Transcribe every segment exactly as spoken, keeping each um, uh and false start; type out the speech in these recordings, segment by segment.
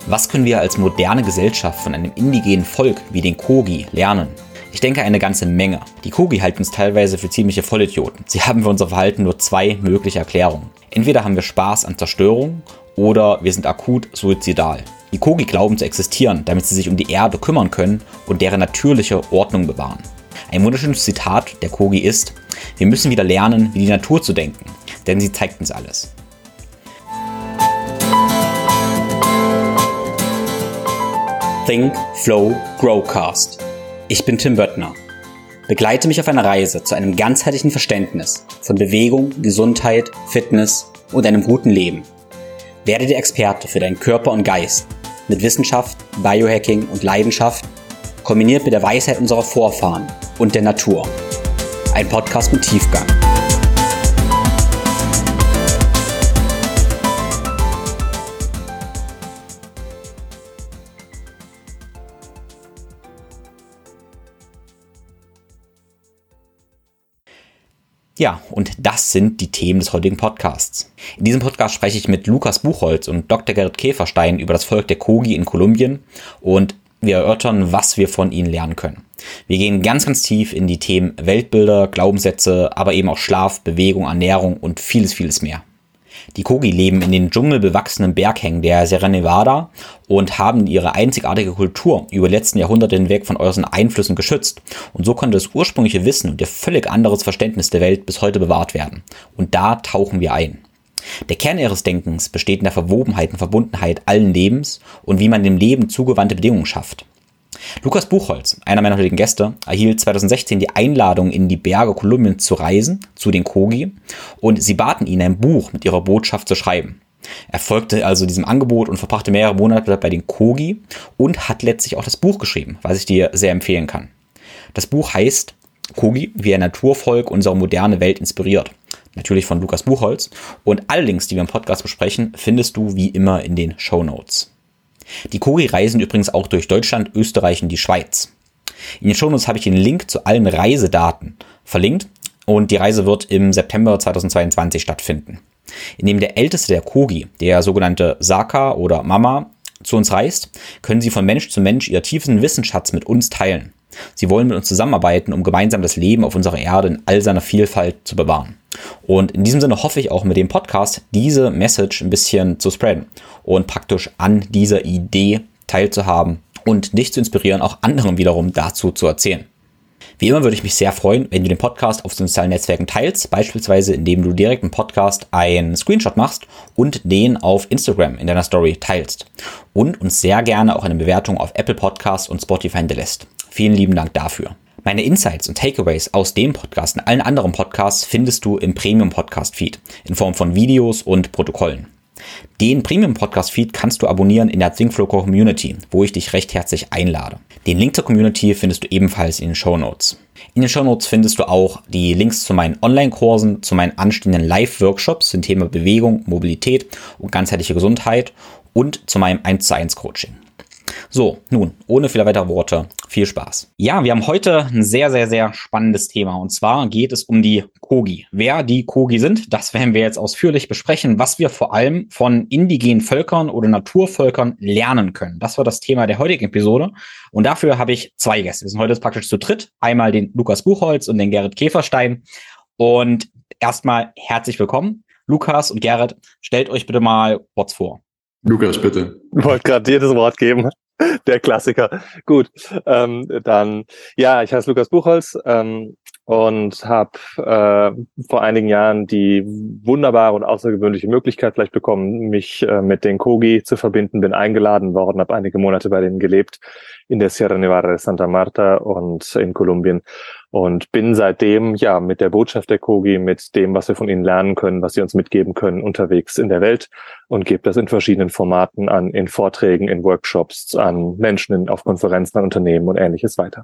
Was können wir als moderne Gesellschaft von einem indigenen Volk wie den Kogi lernen? Ich denke eine ganze Menge. Die Kogi halten uns teilweise für ziemliche Vollidioten. Sie haben für unser Verhalten nur zwei mögliche Erklärungen. Entweder haben wir Spaß an Zerstörung oder wir sind akut suizidal. Die Kogi glauben zu existieren, damit sie sich um die Erde kümmern können und deren natürliche Ordnung bewahren. Ein wunderschönes Zitat der Kogi ist: Wir müssen wieder lernen, wie die Natur zu denken, denn sie zeigt uns alles. Think, Flow, Growcast. Ich bin Tim Böttner. Begleite mich auf einer Reise zu einem ganzheitlichen Verständnis von Bewegung, Gesundheit, Fitness und einem guten Leben. Werde der Experte für deinen Körper und Geist mit Wissenschaft, Biohacking und Leidenschaft, kombiniert mit der Weisheit unserer Vorfahren und der Natur. Ein Podcast mit Tiefgang. Ja, und das sind die Themen des heutigen Podcasts. In diesem Podcast spreche ich mit Lukas Buchholz und Doktor Gerrit Käferstein über das Volk der Kogi in Kolumbien und wir erörtern, was wir von ihnen lernen können. Wir gehen ganz, ganz tief in die Themen Weltbilder, Glaubenssätze, aber eben auch Schlaf, Bewegung, Ernährung und vieles, vieles mehr. Die Kogi leben in den dschungelbewachsenen Berghängen der Sierra Nevada und haben ihre einzigartige Kultur über die letzten Jahrhunderte hinweg von äußeren Einflüssen geschützt. Und so konnte das ursprüngliche Wissen und ihr völlig anderes Verständnis der Welt bis heute bewahrt werden. Und da tauchen wir ein. Der Kern ihres Denkens besteht in der Verwobenheit und Verbundenheit allen Lebens und wie man dem Leben zugewandte Bedingungen schafft. Lukas Buchholz, einer meiner heutigen Gäste, erhielt zweitausendsechzehn die Einladung, in die Berge Kolumbiens zu reisen, zu den Kogi, und sie baten ihn, ein Buch mit ihrer Botschaft zu schreiben. Er folgte also diesem Angebot und verbrachte mehrere Monate bei den Kogi und hat letztlich auch das Buch geschrieben, was ich dir sehr empfehlen kann. Das Buch heißt Kogi, wie ein Naturvolk unsere moderne Welt inspiriert. Natürlich von Lukas Buchholz, und alle Links, die wir im Podcast besprechen, findest du wie immer in den Shownotes. Die Kogi reisen übrigens auch durch Deutschland, Österreich und die Schweiz. In den Shownotes habe ich den Link zu allen Reisedaten verlinkt und die Reise wird im September zweitausendzweiundzwanzig stattfinden. Indem der älteste der Kogi, der sogenannte Saka oder Mama, zu uns reist, können sie von Mensch zu Mensch ihr tiefsten Wissensschatz mit uns teilen. Sie wollen mit uns zusammenarbeiten, um gemeinsam das Leben auf unserer Erde in all seiner Vielfalt zu bewahren. Und in diesem Sinne hoffe ich auch mit dem Podcast diese Message ein bisschen zu spreaden und praktisch an dieser Idee teilzuhaben und dich zu inspirieren, auch anderen wiederum dazu zu erzählen. Wie immer würde ich mich sehr freuen, wenn du den Podcast auf sozialen Netzwerken teilst, beispielsweise indem du direkt im Podcast einen Screenshot machst und den auf Instagram in deiner Story teilst. Und uns sehr gerne auch eine Bewertung auf Apple Podcasts und Spotify hinterlässt. Vielen lieben Dank dafür. Meine Insights und Takeaways aus dem Podcast und allen anderen Podcasts findest du im Premium-Podcast-Feed in Form von Videos und Protokollen. Den Premium-Podcast-Feed kannst du abonnieren in der ThinkFlow Community, wo ich dich recht herzlich einlade. Den Link zur Community findest du ebenfalls in den Shownotes. In den Shownotes findest du auch die Links zu meinen Online-Kursen, zu meinen anstehenden Live-Workshops zum Thema Bewegung, Mobilität und ganzheitliche Gesundheit und zu meinem eins zu eins Coaching. So, nun, ohne viele weitere Worte, viel Spaß. Ja, wir haben heute ein sehr, sehr, sehr spannendes Thema. Und zwar geht es um die Kogi. Wer die Kogi sind, das werden wir jetzt ausführlich besprechen, was wir vor allem von indigenen Völkern oder Naturvölkern lernen können. Das war das Thema der heutigen Episode. Und dafür habe ich zwei Gäste. Wir sind heute praktisch zu dritt. Einmal den Lukas Buchholz und den Gerrit Käferstein. Und erstmal herzlich willkommen. Lukas und Gerrit, stellt euch bitte mal kurz vor. Lukas, bitte. Ich wollte gerade dir das Wort geben. Der Klassiker. Gut, ähm, dann, ja, ich heiße Lukas Buchholz ähm, und habe äh, vor einigen Jahren die wunderbare und außergewöhnliche Möglichkeit vielleicht bekommen, mich äh, mit den Kogi zu verbinden, bin eingeladen worden, habe einige Monate bei denen gelebt in der Sierra Nevada de Santa Marta und in Kolumbien und bin seitdem ja mit der Botschaft der Kogi, mit dem, was wir von ihnen lernen können, was sie uns mitgeben können, unterwegs in der Welt und gebe das in verschiedenen Formaten an, in Vorträgen, in Workshops, an Menschen, in, auf Konferenzen, an Unternehmen und Ähnliches weiter.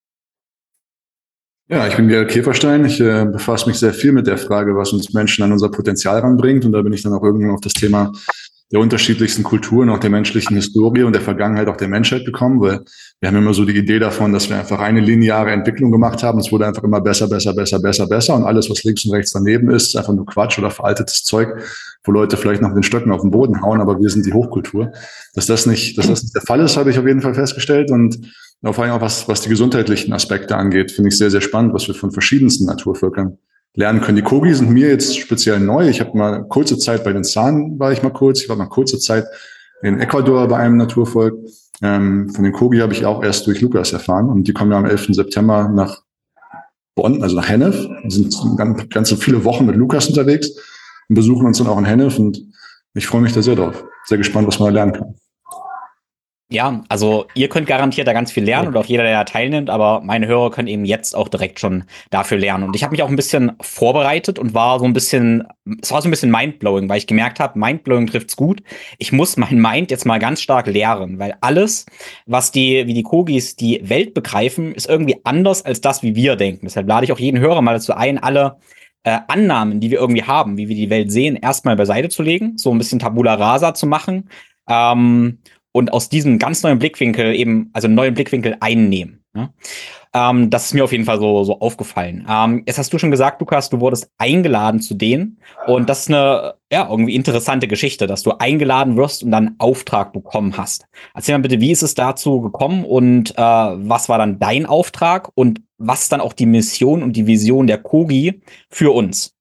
Ja, ich bin Gerrit Käferstein. Ich äh, befasse mich sehr viel mit der Frage, was uns Menschen an unser Potenzial ranbringt. Und da bin ich dann auch irgendwann auf das Thema der unterschiedlichsten Kulturen, auch der menschlichen Historie und der Vergangenheit auch der Menschheit bekommen, weil wir haben immer so die Idee davon, dass wir einfach eine lineare Entwicklung gemacht haben. Es wurde einfach immer besser, besser, besser, besser, besser und alles, was links und rechts daneben ist, ist einfach nur Quatsch oder veraltetes Zeug, wo Leute vielleicht noch mit den Stöcken auf den Boden hauen, aber wir sind die Hochkultur. Dass das nicht, dass das nicht der Fall ist, habe ich auf jeden Fall festgestellt und vor allem auch was, was die gesundheitlichen Aspekte angeht, finde ich sehr, sehr spannend, was wir von verschiedensten Naturvölkern lernen können. Die Kogi sind mir jetzt speziell neu. Ich habe mal kurze Zeit bei den San war ich mal kurz. Ich war mal kurze Zeit in Ecuador bei einem Naturvolk. Ähm, von den Kogi habe ich auch erst durch Lukas erfahren. Und die kommen ja am elften September nach Bonn, also nach Hennef. Wir sind ganz, ganz viele Wochen mit Lukas unterwegs und besuchen uns dann auch in Hennef. Und ich freue mich da sehr drauf. Sehr gespannt, was man da lernen kann. Ja, also ihr könnt garantiert da ganz viel lernen und auch jeder, der da teilnimmt, aber meine Hörer können eben jetzt auch direkt schon dafür lernen. Und ich habe mich auch ein bisschen vorbereitet und war so ein bisschen, es war so ein bisschen mindblowing, weil ich gemerkt habe, mindblowing trifft's gut. Ich muss mein Mind jetzt mal ganz stark lehren, weil alles, was die, wie die Kogis die Welt begreifen, ist irgendwie anders als das, wie wir denken. Deshalb lade ich auch jeden Hörer mal dazu ein, alle äh, Annahmen, die wir irgendwie haben, wie wir die Welt sehen, erstmal beiseite zu legen, so ein bisschen Tabula Rasa zu machen. Ähm, Und aus diesem ganz neuen Blickwinkel eben, also einen neuen Blickwinkel einnehmen. Ne? Ähm, das ist mir auf jeden Fall so, so aufgefallen. Ähm, jetzt hast du schon gesagt, Lukas, du wurdest eingeladen zu denen. Und das ist eine, ja, irgendwie interessante Geschichte, dass du eingeladen wirst und dann einen Auftrag bekommen hast. Erzähl mal bitte, wie ist es dazu gekommen und äh, was war dann dein Auftrag und was ist dann auch die Mission und die Vision der Kogi für uns?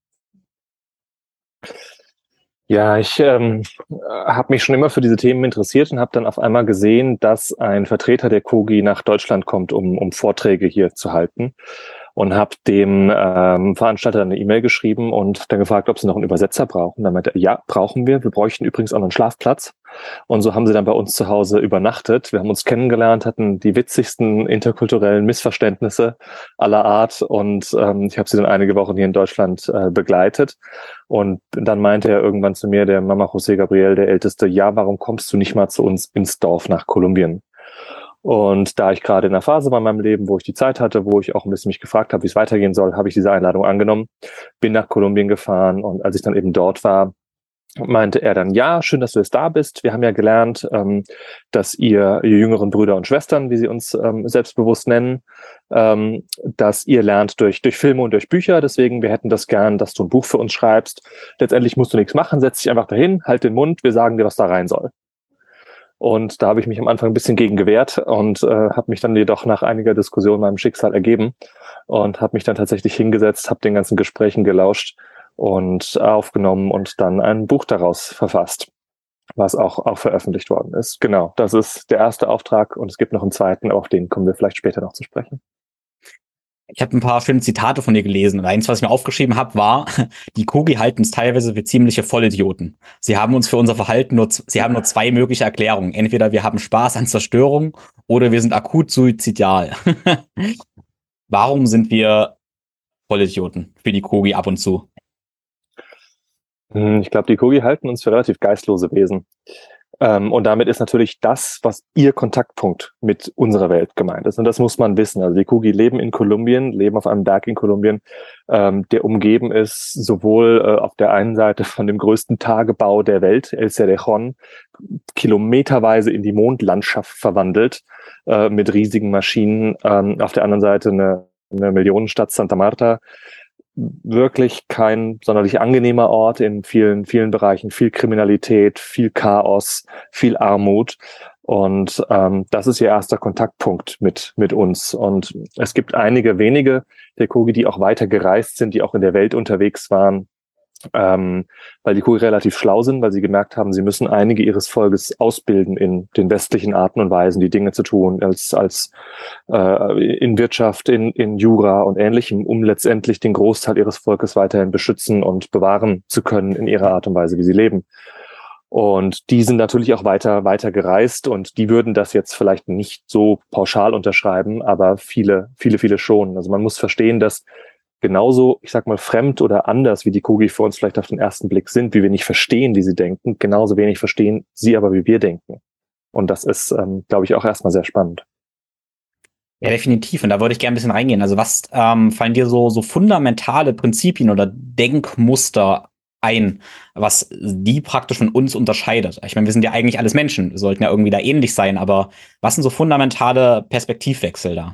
Ja, ich ähm, habe mich schon immer für diese Themen interessiert und habe dann auf einmal gesehen, dass ein Vertreter der Kogi nach Deutschland kommt, um, um Vorträge hier zu halten. Und habe dem ähm, Veranstalter eine E-Mail geschrieben und dann gefragt, ob sie noch einen Übersetzer brauchen. Dann meinte er, ja, brauchen wir. Wir bräuchten übrigens auch noch einen Schlafplatz. Und so haben sie dann bei uns zu Hause übernachtet. Wir haben uns kennengelernt, hatten die witzigsten interkulturellen Missverständnisse aller Art. Und ähm, ich habe sie dann einige Wochen hier in Deutschland äh, begleitet. Und dann meinte er irgendwann zu mir, der Mama José Gabriel, der Älteste, ja, warum kommst du nicht mal zu uns ins Dorf nach Kolumbien? Und da ich gerade in einer Phase war in meinem Leben, wo ich die Zeit hatte, wo ich auch ein bisschen mich gefragt habe, wie es weitergehen soll, habe ich diese Einladung angenommen, bin nach Kolumbien gefahren und als ich dann eben dort war, meinte er dann, ja, schön, dass du jetzt da bist. Wir haben ja gelernt, ähm, dass ihr, ihr jüngeren Brüder und Schwestern, wie sie uns ähm, selbstbewusst nennen, ähm, dass ihr lernt durch durch Filme und durch Bücher. Deswegen, wir hätten das gern, dass du ein Buch für uns schreibst. Letztendlich musst du nichts machen, setz dich einfach dahin, halt den Mund, wir sagen dir, was da rein soll. Und da habe ich mich am Anfang ein bisschen gegen gewehrt und äh, habe mich dann jedoch nach einiger Diskussion meinem Schicksal ergeben und habe mich dann tatsächlich hingesetzt, habe den ganzen Gesprächen gelauscht und aufgenommen und dann ein Buch daraus verfasst, was auch, auch veröffentlicht worden ist. Genau, das ist der erste Auftrag und es gibt noch einen zweiten, auf den kommen wir vielleicht später noch zu sprechen. Ich habe ein paar schöne Zitate von dir gelesen und eins, was ich mir aufgeschrieben habe, war, die Kogi halten uns teilweise für ziemliche Vollidioten. Sie haben uns für unser Verhalten nur, sie haben nur zwei mögliche Erklärungen. Entweder wir haben Spaß an Zerstörung oder wir sind akut suizidal. Warum sind wir Vollidioten für die Kogi ab und zu? Ich glaube, die Kogi halten uns für relativ geistlose Wesen. Ähm, und damit ist natürlich das, was ihr Kontaktpunkt mit unserer Welt gemeint ist. Und das muss man wissen. Also die Kogi leben in Kolumbien, leben auf einem Berg in Kolumbien, ähm, der umgeben ist sowohl äh, auf der einen Seite von dem größten Tagebau der Welt, El Cerrejón, kilometerweise in die Mondlandschaft verwandelt, äh, mit riesigen Maschinen. Ähm, auf der anderen Seite eine, eine Millionenstadt Santa Marta. Wirklich kein sonderlich angenehmer Ort in vielen, vielen Bereichen, viel Kriminalität, viel Chaos, viel Armut. Und ähm, das ist ihr erster Kontaktpunkt mit, mit uns. Und es gibt einige wenige der Kogi, die auch weiter gereist sind, die auch in der Welt unterwegs waren, ähm, weil die Kogi relativ schlau sind, weil sie gemerkt haben, sie müssen einige ihres Volkes ausbilden in den westlichen Arten und Weisen, die Dinge zu tun, als als äh, in Wirtschaft, in in Jura und Ähnlichem, um letztendlich den Großteil ihres Volkes weiterhin beschützen und bewahren zu können in ihrer Art und Weise, wie sie leben. Und die sind natürlich auch weiter weiter gereist und die würden das jetzt vielleicht nicht so pauschal unterschreiben, aber viele, viele, viele schon. Also man muss verstehen, dass genauso, ich sag mal, fremd oder anders, wie die Kogi für uns vielleicht auf den ersten Blick sind, wie wir nicht verstehen, wie sie denken, genauso wenig verstehen sie aber, wie wir denken. Und das ist, ähm, glaube ich, auch erstmal sehr spannend. Ja, definitiv. Und da würde ich gerne ein bisschen reingehen. Also was ähm, fallen dir so, so fundamentale Prinzipien oder Denkmuster ein, was die praktisch von uns unterscheidet? Ich meine, wir sind ja eigentlich alles Menschen, wir sollten ja irgendwie da ähnlich sein, aber was sind so fundamentale Perspektivwechsel da?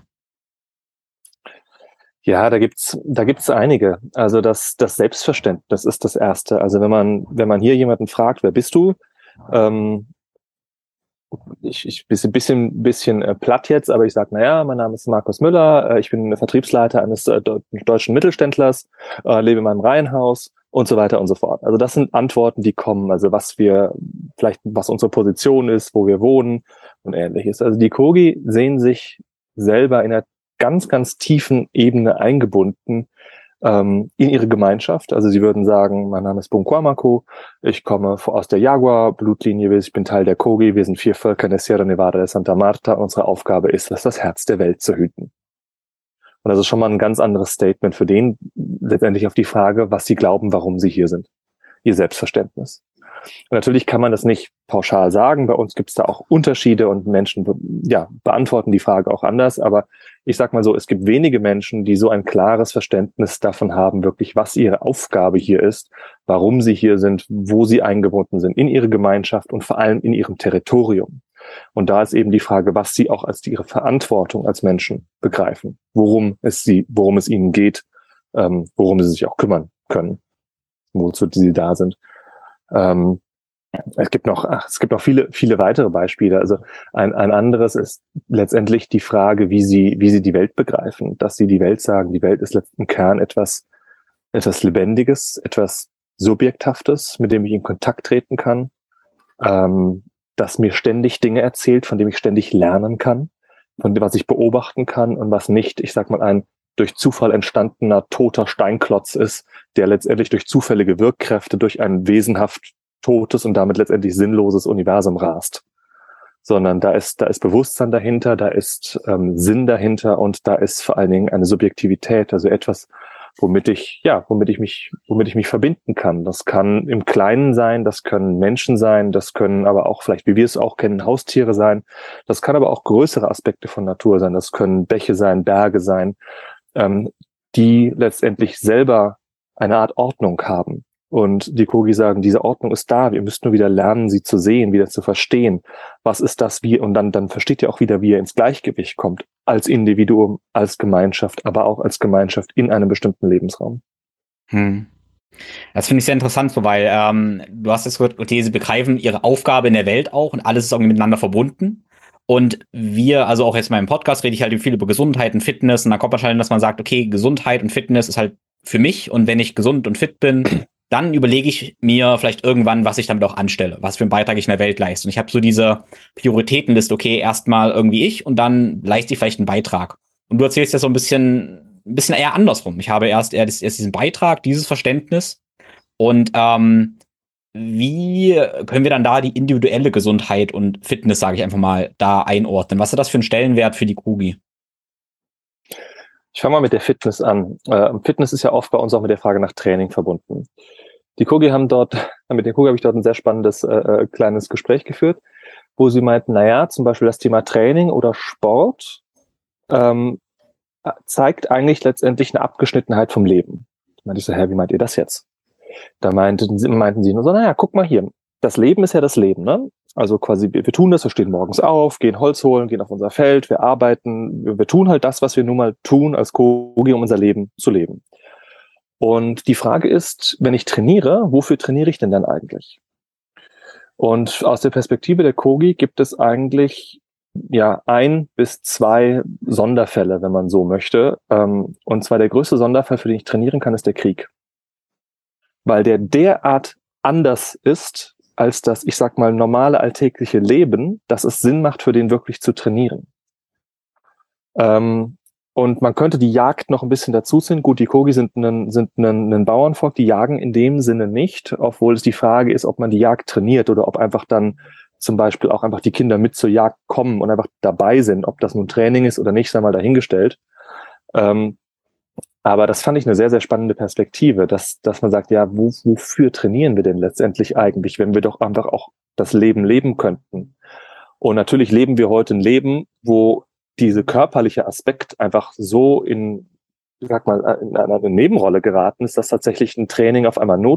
Ja, da gibt's, da gibt's einige. Also das, das Selbstverständnis ist das Erste. Also wenn man, wenn man hier jemanden fragt, wer bist du? Ähm, ich, ich bisschen, bisschen, bisschen äh, platt jetzt, aber ich sage, naja, mein Name ist Markus Müller, äh, ich bin Vertriebsleiter eines äh, deutschen Mittelständlers, äh, lebe in meinem Reihenhaus und so weiter und so fort. Also das sind Antworten, die kommen, also was wir, vielleicht was unsere Position ist, wo wir wohnen und ähnliches. Also die Kogi sehen sich selber in einer ganz, ganz tiefen Ebene eingebunden ähm, in ihre Gemeinschaft. Also sie würden sagen, mein Name ist Bunkwamako, ich komme aus der Jaguar-Blutlinie, ich bin Teil der Kogi, wir sind vier Völker in der Sierra Nevada de Santa Marta und unsere Aufgabe ist es, das Herz der Welt zu hüten. Und das ist schon mal ein ganz anderes Statement für den, letztendlich auf die Frage, was sie glauben, warum sie hier sind. Ihr Selbstverständnis. Und natürlich kann man das nicht pauschal sagen. Bei uns gibt es da auch Unterschiede und Menschen ja, beantworten die Frage auch anders. Aber ich sag mal so, es gibt wenige Menschen, die so ein klares Verständnis davon haben, wirklich, was ihre Aufgabe hier ist, warum sie hier sind, wo sie eingebunden sind, in ihre Gemeinschaft und vor allem in ihrem Territorium. Und da ist eben die Frage, was sie auch als ihre Verantwortung als Menschen begreifen, worum es sie, worum es ihnen geht, ähm, worum sie sich auch kümmern können, wozu sie da sind. Ähm, es gibt noch, ach, es gibt noch viele, viele weitere Beispiele. Also ein, ein anderes ist letztendlich die Frage, wie sie, wie sie die Welt begreifen, dass sie die Welt sagen, die Welt ist im Kern etwas, etwas Lebendiges, etwas Subjekthaftes, mit dem ich in Kontakt treten kann, ähm, das mir ständig Dinge erzählt, von dem ich ständig lernen kann, von dem, was ich beobachten kann und was nicht, ich sag mal, ein durch Zufall entstandener toter Steinklotz ist, der letztendlich durch zufällige Wirkkräfte durch ein wesenhaft totes und damit letztendlich sinnloses Universum rast. Sondern da ist, da ist Bewusstsein dahinter, da ist ähm, Sinn dahinter und da ist vor allen Dingen eine Subjektivität, also etwas, womit ich, ja, womit ich mich, womit ich mich verbinden kann. Das kann im Kleinen sein, das können Menschen sein, das können aber auch vielleicht, wie wir es auch kennen, Haustiere sein. Das kann aber auch größere Aspekte von Natur sein. Das können Bäche sein, Berge sein, ähm, die letztendlich selber eine Art Ordnung haben. Und die Kogi sagen, diese Ordnung ist da, wir müssen nur wieder lernen, sie zu sehen, wieder zu verstehen. Was ist das, wie, und dann, dann versteht ihr auch wieder, wie ihr ins Gleichgewicht kommt, als Individuum, als Gemeinschaft, aber auch als Gemeinschaft in einem bestimmten Lebensraum. Hm. Das finde ich sehr interessant, so, weil ähm, du hast jetzt gehört, okay, sie begreifen ihre Aufgabe in der Welt auch und alles ist irgendwie miteinander verbunden. Und wir, also auch jetzt in meinem Podcast, rede ich halt viel über Gesundheit und Fitness und da kommt wahrscheinlich, dass man sagt, okay, Gesundheit und Fitness ist halt für mich und wenn ich gesund und fit bin, dann überlege ich mir vielleicht irgendwann, was ich damit auch anstelle, was für einen Beitrag ich in der Welt leiste. Und ich habe so diese Prioritätenliste, okay, erstmal irgendwie ich und dann leiste ich vielleicht einen Beitrag. Und du erzählst ja so ein bisschen, ein bisschen eher andersrum. Ich habe erst, erst, erst diesen Beitrag, dieses Verständnis. Und ähm, wie können wir dann da die individuelle Gesundheit und Fitness, sage ich einfach mal, da einordnen? Was ist das für ein Stellenwert für die Kogi? Ich fange mal mit der Fitness an. Äh, Fitness ist ja oft bei uns auch mit der Frage nach Training verbunden. Die Kogi haben dort, mit der Kogi habe ich dort ein sehr spannendes äh, kleines Gespräch geführt, wo sie meinten, naja, zum Beispiel das Thema Training oder Sport ähm, zeigt eigentlich letztendlich eine Abgeschnittenheit vom Leben. Da meinte ich so, hä, wie meint ihr das jetzt? Da meinten sie, meinten sie nur so, naja, guck mal hier, das Leben ist ja das Leben, ne? Also quasi, wir, wir tun das, wir stehen morgens auf, gehen Holz holen, gehen auf unser Feld, wir arbeiten, wir, wir tun halt das, was wir nun mal tun als Kogi, um unser Leben zu leben. Und die Frage ist, wenn ich trainiere, wofür trainiere ich denn dann eigentlich? Und aus der Perspektive der Kogi gibt es eigentlich ja ein bis zwei Sonderfälle, wenn man so möchte. Und zwar der größte Sonderfall, für den ich trainieren kann, ist der Krieg. Weil der derart anders ist, als das, ich sag mal, normale alltägliche Leben, dass es Sinn macht, für den wirklich zu trainieren. Ähm, und man könnte die Jagd noch ein bisschen dazu ziehen. Gut, die Kogi sind ein, sind ein, ein Bauernvolk, die jagen in dem Sinne nicht, obwohl es die Frage ist, ob man die Jagd trainiert oder ob einfach dann zum Beispiel auch einfach die Kinder mit zur Jagd kommen und einfach dabei sind. Ob das nun Training ist oder nicht, sei mal dahingestellt. Ähm, Aber das fand ich eine sehr, sehr spannende Perspektive, dass, dass man sagt, ja, wo, wofür trainieren wir denn letztendlich eigentlich, wenn wir doch einfach auch das Leben leben könnten? Und natürlich leben wir heute ein Leben, wo dieser körperliche Aspekt einfach so in, ich sag mal, in eine Nebenrolle geraten ist, dass tatsächlich ein Training auf einmal not,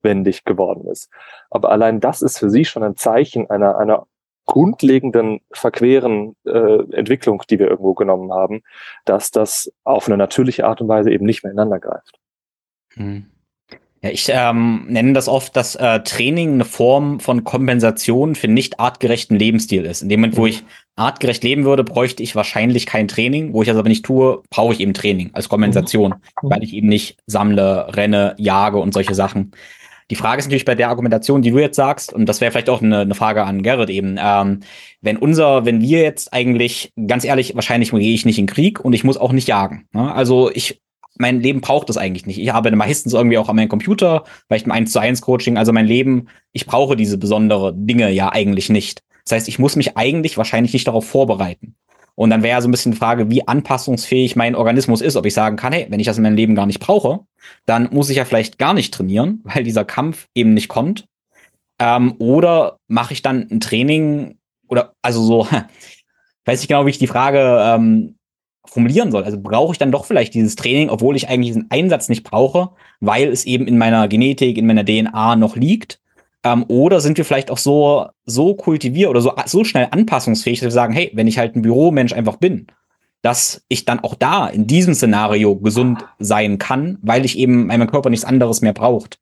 notwendig geworden ist. Aber allein das ist für sie schon ein Zeichen einer, einer grundlegenden, verqueren äh, Entwicklung, die wir irgendwo genommen haben, dass das auf eine natürliche Art und Weise eben nicht mehr ineinander greift. Hm. Ja, ich ähm, nenne das oft, dass äh, Training eine Form von Kompensation für nicht artgerechten Lebensstil ist. In dem Moment, wo ich artgerecht leben würde, bräuchte ich wahrscheinlich kein Training. Wo ich das aber nicht tue, brauche ich eben Training als Kompensation, mhm. weil ich eben nicht sammle, renne, jage und solche Sachen. Die Frage ist natürlich bei der Argumentation, die du jetzt sagst, und das wäre vielleicht auch eine, eine Frage an Gerrit eben, ähm, wenn unser, wenn wir jetzt eigentlich, ganz ehrlich, wahrscheinlich gehe ich nicht in den Krieg und ich muss auch nicht jagen. Ne? Also ich mein Leben braucht das eigentlich nicht. Ich arbeite meistens irgendwie auch an meinem Computer, vielleicht im eins zu eins Coaching. Also mein Leben, ich brauche diese besondere Dinge ja eigentlich nicht. Das heißt, ich muss mich eigentlich wahrscheinlich nicht darauf vorbereiten. Und dann wäre ja so ein bisschen die Frage, wie anpassungsfähig mein Organismus ist. Ob ich sagen kann, hey, wenn ich das in meinem Leben gar nicht brauche, dann muss ich ja vielleicht gar nicht trainieren, weil dieser Kampf eben nicht kommt. Ähm, oder mache ich dann ein Training oder, also so, weiß ich genau, wie ich die Frage ähm, formulieren soll. Also brauche ich dann doch vielleicht dieses Training, obwohl ich eigentlich diesen Einsatz nicht brauche, weil es eben in meiner Genetik, in meiner D N A noch liegt. Ähm, oder sind wir vielleicht auch so, so kultiviert oder so, so schnell anpassungsfähig, dass wir sagen, hey, wenn ich halt ein Büromensch einfach bin, dass ich dann auch da in diesem Szenario gesund sein kann, weil ich eben mein Körper nichts anderes mehr braucht.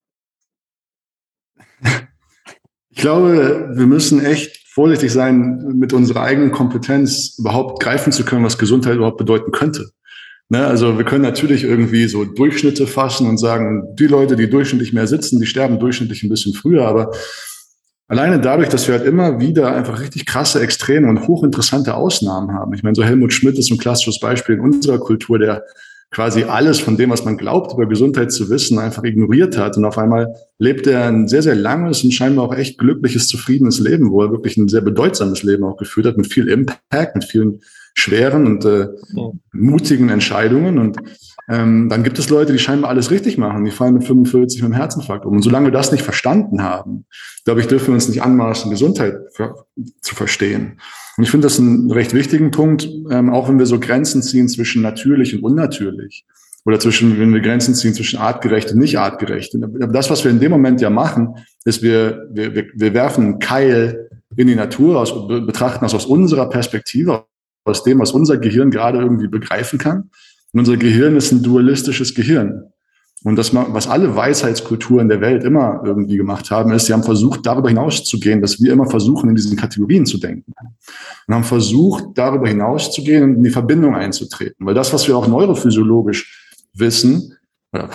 Ich glaube, wir müssen echt vorsichtig sein, mit unserer eigenen Kompetenz überhaupt greifen zu können, was Gesundheit überhaupt bedeuten könnte. Ne? Also wir können natürlich irgendwie so Durchschnitte fassen und sagen, die Leute, die durchschnittlich mehr sitzen, die sterben durchschnittlich ein bisschen früher. Aber alleine dadurch, dass wir halt immer wieder einfach richtig krasse, extreme und hochinteressante Ausnahmen haben. Ich meine, so Helmut Schmidt ist ein klassisches Beispiel in unserer Kultur, der quasi alles von dem, was man glaubt, über Gesundheit zu wissen, einfach ignoriert hat. Und auf einmal lebt er ein sehr, sehr langes und scheinbar auch echt glückliches, zufriedenes Leben, wo er wirklich ein sehr bedeutsames Leben auch geführt hat, mit viel Impact, mit vielen schweren und äh, mutigen Entscheidungen. Und ähm, dann gibt es Leute, die scheinbar alles richtig machen. Die fallen mit fünfundvierzig mit dem Herzinfarkt um. Und solange wir das nicht verstanden haben, glaube ich, dürfen wir uns nicht anmaßen, Gesundheit für, zu verstehen. Und ich finde das einen recht wichtigen Punkt, ähm, auch wenn wir so Grenzen ziehen zwischen natürlich und unnatürlich. Oder zwischen, wenn wir Grenzen ziehen zwischen artgerecht und nicht artgerecht. Aber das, was wir in dem Moment ja machen, ist, wir, wir, wir werfen einen Keil in die Natur, aus, betrachten das aus unserer Perspektive, aus dem, was unser Gehirn gerade irgendwie begreifen kann. Und unser Gehirn ist ein dualistisches Gehirn. Und das, was alle Weisheitskulturen der Welt immer irgendwie gemacht haben, ist, sie haben versucht, darüber hinauszugehen, dass wir immer versuchen, in diesen Kategorien zu denken. Und haben versucht, darüber hinauszugehen und in die Verbindung einzutreten. Weil das, was wir auch neurophysiologisch wissen, oder,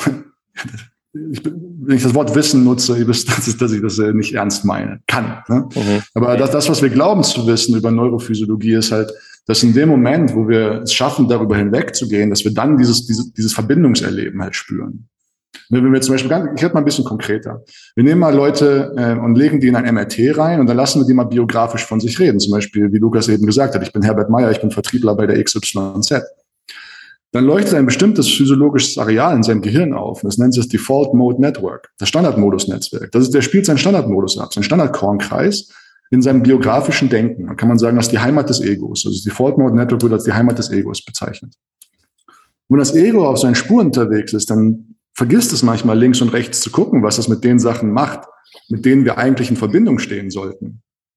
ich, wenn ich das Wort Wissen nutze, ihr wisst, dass ich, dass ich das nicht ernst meine, kann. Ne? Mhm. Aber das, das, was wir glauben zu wissen über Neurophysiologie, ist halt, dass in dem Moment, wo wir es schaffen, darüber hinwegzugehen, dass wir dann dieses, dieses, dieses Verbindungserleben halt spüren. Wenn wir zum Beispiel, ich werde mal ein bisschen konkreter. Wir nehmen mal Leute äh, und legen die in ein M R T rein und dann lassen wir die mal biografisch von sich reden. Zum Beispiel, wie Lukas eben gesagt hat, ich bin Herbert Meyer, ich bin Vertriebler bei der X Y Z. Dann leuchtet ein bestimmtes physiologisches Areal in seinem Gehirn auf. Und das nennt sich das Default Mode Network, das Standardmodus-Netzwerk. Das ist, der spielt seinen Standardmodus ab, seinen Standardkornkreis in seinem biografischen Denken. Da kann man sagen, das ist die Heimat des Egos. Also das Default Mode Network wird als die Heimat des Egos bezeichnet. Wenn das Ego auf seinen Spuren unterwegs ist, dann vergisst es manchmal links und rechts zu gucken, was das mit den Sachen macht, mit denen wir eigentlich in Verbindung stehen sollten.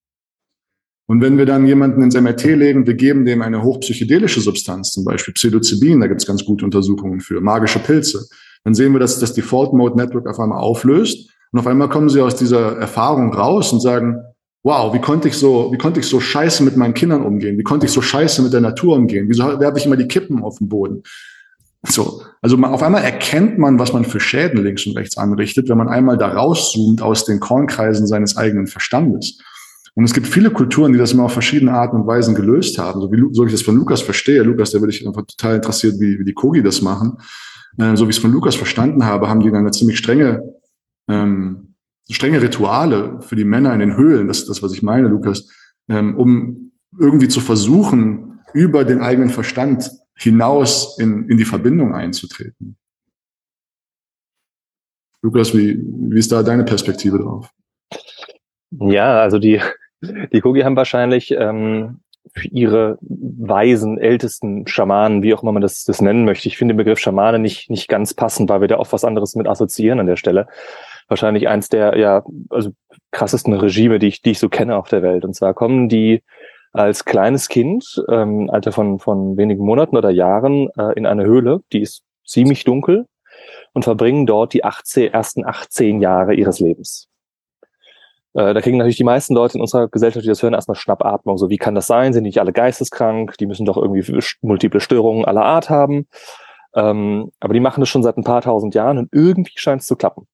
Und wenn wir dann jemanden ins M R T legen, wir geben dem eine hochpsychedelische Substanz, zum Beispiel Psilocybin, da gibt es ganz gute Untersuchungen für, magische Pilze, dann sehen wir, dass das Default Mode Network auf einmal auflöst und auf einmal kommen sie aus dieser Erfahrung raus und sagen, wow, wie konnte ich so, wie konnte ich so scheiße mit meinen Kindern umgehen? Wie konnte ich so scheiße mit der Natur umgehen? Wieso werfe ich immer die Kippen auf den Boden? So, also man, auf einmal erkennt man, was man für Schäden links und rechts anrichtet, wenn man einmal da rauszoomt aus den Kornkreisen seines eigenen Verstandes. Und es gibt viele Kulturen, die das immer auf verschiedene Arten und Weisen gelöst haben. So wie so ich das von Lukas verstehe. Lukas, da bin ich einfach total interessiert, wie, wie die Kogi das machen. Äh, so wie ich es von Lukas verstanden habe, haben die dann eine ziemlich strenge, ähm, strenge Rituale für die Männer in den Höhlen. Das ist das, was ich meine, Lukas, ähm, um irgendwie zu versuchen, über den eigenen Verstand hinaus in, in die Verbindung einzutreten. Lukas, wie, wie ist da deine Perspektive drauf? Ja, also die, die Kogi haben wahrscheinlich ähm, für ihre weisen, ältesten Schamanen, wie auch immer man das, das nennen möchte. Ich finde den Begriff Schamane nicht, nicht ganz passend, weil wir da oft was anderes mit assoziieren an der Stelle. wahrscheinlich eins der ja also krassesten Regime, die ich, die ich so kenne auf der Welt. Und zwar kommen die als kleines Kind, ähm, Alter von, von wenigen Monaten oder Jahren, äh, in eine Höhle, die ist ziemlich dunkel, und verbringen dort die achtzehn, ersten achtzehn Jahre ihres Lebens. Äh, da kriegen natürlich die meisten Leute in unserer Gesellschaft, die das hören, erstmal Schnappatmung. So, wie kann das sein? Sind nicht alle geisteskrank? Die müssen doch irgendwie multiple Störungen aller Art haben. Ähm, aber die machen das schon seit ein paar tausend Jahren und irgendwie scheint es zu klappen.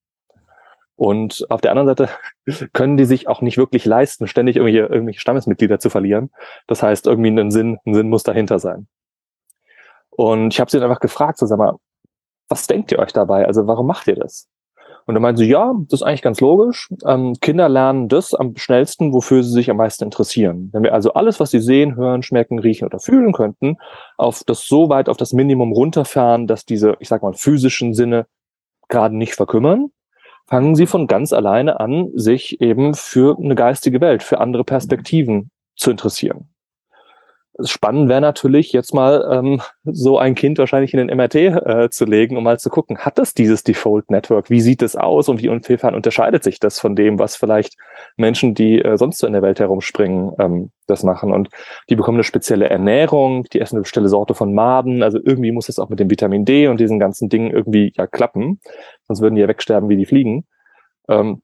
Und auf der anderen Seite können die sich auch nicht wirklich leisten, ständig irgendwelche, irgendwelche Stammesmitglieder zu verlieren. Das heißt, irgendwie ein Sinn, ein Sinn muss dahinter sein. Und ich habe sie dann einfach gefragt, so, sag mal, was denkt ihr euch dabei? Also warum macht ihr das? Und dann meinen sie, ja, das ist eigentlich ganz logisch. Ähm, Kinder lernen das am schnellsten, wofür sie sich am meisten interessieren. Wenn wir also alles, was sie sehen, hören, schmecken, riechen oder fühlen könnten, auf das so weit auf das Minimum runterfahren, dass diese, ich sag mal, physischen Sinne gerade nicht verkümmern, fangen sie von ganz alleine an, sich eben für eine geistige Welt, für andere Perspektiven zu interessieren. Spannend wäre natürlich, jetzt mal ähm, so ein Kind wahrscheinlich in den M R T äh, zu legen, um mal zu gucken, hat das dieses Default Network? Wie sieht es aus und wie inwiefern unterscheidet sich das von dem, was vielleicht Menschen, die äh, sonst so in der Welt herumspringen, ähm, das machen? Und die bekommen eine spezielle Ernährung, die essen eine spezielle Sorte von Maden. Also irgendwie muss es auch mit dem Vitamin D und diesen ganzen Dingen irgendwie ja klappen. Sonst würden die ja wegsterben, wie die fliegen. Ähm,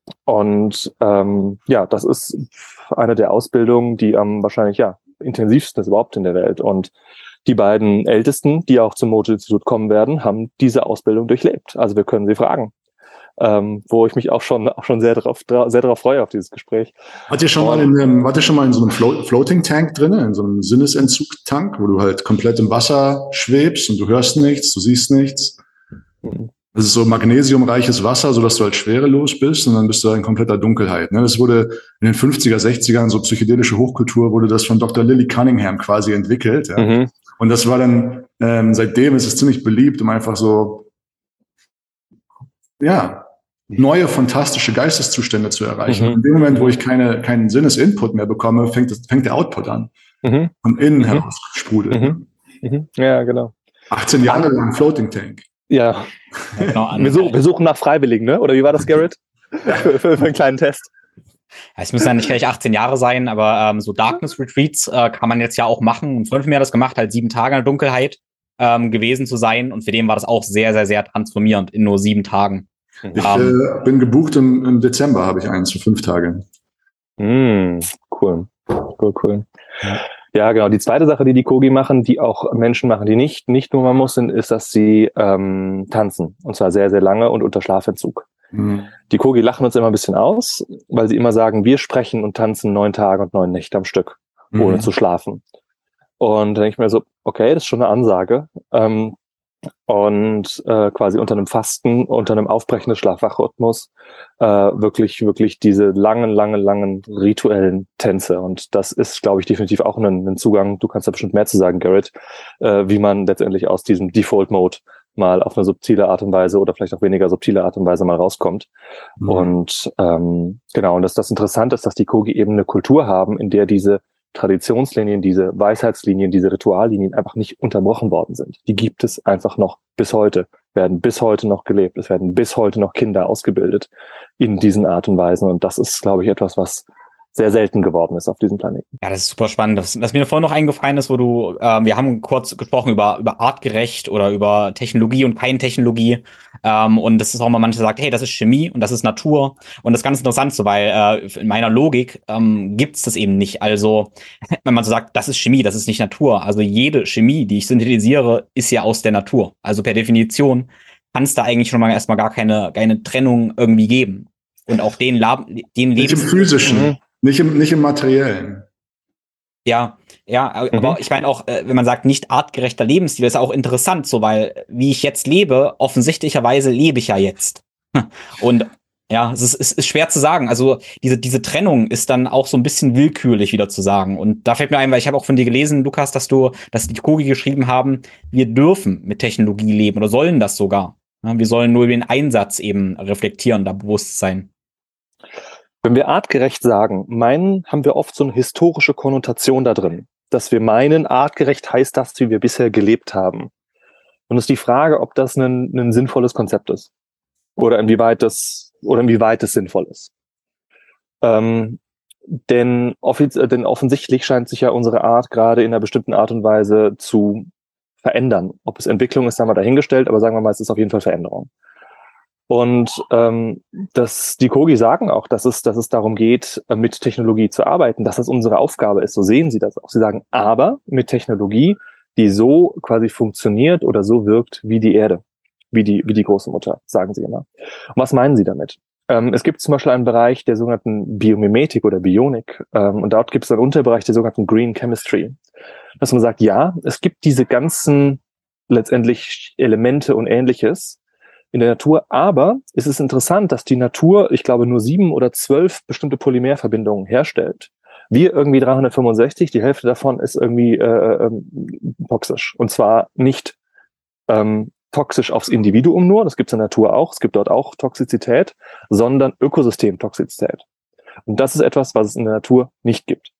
und ähm, ja, das ist eine der Ausbildungen, die am ähm, wahrscheinlich ja intensivsten ist überhaupt in der Welt. Und die beiden Ältesten, die auch zum Mojo-Institut kommen werden, haben diese Ausbildung durchlebt. Also wir können sie fragen, ähm, wo ich mich auch schon auch schon sehr darauf sehr darauf freue auf dieses Gespräch. Wart ihr schon mal in einem, wart ihr schon mal in so einem Flo- Floating Tank drin, in so einem Sinnesentzug-Tank, wo du halt komplett im Wasser schwebst und du hörst nichts, du siehst nichts? Mhm. Das ist so magnesiumreiches Wasser, sodass du halt schwerelos bist und dann bist du in kompletter Dunkelheit. Das wurde in den fünfziger, sechzigern, so psychedelische Hochkultur, wurde das von Doktor Lily Cunningham quasi entwickelt. Ja. Mhm. Und das war dann, ähm, seitdem ist es ziemlich beliebt, um einfach so, ja, neue, fantastische Geisteszustände zu erreichen. Mhm. In dem Moment, wo ich keine, keinen Sinnesinput mehr bekomme, fängt, das, fängt der Output an. Mhm. Von innen mhm. heraus sprudelt. Mhm. Mhm. Ja, genau. achtzehn Jahre lang Floating Tank. Ja, ja genau. wir, suchen, wir suchen nach Freiwilligen, ne? Oder wie war das, Garrett? für, für, für einen kleinen Test. Ja, es müssen ja nicht gleich achtzehn Jahre sein, aber ähm, so Darkness-Retreats äh, kann man jetzt ja auch machen. Und Freund von mir hat das gemacht, halt sieben Tage in der Dunkelheit ähm, gewesen zu sein. Und für den war das auch sehr, sehr, sehr transformierend in nur sieben Tagen. Ich ähm, äh, bin gebucht im, im Dezember, habe ich eins für fünf Tage. Mm, cool, cool, cool. Ja. Ja, genau. Die zweite Sache, die die Kogi machen, die auch Menschen machen, die nicht nicht nur man muss, sind, ist, dass sie ähm, tanzen. Und zwar sehr, sehr lange und unter Schlafentzug. Mhm. Die Kogi lachen uns immer ein bisschen aus, weil sie immer sagen, wir sprechen und tanzen neun Tage und neun Nächte am Stück, ohne mhm. zu schlafen. Und dann denke ich mir so, okay, das ist schon eine Ansage. Ähm, und äh, quasi unter einem Fasten, unter einem Aufbrechen des Schlaf-Wach-Rhythmus äh, wirklich, wirklich diese langen, langen, langen rituellen Tänze. Und das ist, glaube ich, definitiv auch ein, ein Zugang, du kannst da bestimmt mehr zu sagen, Garrett, äh, wie man letztendlich aus diesem Default-Mode mal auf eine subtile Art und Weise oder vielleicht auch weniger subtile Art und Weise mal rauskommt. Mhm. Und ähm, genau, und dass das Interessante ist, dass die Kogi eben eine Kultur haben, in der diese Traditionslinien, diese Weisheitslinien, diese Rituallinien einfach nicht unterbrochen worden sind. Die gibt es einfach noch bis heute, werden bis heute noch gelebt. Es werden bis heute noch Kinder ausgebildet in diesen Art und Weisen. Und das ist, glaube ich, etwas, was sehr selten geworden ist auf diesem Planeten. Ja, das ist super spannend. Das, das mir vorhin noch eingefallen ist, wo du, ähm, wir haben kurz gesprochen über, über artgerecht oder über Technologie und keine Technologie. Ähm, und das ist auch mal, manche sagt, hey, das ist Chemie und das ist Natur. Und das ist ganz interessant so, weil äh, in meiner Logik ähm, gibt's das eben nicht. Also, wenn man so sagt, das ist Chemie, das ist nicht Natur. Also jede Chemie, die ich synthetisiere, ist ja aus der Natur. Also per Definition kann es da eigentlich schon mal erstmal gar keine, keine Trennung irgendwie geben. Und auch den, Lab, den Lebens... Nicht im Physischen. Mhm. Nicht im, nicht im Materiellen. Ja, ja, aber mhm. ich meine auch, wenn man sagt, nicht artgerechter Lebensstil, ist auch interessant, so, weil wie ich jetzt lebe, offensichtlicherweise lebe ich ja jetzt. Und ja, es ist, es ist schwer zu sagen. Also diese, diese Trennung ist dann auch so ein bisschen willkürlich wieder zu sagen. Und da fällt mir ein, weil ich habe auch von dir gelesen, Lukas, dass du, dass die Kogi geschrieben haben, wir dürfen mit Technologie leben oder sollen das sogar. Wir sollen nur den Einsatz eben reflektieren, da bewusst sein. Wenn wir artgerecht sagen, meinen, haben wir oft so eine historische Konnotation da drin, dass wir meinen, artgerecht heißt das, wie wir bisher gelebt haben. Und es ist die Frage, ob das ein, ein sinnvolles Konzept ist. Oder inwieweit das oder inwieweit es sinnvoll ist. Ähm, denn, offiz- denn offensichtlich scheint sich ja unsere Art gerade in einer bestimmten Art und Weise zu verändern. Ob es Entwicklung ist, haben wir dahingestellt, aber sagen wir mal, es ist auf jeden Fall Veränderung. Und ähm, das, die Kogi sagen auch, dass es, dass es darum geht, mit Technologie zu arbeiten, dass das unsere Aufgabe ist. So sehen sie das auch. Sie sagen, aber mit Technologie, die so quasi funktioniert oder so wirkt wie die Erde, wie die, wie die große Mutter, sagen sie immer. Und was meinen sie damit? Ähm, es gibt zum Beispiel einen Bereich der sogenannten Biomimetik oder Bionik, ähm, und dort gibt es einen Unterbereich der sogenannten Green Chemistry. Dass man sagt, ja, es gibt diese ganzen letztendlich Elemente und Ähnliches in der Natur, aber es ist interessant, dass die Natur, ich glaube, nur sieben oder zwölf bestimmte Polymerverbindungen herstellt. Wir irgendwie dreihundertfünfundsechzig, die Hälfte davon ist irgendwie äh, ähm, toxisch. Und zwar nicht ähm, toxisch aufs Individuum nur, das gibt es in der Natur auch, es gibt dort auch Toxizität, sondern Ökosystemtoxizität. Und das ist etwas, was es in der Natur nicht gibt.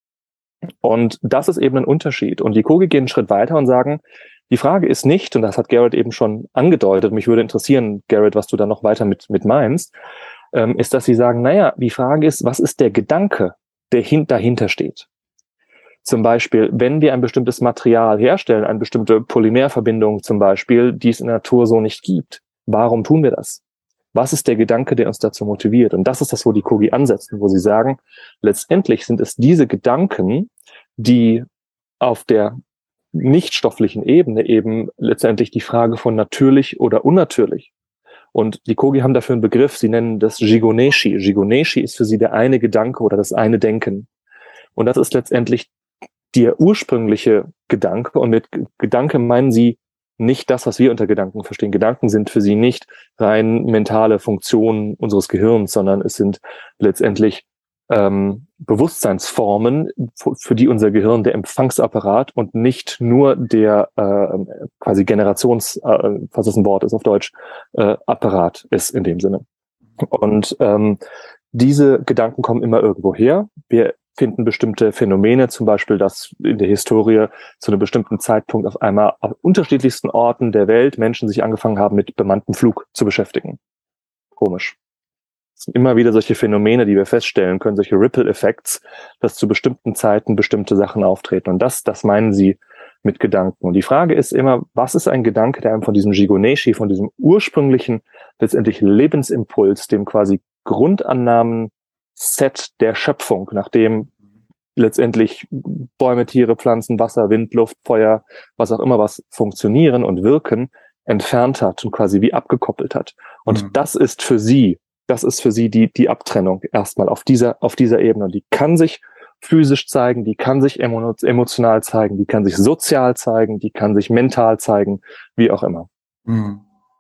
Und das ist eben ein Unterschied. Und die Kogi gehen einen Schritt weiter und sagen, die Frage ist nicht, und das hat Garrett eben schon angedeutet, mich würde interessieren, Garrett, was du da noch weiter mit, mit meinst, ähm, ist, dass sie sagen, naja, die Frage ist, was ist der Gedanke, der hin, dahinter steht? Zum Beispiel, wenn wir ein bestimmtes Material herstellen, eine bestimmte Polymerverbindung zum Beispiel, die es in der Natur so nicht gibt, warum tun wir das? Was ist der Gedanke, der uns dazu motiviert? Und das ist das, wo die Kogi ansetzen, wo sie sagen, letztendlich sind es diese Gedanken, die auf der nichtstofflichen Ebene eben letztendlich die Frage von natürlich oder unnatürlich. Und die Kogi haben dafür einen Begriff, sie nennen das Jigoneshi. Jigoneshi ist für sie der eine Gedanke oder das eine Denken. Und das ist letztendlich der ursprüngliche Gedanke. Und mit Gedanke meinen sie nicht das, was wir unter Gedanken verstehen. Gedanken sind für sie nicht rein mentale Funktionen unseres Gehirns, sondern es sind letztendlich ähm, Bewusstseinsformen, für die unser Gehirn der Empfangsapparat und nicht nur der äh, quasi Generations, äh, was das ein Wort ist auf Deutsch, äh, Apparat ist in dem Sinne. Und ähm, diese Gedanken kommen immer irgendwo her. Wir finden bestimmte Phänomene, zum Beispiel, dass in der Historie zu einem bestimmten Zeitpunkt auf einmal auf unterschiedlichsten Orten der Welt Menschen sich angefangen haben, mit bemanntem Flug zu beschäftigen. Komisch. Es sind immer wieder solche Phänomene, die wir feststellen können, solche Ripple-Effects, dass zu bestimmten Zeiten bestimmte Sachen auftreten. Und das, das meinen sie mit Gedanken. Und die Frage ist immer, was ist ein Gedanke, der einem von diesem Jigoneshi, von diesem ursprünglichen, letztendlich Lebensimpuls, dem quasi Grundannahmen-Set der Schöpfung, nachdem letztendlich Bäume, Tiere, Pflanzen, Wasser, Wind, Luft, Feuer, was auch immer was funktionieren und wirken, entfernt hat und quasi wie abgekoppelt hat. Und mhm. das ist für sie, das ist für sie die, die Abtrennung erstmal auf dieser, auf dieser Ebene. Und die kann sich physisch zeigen, die kann sich emo- emotional zeigen, die kann sich sozial zeigen, die kann sich mental zeigen, wie auch immer. Mhm.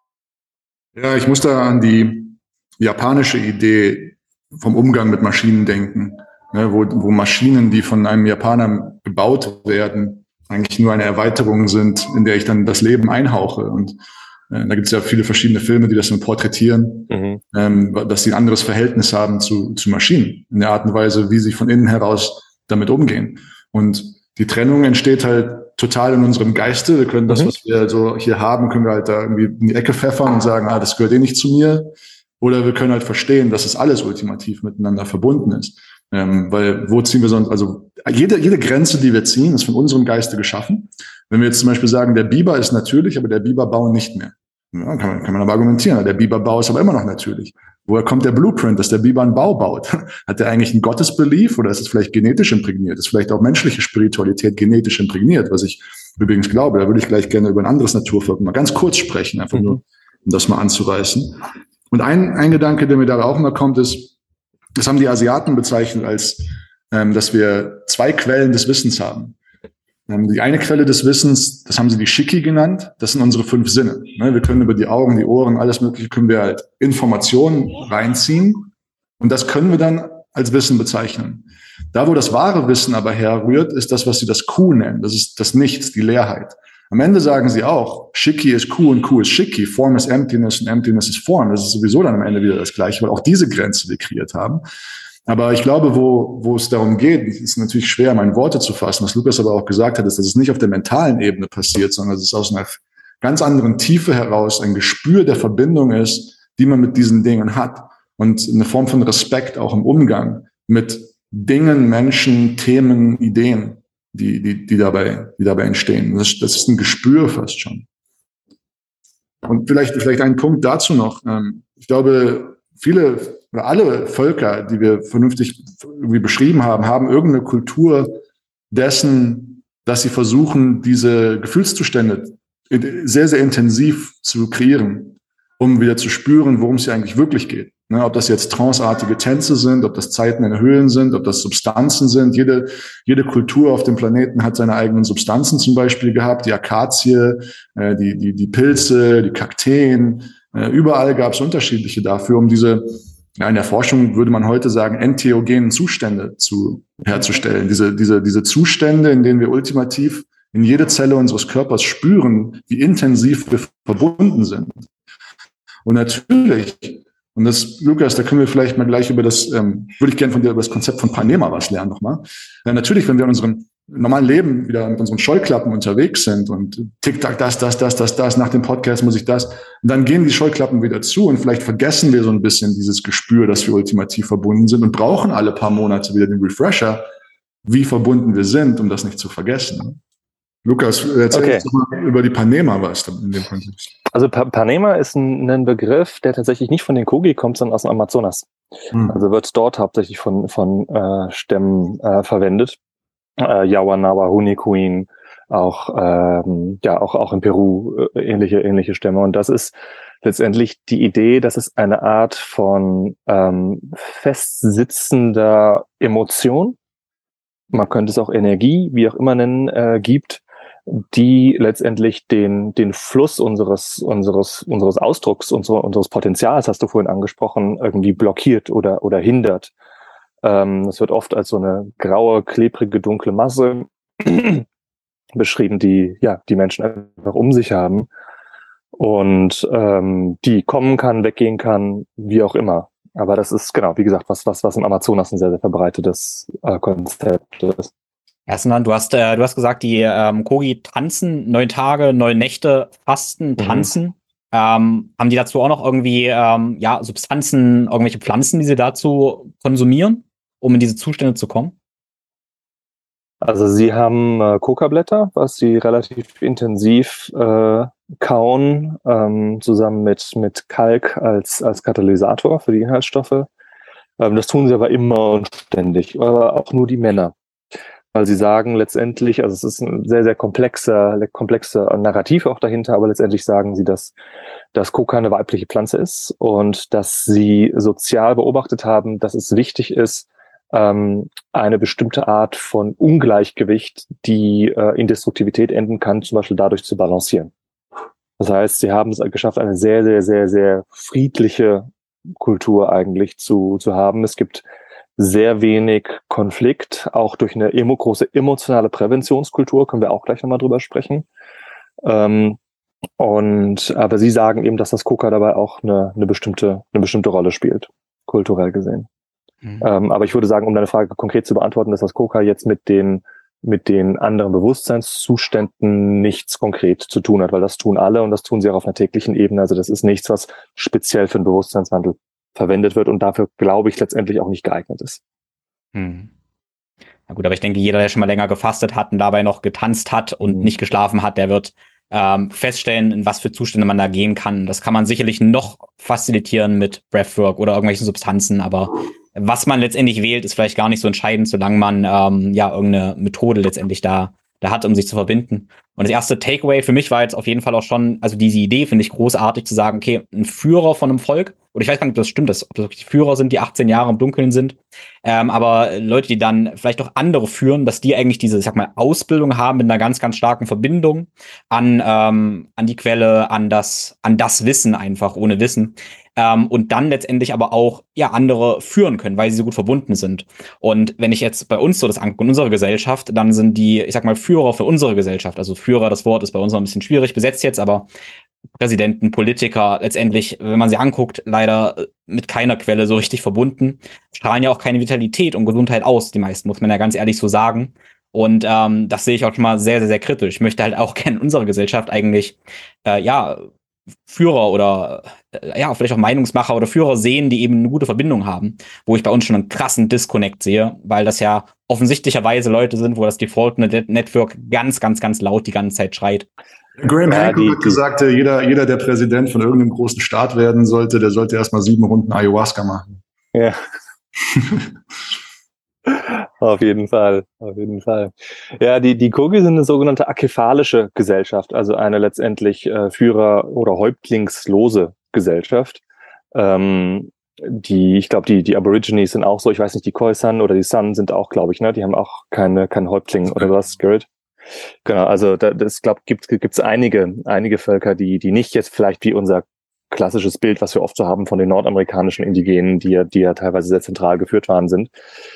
Ja, ich muss da an die japanische Idee vom Umgang mit Maschinen denken, ne, wo, wo Maschinen, die von einem Japaner gebaut werden, eigentlich nur eine Erweiterung sind, in der ich dann das Leben einhauche. Und äh, da gibt es ja viele verschiedene Filme, die das dann porträtieren, mhm. ähm, dass sie ein anderes Verhältnis haben zu, zu Maschinen, in der Art und Weise, wie sie von innen heraus damit umgehen. Und die Trennung entsteht halt total in unserem Geiste. Wir können das, mhm. was wir so hier haben, können wir halt da irgendwie in die Ecke pfeffern und sagen, ah, das gehört eh nicht zu mir. Oder wir können halt verstehen, dass es alles ultimativ miteinander verbunden ist. Ähm, weil wo ziehen wir sonst, also jede, jede Grenze, die wir ziehen, ist von unserem Geiste geschaffen. Wenn wir jetzt zum Beispiel sagen, der Biber ist natürlich, aber der Biberbau nicht mehr. Ja, kann man, kann man aber argumentieren. Der Biberbau ist aber immer noch natürlich. Woher kommt der Blueprint, dass der Biber einen Bau baut? Hat der eigentlich einen Gottesbelief oder ist es vielleicht genetisch imprägniert? Ist vielleicht auch menschliche Spiritualität genetisch imprägniert, was ich übrigens glaube. Da würde ich gleich gerne über ein anderes Naturvolk mal ganz kurz sprechen, einfach mhm. nur, um das mal anzureißen. Und ein, ein Gedanke, der mir da auch mal kommt, ist, das haben die Asiaten bezeichnet als, ähm, dass wir zwei Quellen des Wissens haben. Ähm, die eine Quelle des Wissens, das haben sie die Shiki genannt, das sind unsere fünf Sinne. Ne, wir können über die Augen, die Ohren, alles Mögliche, können wir halt Informationen reinziehen und das können wir dann als Wissen bezeichnen. Da, wo das wahre Wissen aber herrührt, ist das, was sie das Ku nennen. Das ist das Nichts, die Leerheit. Am Ende sagen sie auch, Shiki ist Ku und Ku ist Shiki, Form ist Emptiness und Emptiness ist Form. Das ist sowieso dann am Ende wieder das Gleiche, weil auch diese Grenze wir kreiert haben. Aber ich glaube, wo, wo es darum geht, ist natürlich schwer, meine Worte zu fassen. Was Lukas aber auch gesagt hat, ist, dass es nicht auf der mentalen Ebene passiert, sondern dass es aus einer ganz anderen Tiefe heraus ein Gespür der Verbindung ist, die man mit diesen Dingen hat. und eine Form von Respekt auch im Umgang mit Dingen, Menschen, Themen, Ideen, die, die, die dabei, die dabei entstehen. Das, das ist ein Gespür fast schon. Und vielleicht, vielleicht ein Punkt dazu noch. Ich glaube, viele oder alle Völker, die wir vernünftig irgendwie beschrieben haben, haben irgendeine Kultur dessen, dass sie versuchen, diese Gefühlszustände sehr, sehr intensiv zu kreieren, um wieder zu spüren, worum es hier eigentlich wirklich geht. Ne, ob das jetzt tranceartige Tänze sind, ob das Zeiten in Höhlen sind, ob das Substanzen sind. Jede, jede Kultur auf dem Planeten hat seine eigenen Substanzen zum Beispiel gehabt. Die Akazie, äh, die, die, die Pilze, die Kakteen. Äh, überall gab es unterschiedliche dafür, um diese, ja, in der Forschung würde man heute sagen, entheogenen Zustände zu, herzustellen. Diese, diese, diese Zustände, in denen wir ultimativ in jede Zelle unseres Körpers spüren, wie intensiv wir verbunden sind. Und natürlich, und das, Lukas, da können wir vielleicht mal gleich über das, ähm, würde ich gerne von dir über das Konzept von Panema was lernen nochmal. Ja, natürlich, wenn wir in unserem normalen Leben wieder mit unseren Scheuklappen unterwegs sind und tick-tack, das, das, das, das, das, nach dem Podcast muss ich das, und dann gehen die Scheuklappen wieder zu und vielleicht vergessen wir so ein bisschen dieses Gespür, dass wir ultimativ verbunden sind und brauchen alle paar Monate wieder den Refresher, wie verbunden wir sind, um das nicht zu vergessen. Lukas, erzähl okay. uns doch mal über die Panema was in dem Kontext. Also pa- Panema ist ein, ein Begriff, der tatsächlich nicht von den Kogi kommt, sondern aus dem Amazonas. Hm. Also wird dort hauptsächlich von, von äh, Stämmen äh, verwendet. Äh, Yawanaba, Hunikuin, auch, ähm, ja, auch, auch in Peru äh, ähnliche, ähnliche Stämme. Und das ist letztendlich die Idee, dass es eine Art von ähm, festsitzender Emotion, man könnte es auch Energie, wie auch immer nennen, äh, gibt, die letztendlich den den Fluss unseres unseres unseres Ausdrucks, unsere, unseres Potenzials, hast du vorhin angesprochen, irgendwie blockiert oder oder hindert. Ähm, das wird oft als so eine graue, klebrige, dunkle Masse beschrieben, die ja die Menschen einfach um sich haben und ähm, die kommen kann, weggehen kann, wie auch immer. Aber das ist genau, wie gesagt, was was was im Amazonas ein sehr sehr verbreitetes äh, Konzept ist. Erstmal, du hast, äh, du hast gesagt, die ähm, Kogi tanzen, neun Tage, neun Nächte, fasten, tanzen. Mhm. Ähm, haben die dazu auch noch irgendwie ähm, ja, Substanzen, irgendwelche Pflanzen, die sie dazu konsumieren, um in diese Zustände zu kommen? Also sie haben äh, Kokablätter, was sie relativ intensiv äh, kauen, ähm, zusammen mit, mit Kalk als, als Katalysator für die Inhaltsstoffe. Ähm, das tun sie aber immer und ständig, aber auch nur die Männer. Weil sie sagen letztendlich, also es ist ein sehr, sehr komplexer, komplexer Narrativ auch dahinter, aber letztendlich sagen sie, dass, dass Coca eine weibliche Pflanze ist und dass sie sozial beobachtet haben, dass es wichtig ist, ähm, eine bestimmte Art von Ungleichgewicht, die äh, in Destruktivität enden kann, zum Beispiel dadurch zu balancieren. Das heißt, sie haben es geschafft, eine sehr, sehr, sehr, sehr friedliche Kultur eigentlich zu, zu haben. Es gibt sehr wenig Konflikt, auch durch eine emo- große emotionale Präventionskultur, können wir auch gleich nochmal drüber sprechen. Ähm, und aber sie sagen eben, dass das Coca dabei auch eine, eine bestimmte eine bestimmte Rolle spielt, kulturell gesehen. Mhm. Ähm, aber ich würde sagen, um deine Frage konkret zu beantworten, dass das Coca jetzt mit den mit den anderen Bewusstseinszuständen nichts konkret zu tun hat, weil das tun alle und das tun sie auch auf einer täglichen Ebene. Also das ist nichts, was speziell für den Bewusstseinswandel verwendet wird und dafür, glaube ich, letztendlich auch nicht geeignet ist. Hm. Na gut, aber ich denke, jeder, der schon mal länger gefastet hat und dabei noch getanzt hat und mhm. nicht geschlafen hat, der wird ähm, feststellen, in was für Zustände man da gehen kann. Das kann man sicherlich noch facilitieren mit Breathwork oder irgendwelchen Substanzen, aber was man letztendlich wählt, ist vielleicht gar nicht so entscheidend, solange man ähm, ja irgendeine Methode letztendlich da da hat, um sich zu verbinden. Und das erste Takeaway für mich war jetzt auf jeden Fall auch schon, also diese Idee finde ich großartig, zu sagen, okay, ein Führer von einem Volk, oder ich weiß gar nicht, ob das stimmt, ob das wirklich Führer sind, die achtzehn Jahre im Dunkeln sind, ähm, aber Leute, die dann vielleicht auch andere führen, dass die eigentlich diese, ich sag mal, Ausbildung haben mit einer ganz, ganz starken Verbindung an ähm, an die Quelle, an das an das Wissen einfach, ohne Wissen. Ähm, und dann letztendlich aber auch ja andere führen können, weil sie so gut verbunden sind. Und wenn ich jetzt bei uns so das angucke, in unserer Gesellschaft, dann sind die, ich sag mal, Führer für unsere Gesellschaft, also Führer, das Wort ist bei uns noch ein bisschen schwierig besetzt jetzt, aber Präsidenten, Politiker, letztendlich, wenn man sie anguckt, leider mit keiner Quelle so richtig verbunden, strahlen ja auch keine Vitalität und Gesundheit aus, die meisten, muss man ja ganz ehrlich so sagen. Und ähm, das sehe ich auch schon mal sehr, sehr, sehr kritisch. Ich möchte halt auch gerne in unserer Gesellschaft eigentlich, äh, ja, Führer oder äh, ja, vielleicht auch Meinungsmacher oder Führer sehen, die eben eine gute Verbindung haben, wo ich bei uns schon einen krassen Disconnect sehe, weil das ja offensichtlicherweise Leute sind, wo das Default Network ganz, ganz, ganz laut die ganze Zeit schreit. Graham Ja, Hancock die- hat gesagt, äh, jeder, jeder, der Präsident von irgendeinem großen Staat werden sollte, der sollte erstmal sieben Runden Ayahuasca machen. Ja. Auf jeden Fall, auf jeden Fall. Ja, die, die Kogi sind eine sogenannte akephalische Gesellschaft, also eine letztendlich äh, Führer- oder Häuptlingslose Gesellschaft. Ähm, die, ich glaube, die, die Aborigines sind auch so, ich weiß nicht, die Khoisan oder die San sind auch, glaube ich, ne, die haben auch keine, keinen Häuptling oder was, Garrett? Genau, also da, das glaube gibt gibt's einige, einige Völker, die, die nicht jetzt vielleicht wie unser klassisches Bild, was wir oft so haben von den nordamerikanischen Indigenen, die ja, die ja teilweise sehr zentral geführt waren, sind.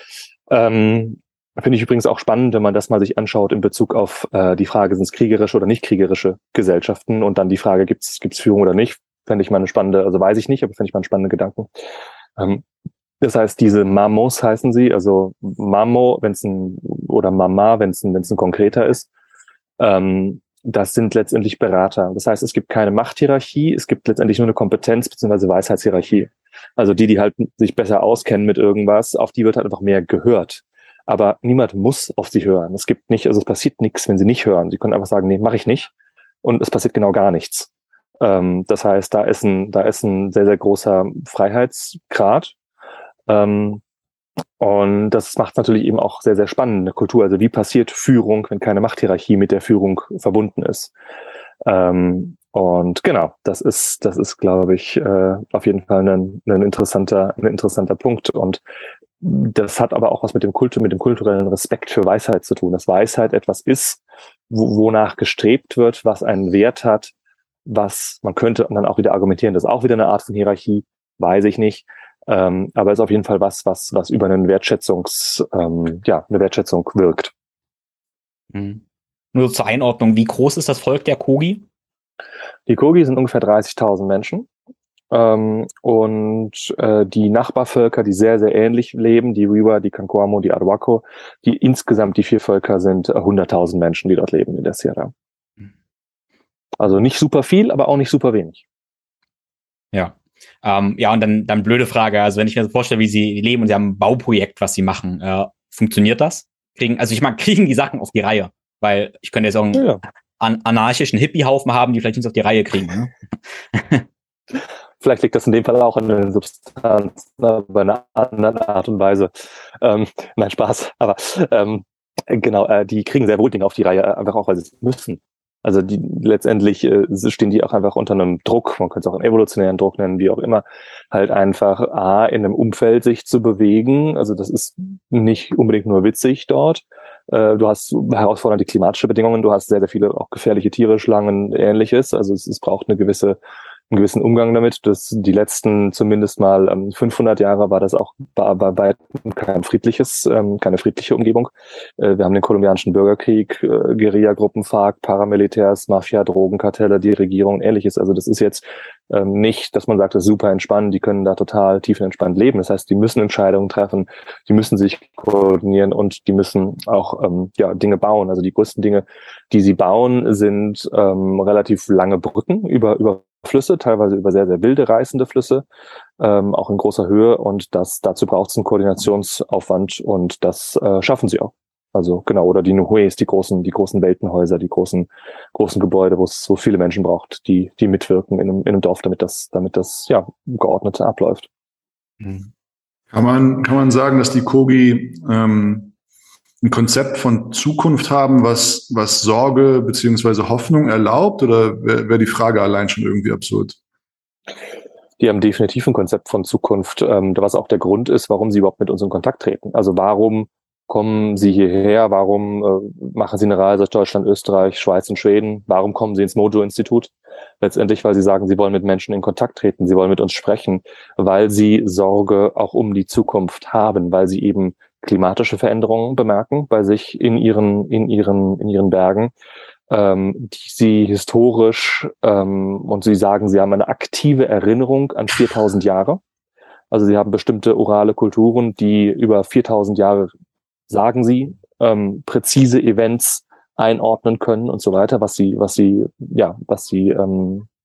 Ähm, finde ich übrigens auch spannend, wenn man das mal sich anschaut in Bezug auf äh, die Frage, sind es kriegerische oder nicht kriegerische Gesellschaften und dann die Frage, gibt es gibt's Führung oder nicht, fände ich mal eine spannende, also weiß ich nicht, aber fände ich mal einen spannenden Gedanken. Ähm, das heißt, diese Mamos heißen sie, also Mamo, wenn es ein, oder Mama, wenn es ein, wenn es ein konkreter ist, ähm, das sind letztendlich Berater. Das heißt, es gibt keine Machthierarchie, es gibt letztendlich nur eine Kompetenz- bzw. Weisheitshierarchie. Also die, die halt sich besser auskennen mit irgendwas, auf die wird halt einfach mehr gehört. Aber niemand muss auf sie hören. Es gibt nicht, also es passiert nichts, wenn sie nicht hören. Sie können einfach sagen, nee, mache ich nicht. Und es passiert genau gar nichts. Ähm, das heißt, da ist ein, da ist ein sehr, sehr großer Freiheitsgrad. Ähm, und das macht natürlich eben auch sehr, sehr spannend, eine Kultur. Also wie passiert Führung, wenn keine Machthierarchie mit der Führung verbunden ist? Ähm, und genau, das ist, das ist, glaube ich, äh, auf jeden Fall ein, ein interessanter, ein interessanter Punkt. Und das hat aber auch was mit dem Kult, mit dem kulturellen Respekt für Weisheit zu tun. Dass Weisheit etwas ist, wo, wonach gestrebt wird, was einen Wert hat, was man könnte dann auch wieder argumentieren, das ist auch wieder eine Art von Hierarchie, weiß ich nicht. Ähm, aber ist auf jeden Fall was, was, was über einen Wertschätzungs, ähm, ja, eine Wertschätzung wirkt. Mhm. Nur zur Einordnung, wie groß ist das Volk der Kogi? Die Kogi sind ungefähr dreißigtausend Menschen. Ähm, und äh, die Nachbarvölker, die sehr, sehr ähnlich leben, die Wiwa, die Kankuamo, die Arhuaco, die insgesamt die vier Völker sind äh, hunderttausend Menschen, die dort leben in der Sierra. Also nicht super viel, aber auch nicht super wenig. Ja. Ähm, ja, und dann, dann blöde Frage. Also wenn ich mir so vorstelle, wie sie leben und sie haben ein Bauprojekt, was sie machen, äh, funktioniert das? Kriegen, also ich meine, kriegen die Sachen auf die Reihe? Weil ich könnte jetzt auch einen Ja. an, anarchischen Hippie-Haufen haben, die vielleicht nicht auf die Reihe kriegen. Ne? Vielleicht liegt das in dem Fall auch an der Substanz, aber in einer anderen Art und Weise. Ähm, nein, Spaß. Aber ähm, genau, äh, die kriegen sehr wohl Dinge auf die Reihe, äh, einfach auch, weil sie es müssen. Also die letztendlich äh, stehen die auch einfach unter einem Druck, man könnte es auch einen evolutionären Druck nennen, wie auch immer, halt einfach A, in einem Umfeld sich zu bewegen. Also das ist nicht unbedingt nur witzig dort. Äh, du hast herausfordernde klimatische Bedingungen, du hast sehr, sehr viele auch gefährliche Tiere, Schlangen, Ähnliches. Also es, es braucht eine gewisse einen gewissen Umgang damit. Das, die letzten zumindest mal ähm, fünfhundert Jahre war das auch bei, bei weitem kein friedliches, ähm, keine friedliche Umgebung. Äh, wir haben den kolumbianischen Bürgerkrieg, äh, Guerillagruppen, FARC, Paramilitärs, Mafia, Drogenkartelle, die Regierung und Ähnliches. Also das ist jetzt ähm, nicht, dass man sagt, das ist super entspannt, die können da total tiefenentspannt leben. Das heißt, die müssen Entscheidungen treffen, die müssen sich koordinieren und die müssen auch ähm, ja Dinge bauen. Also die größten Dinge, die sie bauen, sind ähm, relativ lange Brücken über über Flüsse, teilweise über sehr, sehr wilde, reißende Flüsse, ähm, auch in großer Höhe. Und das dazu braucht es einen Koordinationsaufwand und das äh, schaffen sie auch. Also genau, oder die Nuhues, die großen, die großen Weltenhäuser, die großen, großen Gebäude, wo es so viele Menschen braucht, die, die mitwirken in einem, in einem Dorf, damit das, damit das ja geordnet abläuft. Kann man, kann man sagen, dass die Kogi ähm, ein Konzept von Zukunft haben, was, was Sorge beziehungsweise Hoffnung erlaubt, oder wäre wär die Frage allein schon irgendwie absurd? Die haben definitiv ein Konzept von Zukunft, ähm, was auch der Grund ist, warum sie überhaupt mit uns in Kontakt treten. Also warum kommen sie hierher? Warum äh, machen sie eine Reise aus Deutschland, Österreich, Schweiz und Schweden? Warum kommen sie ins Mojo-Institut? Letztendlich, weil sie sagen, sie wollen mit Menschen in Kontakt treten, sie wollen mit uns sprechen, weil sie Sorge auch um die Zukunft haben, weil sie eben klimatische Veränderungen bemerken bei sich in ihren, in ihren, in ihren Bergen, ähm, die sie historisch, ähm, und sie sagen, sie haben eine aktive Erinnerung an viertausend Jahre. Also sie haben bestimmte orale Kulturen, die über viertausend Jahre, sagen sie, ähm, präzise Events einordnen können und so weiter, was sie, was sie, ja, was sie, ähm,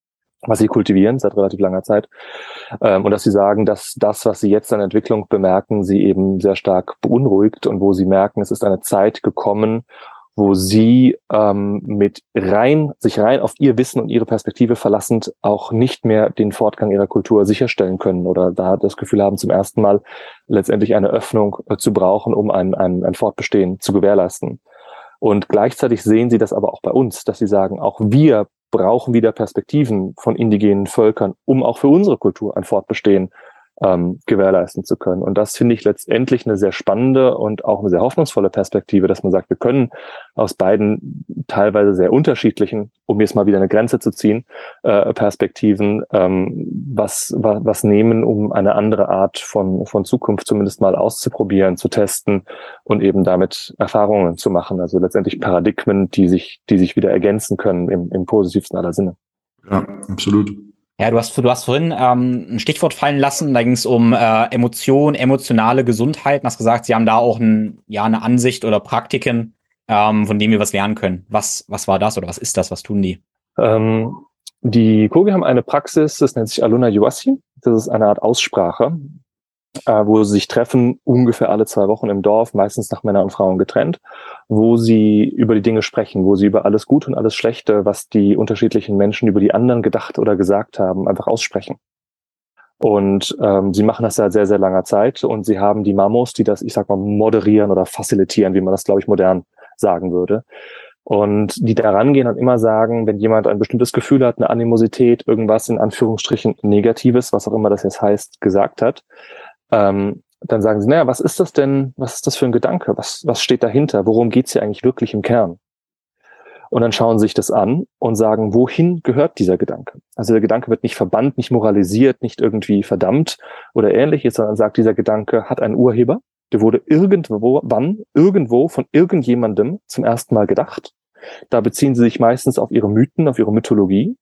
was sie kultivieren seit relativ langer Zeit. Ähm, und dass sie sagen, dass das, was sie jetzt an Entwicklung bemerken, sie eben sehr stark beunruhigt und wo sie merken, es ist eine Zeit gekommen, wo sie ähm, mit rein, sich rein auf ihr Wissen und ihre Perspektive verlassend auch nicht mehr den Fortgang ihrer Kultur sicherstellen können oder da das Gefühl haben, zum ersten Mal letztendlich eine Öffnung äh, zu brauchen, um ein, ein, ein Fortbestehen zu gewährleisten. Und gleichzeitig sehen sie das aber auch bei uns, dass sie sagen, auch wir brauchen wieder Perspektiven von indigenen Völkern, um auch für unsere Kultur ein Fortbestehen ähm, gewährleisten zu können. Und das finde ich letztendlich eine sehr spannende und auch eine sehr hoffnungsvolle Perspektive, dass man sagt, wir können aus beiden teilweise sehr unterschiedlichen, um jetzt mal wieder eine Grenze zu ziehen, äh, Perspektiven ähm, was, was, was nehmen, um eine andere Art von, von Zukunft zumindest mal auszuprobieren, zu testen und eben damit Erfahrungen zu machen. Also letztendlich Paradigmen, die sich, die sich wieder ergänzen können im, im positivsten aller Sinne. Ja, absolut. Ja, du hast, du hast vorhin ähm, ein Stichwort fallen lassen, da ging es um äh, Emotion, emotionale Gesundheit. Du hast gesagt, Sie haben da auch ein, ja, eine Ansicht oder Praktiken, ähm, von denen wir was lernen können. Was, was war das oder was ist das? Was tun die? Ähm, die Kogi haben eine Praxis, das nennt sich Aluna Yuasi. Das ist eine Art Aussprache, äh, wo sie sich treffen, ungefähr alle zwei Wochen im Dorf, meistens nach Männern und Frauen getrennt, wo sie über die Dinge sprechen, wo sie über alles Gute und alles Schlechte, was die unterschiedlichen Menschen über die anderen gedacht oder gesagt haben, einfach aussprechen. Und ähm, sie machen das seit sehr, sehr langer Zeit und sie haben die Mamos, die das, ich sag mal, moderieren oder facilitieren, wie man das, glaube ich, modern sagen würde. Und die da rangehen und immer sagen, wenn jemand ein bestimmtes Gefühl hat, eine Animosität, irgendwas in Anführungsstrichen Negatives, was auch immer das jetzt heißt, gesagt hat, ähm, dann sagen sie, naja, was ist das denn, was ist das für ein Gedanke? Was, was steht dahinter? Worum geht's hier eigentlich wirklich im Kern? Und dann schauen sie sich das an und sagen, wohin gehört dieser Gedanke? Also der Gedanke wird nicht verbannt, nicht moralisiert, nicht irgendwie verdammt oder ähnliches, sondern sagt, dieser Gedanke hat einen Urheber. Der wurde irgendwo, wann, irgendwo von irgendjemandem zum ersten Mal gedacht. Da beziehen sie sich meistens auf ihre Mythen, auf ihre Mythologie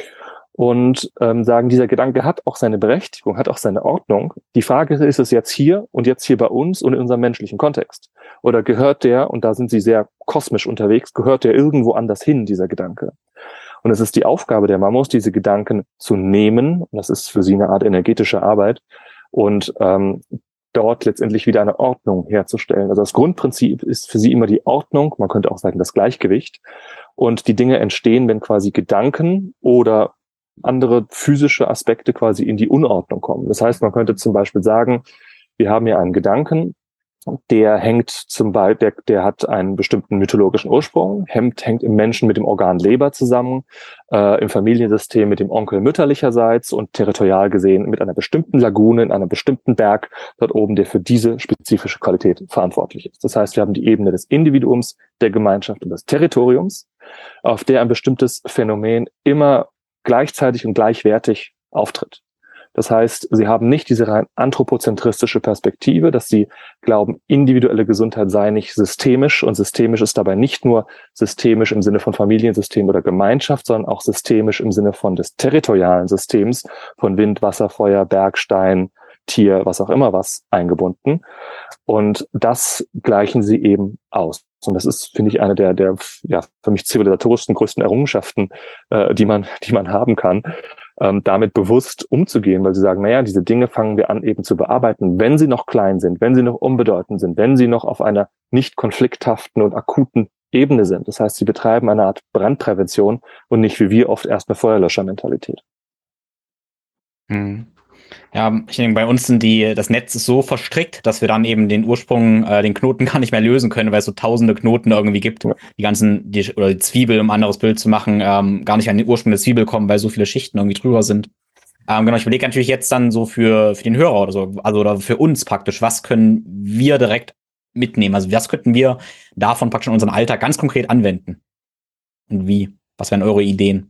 und ähm, sagen, dieser Gedanke hat auch seine Berechtigung, hat auch seine Ordnung. Die Frage ist, ist es jetzt hier und jetzt hier bei uns und in unserem menschlichen Kontext? Oder gehört der, und da sind sie sehr kosmisch unterwegs, gehört der irgendwo anders hin, dieser Gedanke? Und es ist die Aufgabe der Mamos, diese Gedanken zu nehmen, und das ist für sie eine Art energetische Arbeit, und ähm, dort letztendlich wieder eine Ordnung herzustellen. Also das Grundprinzip ist für sie immer die Ordnung, man könnte auch sagen das Gleichgewicht. Und die Dinge entstehen, wenn quasi Gedanken oder andere physische Aspekte quasi in die Unordnung kommen. Das heißt, man könnte zum Beispiel sagen, wir haben hier einen Gedanken, der hängt zum Beispiel, der, der hat einen bestimmten mythologischen Ursprung, hängt, hängt im Menschen mit dem Organ Leber zusammen, äh, im Familiensystem mit dem Onkel mütterlicherseits und territorial gesehen mit einer bestimmten Lagune in einem bestimmten Berg dort oben, der für diese spezifische Qualität verantwortlich ist. Das heißt, wir haben die Ebene des Individuums, der Gemeinschaft und des Territoriums, auf der ein bestimmtes Phänomen immer gleichzeitig und gleichwertig auftritt. Das heißt, sie haben nicht diese rein anthropozentristische Perspektive, dass sie glauben, individuelle Gesundheit sei nicht systemisch, und systemisch ist dabei nicht nur systemisch im Sinne von Familiensystem oder Gemeinschaft, sondern auch systemisch im Sinne von des territorialen Systems, von Wind, Wasser, Feuer, Berg, Stein, Tier, was auch immer was eingebunden. Und das gleichen sie eben aus. Und das ist, finde ich, eine der, der ja, für mich zivilisatorischsten, größten Errungenschaften, äh, die man, die man haben kann, ähm, damit bewusst umzugehen, weil sie sagen, naja, diese Dinge fangen wir an eben zu bearbeiten, wenn sie noch klein sind, wenn sie noch unbedeutend sind, wenn sie noch auf einer nicht konflikthaften und akuten Ebene sind. Das heißt, sie betreiben eine Art Brandprävention und nicht wie wir oft erst eine Feuerlöschermentalität. Hm. Ja, ich denke, bei uns sind die, das Netz ist so verstrickt, dass wir dann eben den Ursprung, äh, den Knoten gar nicht mehr lösen können, weil es so tausende Knoten irgendwie gibt. Ja. Die ganzen, die, oder die Zwiebel, um ein anderes Bild zu machen, ähm, gar nicht an den Ursprung der Zwiebel kommen, weil so viele Schichten irgendwie drüber sind. Ähm, genau, ich überlege natürlich jetzt dann so für, für den Hörer oder so, also oder für uns praktisch, was können wir direkt mitnehmen? Also was könnten wir davon praktisch in unseren Alltag ganz konkret anwenden? Und wie? Was wären eure Ideen?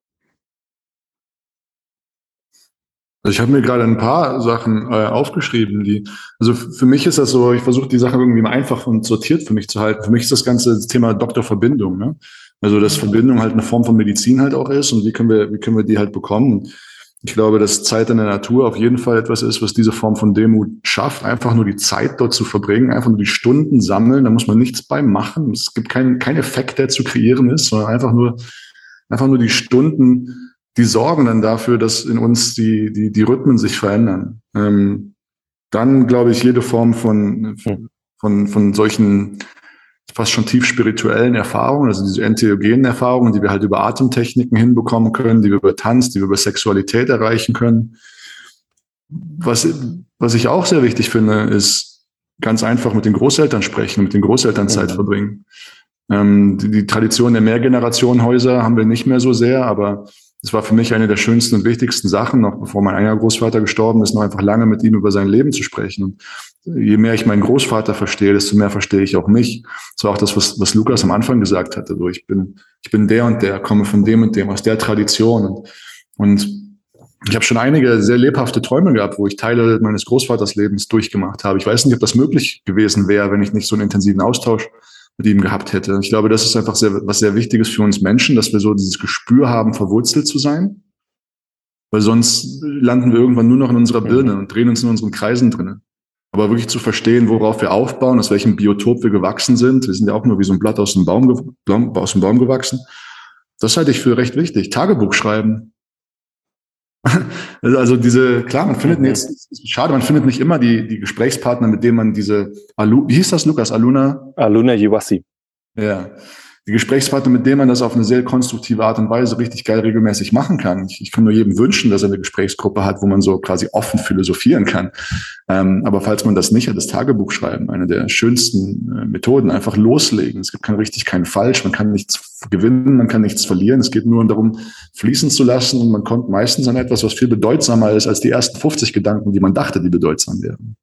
Also ich habe mir gerade ein paar Sachen äh, aufgeschrieben, die, also für mich ist das so, ich versuche die Sachen irgendwie mal einfach und sortiert für mich zu halten. Für mich ist das ganze das Thema Doktorverbindung, ne? Also dass Verbindung halt eine Form von Medizin halt auch ist und wie können wir, wie können wir die halt bekommen? Und ich glaube, dass Zeit in der Natur auf jeden Fall etwas ist, was diese Form von Demut schafft, einfach nur die Zeit dort zu verbringen, einfach nur die Stunden sammeln, da muss man nichts bei machen. Es gibt keinen kein Effekt, der zu kreieren ist, sondern einfach nur, einfach nur die Stunden die sorgen dann dafür, dass in uns die, die, die Rhythmen sich verändern. Ähm, dann glaube ich, jede Form von, von, von solchen fast schon tief spirituellen Erfahrungen, also diese entheogenen Erfahrungen, die wir halt über Atemtechniken hinbekommen können, die wir über Tanz, die wir über Sexualität erreichen können. Was, was ich auch sehr wichtig finde, ist ganz einfach mit den Großeltern sprechen, mit den Großeltern Zeit mhm. verbringen. Ähm, die, die Tradition der Mehrgenerationenhäuser haben wir nicht mehr so sehr, aber das war für mich eine der schönsten und wichtigsten Sachen, noch bevor mein eigener Großvater gestorben ist, noch einfach lange mit ihm über sein Leben zu sprechen. Und je mehr ich meinen Großvater verstehe, desto mehr verstehe ich auch mich. Das war auch das, was, was Lukas am Anfang gesagt hatte. So, ich bin, ich bin der und der, komme von dem und dem, aus der Tradition. Und, und ich habe schon einige sehr lebhafte Träume gehabt, wo ich Teile meines Großvaters Lebens durchgemacht habe. Ich weiß nicht, ob das möglich gewesen wäre, wenn ich nicht so einen intensiven Austausch mit ihm gehabt hätte. Ich glaube, das ist einfach sehr, was sehr Wichtiges für uns Menschen, dass wir so dieses Gespür haben, verwurzelt zu sein. Weil sonst landen wir irgendwann nur noch in unserer Birne und drehen uns in unseren Kreisen drinne. Aber wirklich zu verstehen, worauf wir aufbauen, aus welchem Biotop wir gewachsen sind. Wir sind ja auch nur wie so ein Blatt aus dem Baum, aus dem Baum gewachsen. Das halte ich für recht wichtig. Tagebuch schreiben. Also diese, klar, man findet jetzt, schade, man findet nicht immer die, die Gesprächspartner, mit denen man diese, Alu, wie hieß das, Lukas? Aluna? Aluna Iwasi. Ja. Die Gesprächspartner, mit denen man das auf eine sehr konstruktive Art und Weise richtig geil regelmäßig machen kann. Ich, ich kann nur jedem wünschen, dass er eine Gesprächsgruppe hat, wo man so quasi offen philosophieren kann. Ähm, aber falls man das nicht hat, das Tagebuch schreiben, eine der schönsten äh, Methoden, einfach loslegen. Es gibt kein richtig, kein falsch, man kann nichts gewinnen, man kann nichts verlieren. Es geht nur darum, fließen zu lassen und man kommt meistens an etwas, was viel bedeutsamer ist als die ersten fünfzig Gedanken, die man dachte, die bedeutsam wären.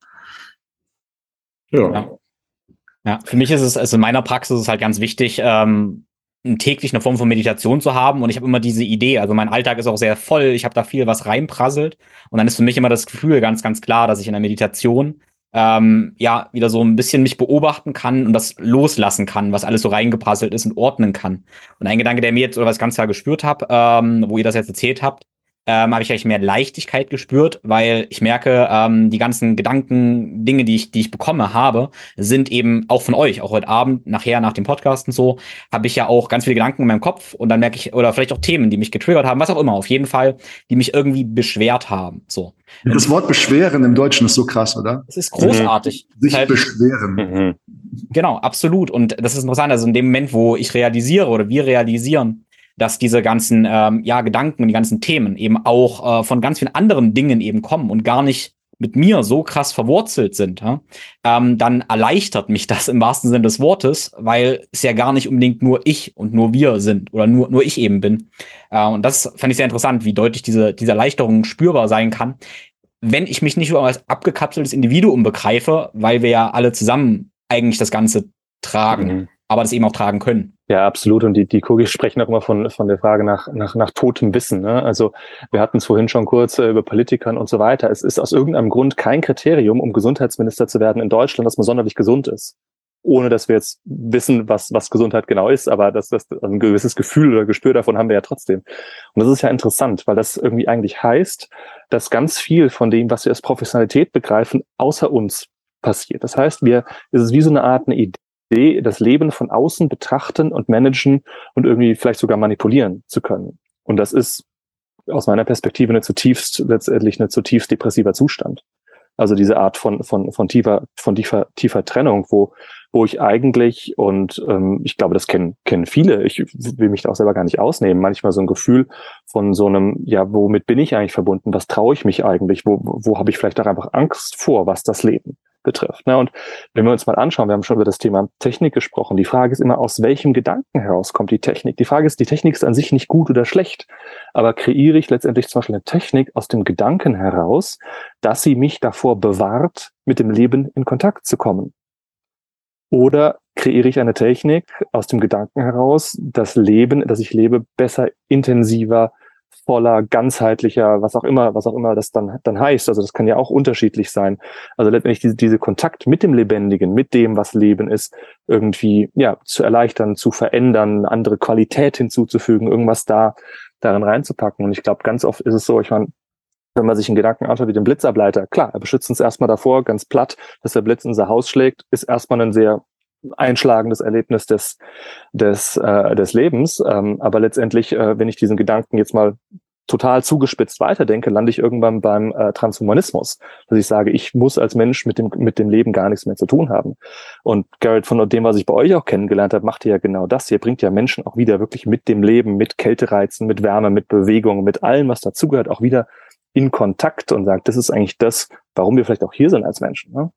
Ja. ja. Ja, für mich ist es, also in meiner Praxis ist es halt ganz wichtig, ähm, täglich eine Form von Meditation zu haben. Und ich habe immer diese Idee, also mein Alltag ist auch sehr voll, ich habe da viel, was reinprasselt. Und dann ist für mich immer das Gefühl ganz, ganz klar, dass ich in der Meditation ähm, ja wieder so ein bisschen mich beobachten kann und das loslassen kann, was alles so reingeprasselt ist und ordnen kann. Und ein Gedanke, der mir jetzt, oder was ich ganz klar gespürt habe, ähm, wo ihr das jetzt erzählt habt, ähm, habe ich eigentlich mehr Leichtigkeit gespürt, weil ich merke, ähm, die ganzen Gedanken, Dinge, die ich, die ich bekomme, habe, sind eben auch von euch. Auch heute Abend, nachher, nach dem Podcast und so, habe ich ja auch ganz viele Gedanken in meinem Kopf und dann merke ich, oder vielleicht auch Themen, die mich getriggert haben, was auch immer, auf jeden Fall, die mich irgendwie beschwert haben. So. Das Wort beschweren im Deutschen ist so krass, oder? Es ist großartig. Mhm. Sich halt, beschweren. Mhm. Genau, absolut. Und das ist interessant. Also in dem Moment, wo ich realisiere oder wir realisieren, dass diese ganzen ähm, ja Gedanken und die ganzen Themen eben auch äh, von ganz vielen anderen Dingen eben kommen und gar nicht mit mir so krass verwurzelt sind, ja? ähm, dann erleichtert mich das im wahrsten Sinne des Wortes, weil es ja gar nicht unbedingt nur ich und nur wir sind oder nur nur ich eben bin. Äh, und das fand ich sehr interessant, wie deutlich diese diese Erleichterung spürbar sein kann, wenn ich mich nicht nur als abgekapseltes Individuum begreife, weil wir ja alle zusammen eigentlich das Ganze tragen, mhm. aber das eben auch tragen können. Ja, absolut. Und die, die Kogis sprechen auch immer von, von der Frage nach, nach, nach totem Wissen. Ne? Also wir hatten es vorhin schon kurz äh, über Politikern und so weiter. Es ist aus irgendeinem Grund kein Kriterium, um Gesundheitsminister zu werden in Deutschland, dass man sonderlich gesund ist. Ohne dass wir jetzt wissen, was, was Gesundheit genau ist, aber das, das, also ein gewisses Gefühl oder Gespür davon haben wir ja trotzdem. Und das ist ja interessant, weil das irgendwie eigentlich heißt, dass ganz viel von dem, was wir als Professionalität begreifen, außer uns passiert. Das heißt, wir, es ist wie so eine Art eine Idee, das Leben von außen betrachten und managen und irgendwie vielleicht sogar manipulieren zu können. Und das ist aus meiner Perspektive eine zutiefst, letztendlich eine zutiefst depressiver Zustand. Also diese Art von, von, von tiefer, von tiefer, tiefer Trennung, wo, wo ich eigentlich, und ähm, ich glaube, das kennen, kennen viele, ich will mich da auch selber gar nicht ausnehmen, manchmal so ein Gefühl von so einem, ja, womit bin ich eigentlich verbunden? Was traue ich mich eigentlich? Wo, wo habe ich vielleicht auch einfach Angst vor, was das Leben betrifft. Ne? Und wenn wir uns mal anschauen, wir haben schon über das Thema Technik gesprochen, die Frage ist immer, aus welchem Gedanken heraus kommt die Technik? Die Frage ist, die Technik ist an sich nicht gut oder schlecht, aber kreiere ich letztendlich zum Beispiel eine Technik aus dem Gedanken heraus, dass sie mich davor bewahrt, mit dem Leben in Kontakt zu kommen? Oder kreiere ich eine Technik aus dem Gedanken heraus, das Leben, das ich lebe, besser, intensiver, voller, ganzheitlicher, was auch immer, was auch immer das dann, dann heißt. Also das kann ja auch unterschiedlich sein. Also letztendlich diese, diese Kontakt mit dem Lebendigen, mit dem, was Leben ist, irgendwie, ja, zu erleichtern, zu verändern, andere Qualität hinzuzufügen, irgendwas da, darin reinzupacken. Und ich glaube, ganz oft ist es so, ich meine, wenn man sich einen Gedanken anschaut wie den Blitzableiter, klar, er beschützt uns erstmal davor, ganz platt, dass der Blitz in unser Haus schlägt, ist erstmal ein sehr einschlagendes Erlebnis des des äh, des Lebens, ähm, aber letztendlich, äh, wenn ich diesen Gedanken jetzt mal total zugespitzt weiterdenke, lande ich irgendwann beim äh, Transhumanismus, dass ich sage, ich muss als Mensch mit dem mit dem Leben gar nichts mehr zu tun haben. Und Garrett, von dem, was ich bei euch auch kennengelernt habe, macht ihr ja genau das. Ihr bringt ja Menschen auch wieder wirklich mit dem Leben, mit Kältereizen, mit Wärme, mit Bewegung, mit allem, was dazugehört, auch wieder in Kontakt und sagt, das ist eigentlich das, warum wir vielleicht auch hier sind als Menschen. Ne?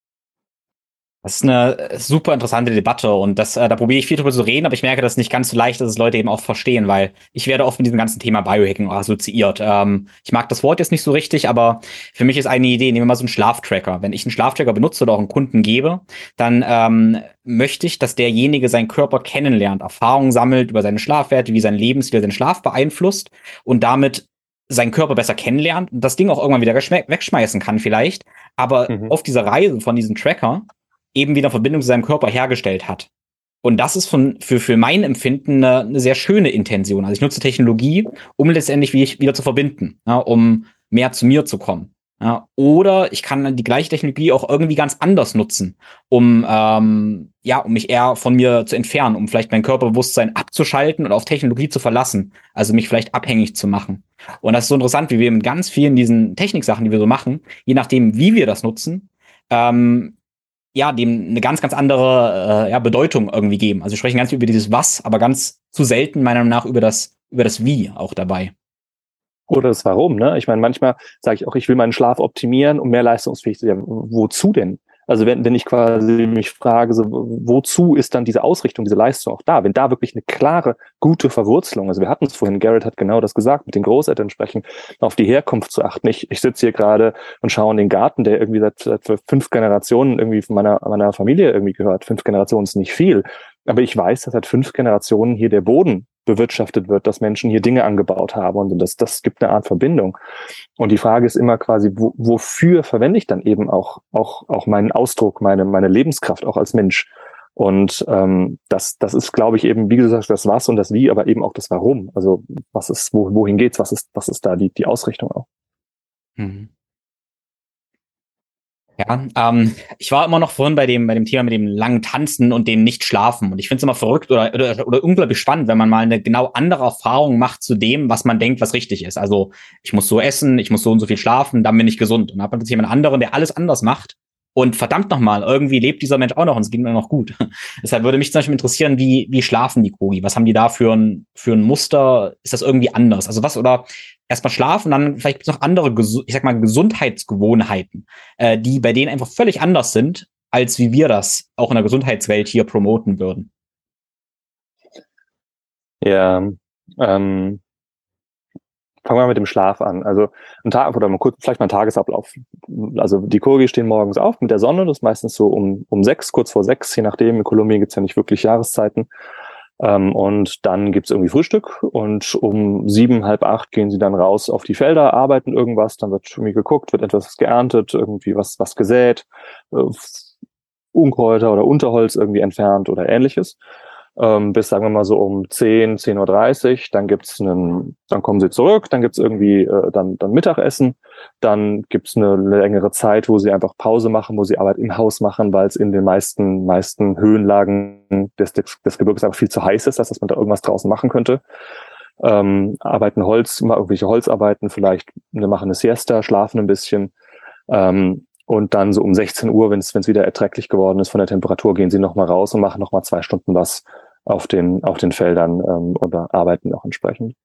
Das ist eine super interessante Debatte und das, äh, da probiere ich viel drüber zu reden, aber ich merke, das ist nicht ganz so leicht, dass es Leute eben auch verstehen, weil ich werde oft mit diesem ganzen Thema Biohacking assoziiert. Ähm, ich mag das Wort jetzt nicht so richtig, aber für mich ist eine Idee, nehmen wir mal so einen Schlaftracker. Wenn ich einen Schlaftracker benutze oder auch einen Kunden gebe, dann ähm, möchte ich, dass derjenige seinen Körper kennenlernt, Erfahrungen sammelt über seine Schlafwerte, wie sein Lebensstil den Schlaf beeinflusst und damit seinen Körper besser kennenlernt und das Ding auch irgendwann wieder wegschmeißen kann vielleicht, aber mhm. auf dieser Reise von diesem Tracker eben wieder Verbindung zu seinem Körper hergestellt hat. Und das ist von, für, für mein Empfinden eine, eine sehr schöne Intention. Also ich nutze Technologie, um letztendlich wieder zu verbinden, ja, um mehr zu mir zu kommen. Ja. Oder ich kann die gleiche Technologie auch irgendwie ganz anders nutzen, um, ähm, ja, um mich eher von mir zu entfernen, um vielleicht mein Körperbewusstsein abzuschalten und auf Technologie zu verlassen, also mich vielleicht abhängig zu machen. Und das ist so interessant, wie wir mit ganz vielen diesen Techniksachen, die wir so machen, je nachdem, wie wir das nutzen, ähm, ja, dem eine ganz, ganz andere äh, ja, Bedeutung irgendwie geben. Also wir sprechen ganz viel über dieses Was, aber ganz zu selten meiner Meinung nach über das, über das Wie auch dabei. Oder das Warum, ne? Ich meine, manchmal sage ich auch, ich will meinen Schlaf optimieren, um mehr leistungsfähig zu sein. Wozu denn? Also wenn, wenn ich quasi mich frage, so, wozu ist dann diese Ausrichtung, diese Leistung auch da? Wenn da wirklich eine klare, gute Verwurzelung, also wir hatten es vorhin, Garrett hat genau das gesagt, mit den Großeltern sprechen, auf die Herkunft zu achten. Ich, ich sitze hier gerade und schaue in den Garten, der irgendwie seit, seit fünf Generationen irgendwie von meiner, meiner Familie irgendwie gehört. Fünf Generationen ist nicht viel. Aber ich weiß, dass seit fünf Generationen hier der Boden bewirtschaftet wird, dass Menschen hier Dinge angebaut haben und das, das gibt eine Art Verbindung. Und die Frage ist immer quasi, wo, wofür verwende ich dann eben auch, auch, auch meinen Ausdruck, meine, meine Lebenskraft auch als Mensch? Und ähm, das, das ist, glaube ich, eben, wie gesagt, das Was und das Wie, aber eben auch das Warum. Also was ist, wo, wohin geht's? Was ist, was ist da die, die Ausrichtung auch? Mhm. Ja, ähm, ich war immer noch vorhin bei dem, bei dem Thema mit dem langen Tanzen und dem Nicht-Schlafen. Und ich finde es immer verrückt oder, oder, oder unglaublich spannend, wenn man mal eine genau andere Erfahrung macht zu dem, was man denkt, was richtig ist. Also ich muss so essen, ich muss so und so viel schlafen, dann bin ich gesund. Und dann hat man plötzlich jemand anderen, der alles anders macht. Und verdammt nochmal, irgendwie lebt dieser Mensch auch noch und es geht mir noch gut. Deshalb würde mich zum Beispiel interessieren, wie, wie schlafen die Kogi? Was haben die da für ein, für ein Muster? Ist das irgendwie anders? Also was, oder erstmal schlafen, dann vielleicht gibt's noch andere, ich sag mal, Gesundheitsgewohnheiten, äh, die bei denen einfach völlig anders sind, als wie wir das auch in der Gesundheitswelt hier promoten würden. Ja, ähm, fangen wir mit dem Schlaf an. Also ein Tag oder mal kurz, vielleicht mal ein Tagesablauf. Also die Kogi stehen morgens auf mit der Sonne, das ist meistens so um um sechs, kurz vor sechs, je nachdem. In Kolumbien gibt's ja nicht wirklich Jahreszeiten. Ähm, und dann gibt's irgendwie Frühstück und um sieben, halb acht gehen sie dann raus auf die Felder, arbeiten irgendwas, dann wird irgendwie geguckt, wird etwas geerntet, irgendwie was was gesät, äh, Unkräuter oder Unterholz irgendwie entfernt oder ähnliches. Ähm, bis, sagen wir mal, so um zehn, zehn Uhr dreißig, dann gibt's einen, dann kommen sie zurück, dann gibt's irgendwie äh, dann dann Mittagessen, dann gibt's eine längere Zeit, wo sie einfach Pause machen, wo sie Arbeit im Haus machen, weil es in den meisten meisten Höhenlagen des, des, des Gebirges einfach viel zu heiß ist, dass man da irgendwas draußen machen könnte. Ähm, arbeiten Holz, mal irgendwelche Holzarbeiten, vielleicht eine, machen eine Siesta, schlafen ein bisschen. Ähm, Und dann so um sechzehn Uhr, wenn es wenn es wieder erträglich geworden ist von der Temperatur, gehen sie nochmal raus und machen nochmal zwei Stunden was auf den auf den Feldern ähm, oder arbeiten auch entsprechend.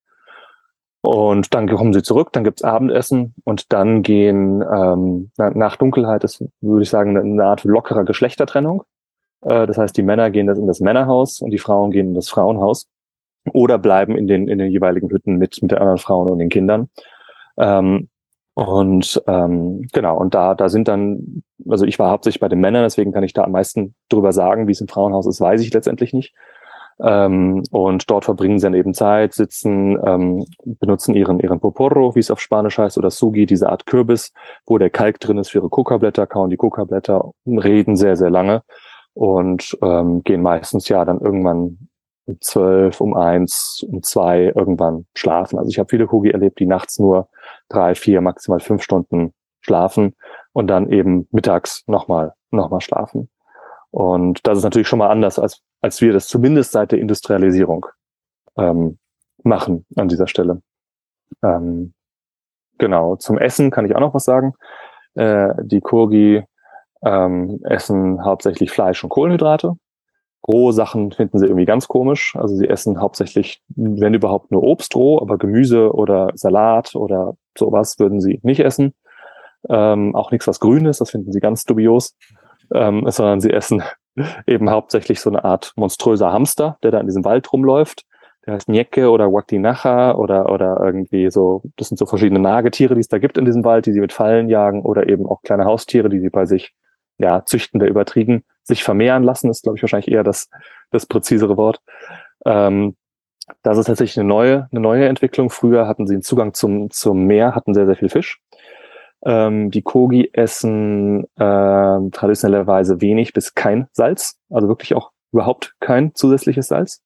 Und dann kommen sie zurück, dann gibt's Abendessen und dann gehen ähm, nach Dunkelheit ist, würde ich sagen, eine Art lockerer Geschlechtertrennung. Äh, das heißt, die Männer gehen das in das Männerhaus und die Frauen gehen in das Frauenhaus oder bleiben in den in den jeweiligen Hütten mit mit den anderen Frauen und den Kindern. Ähm, Und ähm, genau, und da da sind dann, also ich war hauptsächlich bei den Männern, deswegen kann ich da am meisten drüber sagen, wie es im Frauenhaus ist, weiß ich letztendlich nicht. Ähm, und dort verbringen sie dann eben Zeit, sitzen, ähm, benutzen ihren ihren Poporro, wie es auf Spanisch heißt, oder Sugi, diese Art Kürbis, wo der Kalk drin ist für ihre Kokablätter, kauen die Kokablätter, reden sehr, sehr lange und ähm, gehen meistens ja dann irgendwann um zwölf, um eins, um zwei irgendwann schlafen. Also ich habe viele Kogi erlebt, die nachts nur drei, vier, maximal fünf Stunden schlafen und dann eben mittags nochmal nochmal schlafen. Und das ist natürlich schon mal anders, als als wir das zumindest seit der Industrialisierung ähm, machen an dieser Stelle. Ähm, genau, zum Essen kann ich auch noch was sagen. Äh, die Kogi ähm, essen hauptsächlich Fleisch und Kohlenhydrate. Rohe Sachen finden sie irgendwie ganz komisch. Also sie essen hauptsächlich, wenn überhaupt, nur Obst roh, aber Gemüse oder Salat oder sowas würden sie nicht essen. Ähm, auch nichts, was grün ist, das finden sie ganz dubios. Ähm, sondern sie essen eben hauptsächlich so eine Art monströser Hamster, der da in diesem Wald rumläuft. Der heißt Njeke oder Waktinacha oder, oder irgendwie so, das sind so verschiedene Nagetiere, die es da gibt in diesem Wald, die sie mit Fallen jagen oder eben auch kleine Haustiere, die sie bei sich, ja, züchten, der übertrieben, sich vermehren lassen, ist, glaube ich, wahrscheinlich eher das, das präzisere Wort. Ähm, das ist tatsächlich eine neue, eine neue Entwicklung. Früher hatten sie einen Zugang zum, zum Meer, hatten sehr, sehr viel Fisch. Ähm, die Kogi essen äh, traditionellerweise wenig bis kein Salz, also wirklich auch überhaupt kein zusätzliches Salz.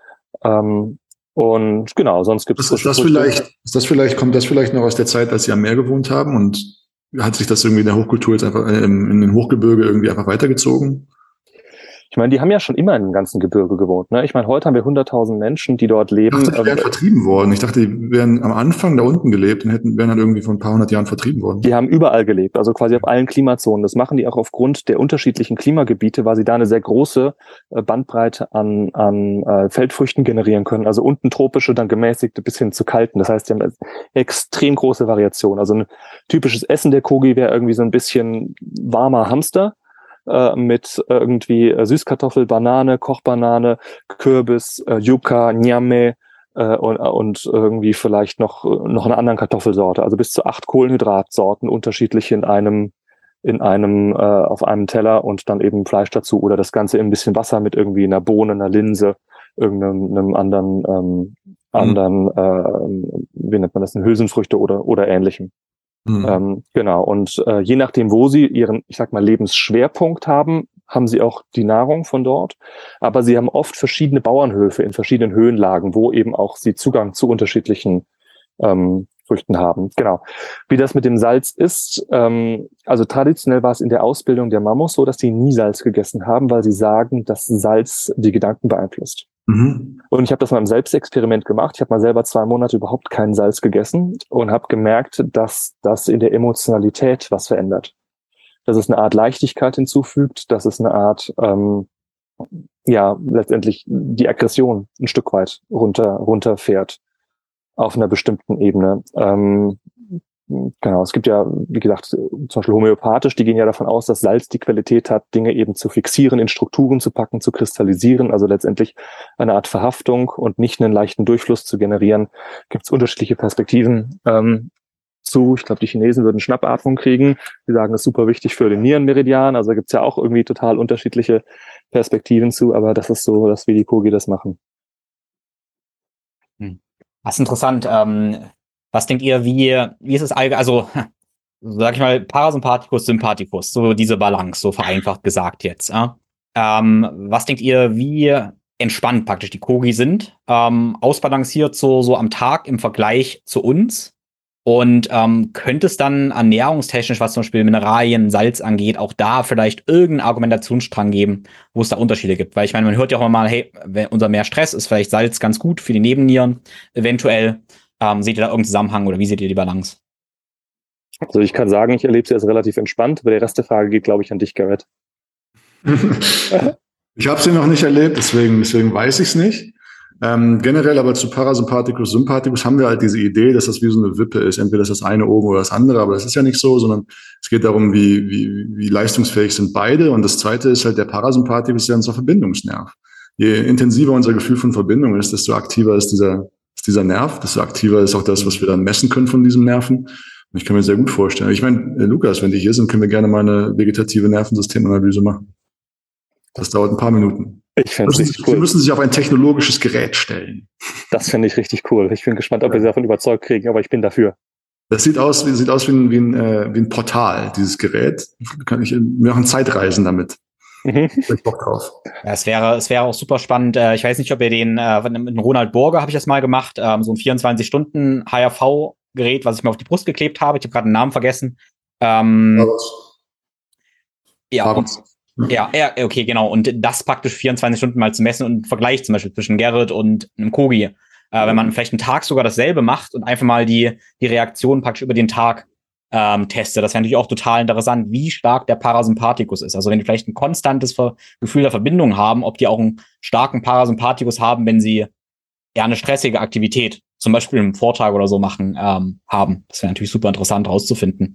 Ähm, und genau, sonst gibt es. Ist das vielleicht, ist das vielleicht, kommt das vielleicht noch aus der Zeit, als Sie am Meer gewohnt haben und hat sich das irgendwie in der Hochkultur jetzt einfach äh, in den Hochgebirge irgendwie einfach weitergezogen? Ich meine, die haben ja schon immer in dem ganzen Gebirge gewohnt. Ne? Ich meine, heute haben wir hunderttausend Menschen, die dort leben. Ich dachte, die wären ähm, vertrieben worden. Ich dachte, die wären am Anfang da unten gelebt und hätten, wären dann irgendwie vor ein paar hundert Jahren vertrieben worden. Die haben überall gelebt, also quasi auf allen Klimazonen. Das machen die auch aufgrund der unterschiedlichen Klimagebiete, weil sie da eine sehr große äh, Bandbreite an, an äh, Feldfrüchten generieren können. Also unten tropische, dann gemäßigte bis hin zu kalten. Das heißt, die haben eine extrem große Variation. Also ein typisches Essen der Kogi wäre irgendwie so ein bisschen warmer Hamster. Äh, mit irgendwie äh, Süßkartoffel, Banane, Kochbanane, Kürbis, äh, Yucca, Nyame äh, und, und irgendwie vielleicht noch noch eine anderen Kartoffelsorte. Also bis zu acht Kohlenhydratsorten unterschiedlich in einem in einem äh, auf einem Teller und dann eben Fleisch dazu oder das Ganze in ein bisschen Wasser mit irgendwie einer Bohne, einer Linse, irgendeinem einem anderen ähm, anderen äh, wie nennt man das, Hülsenfrüchte oder oder ähnlichem. Mhm. Ähm, genau, und äh, je nachdem, wo sie ihren, ich sag mal, Lebensschwerpunkt haben, haben sie auch die Nahrung von dort. Aber sie haben oft verschiedene Bauernhöfe in verschiedenen Höhenlagen, wo eben auch sie Zugang zu unterschiedlichen ähm, Früchten haben. Genau. Wie das mit dem Salz ist, ähm, also traditionell war es in der Ausbildung der Mamos so, dass die nie Salz gegessen haben, weil sie sagen, dass Salz die Gedanken beeinflusst. Mhm. Und ich habe das mal im Selbstexperiment gemacht. Ich habe mal selber zwei Monate überhaupt keinen Salz gegessen und habe gemerkt, dass das in der Emotionalität was verändert. Dass es eine Art Leichtigkeit hinzufügt, dass es eine Art, ähm, ja, letztendlich die Aggression ein Stück weit runter runterfährt auf einer bestimmten Ebene. Ähm, Genau, es gibt ja, wie gesagt, zum Beispiel homöopathisch, die gehen ja davon aus, dass Salz die Qualität hat, Dinge eben zu fixieren, in Strukturen zu packen, zu kristallisieren, also letztendlich eine Art Verhaftung und nicht einen leichten Durchfluss zu generieren. Gibt es unterschiedliche Perspektiven ähm, zu. Ich glaube, die Chinesen würden Schnappatmung kriegen. Die sagen, das ist super wichtig für den Nierenmeridian. Also gibt es ja auch irgendwie total unterschiedliche Perspektiven zu, aber das ist so, dass wir die Kogi das machen. Das ist interessant. Ähm Was denkt ihr, wie, wie ist es allgemein, also, sag ich mal, Parasympathikus, Sympathikus, so diese Balance, so vereinfacht gesagt jetzt. Äh? Ähm, was denkt ihr, wie entspannt praktisch die Kogi sind, ähm, ausbalanciert so, so am Tag im Vergleich zu uns? Und ähm, könnte es dann ernährungstechnisch, was zum Beispiel Mineralien, Salz angeht, auch da vielleicht irgendeinen Argumentationsstrang geben, wo es da Unterschiede gibt? Weil ich meine, man hört ja auch immer mal, hey, wenn unser mehr Stress ist vielleicht Salz ganz gut für die Nebennieren, eventuell. Ähm, seht ihr da irgendeinen Zusammenhang oder wie seht ihr die Balance? Also ich kann sagen, ich erlebe sie als relativ entspannt, aber der Rest der Frage geht, glaube ich, an dich, Garrett. Ich habe sie noch nicht erlebt, deswegen, deswegen weiß ich es nicht. Ähm, generell aber zu Parasympathikus, Sympathikus haben wir halt diese Idee, dass das wie so eine Wippe ist. Entweder ist das eine oben oder das andere, aber das ist ja nicht so, sondern es geht darum, wie, wie, wie leistungsfähig sind beide. Und das zweite ist halt, der Parasympathikus ist ja unser Verbindungsnerv. Je intensiver unser Gefühl von Verbindung ist, desto aktiver ist dieser, ist dieser Nerv, desto aktiver ist auch das, was wir dann messen können von diesem Nerven. Und ich kann mir sehr gut vorstellen. Ich meine, Lukas, wenn die hier sind, können wir gerne mal eine vegetative Nervensystemanalyse machen. Das dauert ein paar Minuten. Ich finde es richtig cool. Sie müssen sich auf ein technologisches Gerät stellen. Das finde ich richtig cool. Ich bin gespannt, ob wir sie davon überzeugt kriegen, aber ich bin dafür. Das sieht aus, wie, sieht aus wie, ein, wie, ein, äh, wie ein Portal, dieses Gerät. Kann ich, wir machen Zeitreisen damit. Mhm. Ich Bock drauf. Ja, es wäre, es wäre auch super spannend. Ich weiß nicht, ob ihr den, äh, mit Ronald Burger habe ich das mal gemacht, ähm, so ein vierundzwanzig Stunden H R V-Gerät, was ich mir auf die Brust geklebt habe. Ich habe gerade den Namen vergessen. Ähm, ja, und, ja, ja, okay, genau. Und das praktisch vierundzwanzig Stunden mal zu messen und einen Vergleich zum Beispiel zwischen Gerrit und einem Kogi Äh, wenn man vielleicht einen Tag sogar dasselbe macht und einfach mal die, die Reaktion praktisch über den Tag ähm, testet. Das wäre natürlich auch total interessant, wie stark der Parasympathikus ist. Also wenn die vielleicht ein konstantes Ver- Gefühl der Verbindung haben, ob die auch einen starken Parasympathikus haben, wenn sie eher eine stressige Aktivität, zum Beispiel einen Vortrag oder so machen, ähm, haben. Das wäre natürlich super interessant rauszufinden.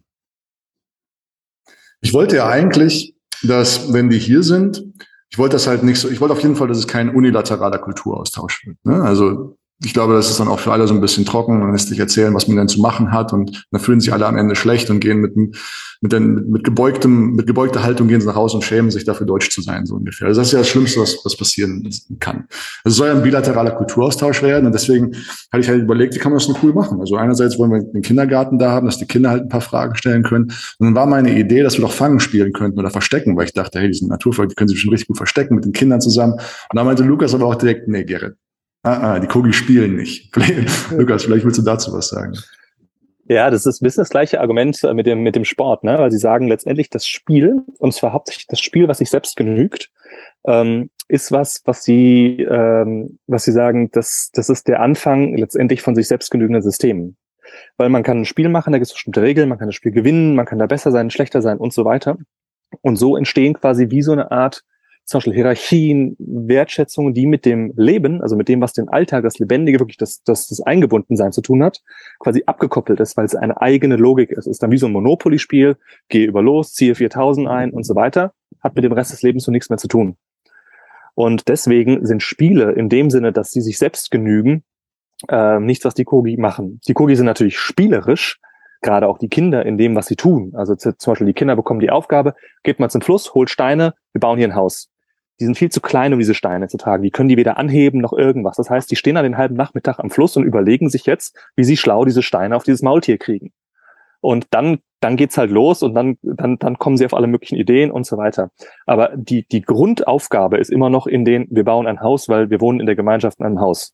Ich wollte ja eigentlich, dass, wenn die hier sind, ich wollte das halt nicht so, ich wollte auf jeden Fall, dass es kein unilateraler Kulturaustausch wird. Ne? Also ich glaube, das ist dann auch für alle so ein bisschen trocken. Man lässt sich erzählen, was man denn zu machen hat, und dann fühlen sich alle am Ende schlecht und gehen mit mit, den, mit, mit gebeugtem mit gebeugter Haltung gehen sie nach Hause und schämen sich dafür, deutsch zu sein, so ungefähr. Also das ist ja das Schlimmste, was, was passieren kann. Also es soll ja ein bilateraler Kulturaustausch werden, und deswegen hatte ich halt überlegt, wie kann man das denn cool machen? Also einerseits wollen wir den Kindergarten da haben, dass die Kinder halt ein paar Fragen stellen können. Und dann war meine Idee, dass wir doch Fangen spielen könnten oder verstecken, weil ich dachte, hey, die sind Naturvölker, die können sich schon richtig gut verstecken mit den Kindern zusammen. Und da meinte Lukas aber auch direkt, nee, Gerrit, Ah, ah, die Kogi spielen nicht. Lukas, vielleicht willst du dazu was sagen. Ja, das ist ein bisschen das gleiche Argument mit dem, mit dem Sport, ne? Weil sie sagen letztendlich, das Spiel, und zwar hauptsächlich das Spiel, was sich selbst genügt, ähm, ist was, was sie, ähm, was sie sagen, das, das ist der Anfang letztendlich von sich selbst genügenden Systemen. Weil man kann ein Spiel machen, da gibt es bestimmte Regeln, man kann das Spiel gewinnen, man kann da besser sein, schlechter sein und so weiter. Und so entstehen quasi wie so eine Art, zum Beispiel Hierarchien, Wertschätzungen, die mit dem Leben, also mit dem, was den Alltag, das Lebendige, wirklich das, das, das Eingebundensein zu tun hat, quasi abgekoppelt ist, weil es eine eigene Logik ist. Es ist dann wie so ein Monopoly-Spiel, gehe über los, ziehe viertausend ein und so weiter, hat mit dem Rest des Lebens so nichts mehr zu tun. Und deswegen sind Spiele in dem Sinne, dass sie sich selbst genügen, äh, nichts, was die Kogi machen. Die Kogi sind natürlich spielerisch, gerade auch die Kinder in dem, was sie tun. Also zum Beispiel die Kinder bekommen die Aufgabe, geht mal zum Fluss, holt Steine, wir bauen hier ein Haus. Die sind viel zu klein, um diese Steine zu tragen. Die können die weder anheben noch irgendwas. Das heißt, die stehen dann den halben Nachmittag am Fluss und überlegen sich jetzt, wie sie schlau diese Steine auf dieses Maultier kriegen. Und dann, dann geht's halt los und dann, dann, dann kommen sie auf alle möglichen Ideen und so weiter. Aber die, die Grundaufgabe ist immer noch in den, wir bauen ein Haus, weil wir wohnen in der Gemeinschaft in einem Haus.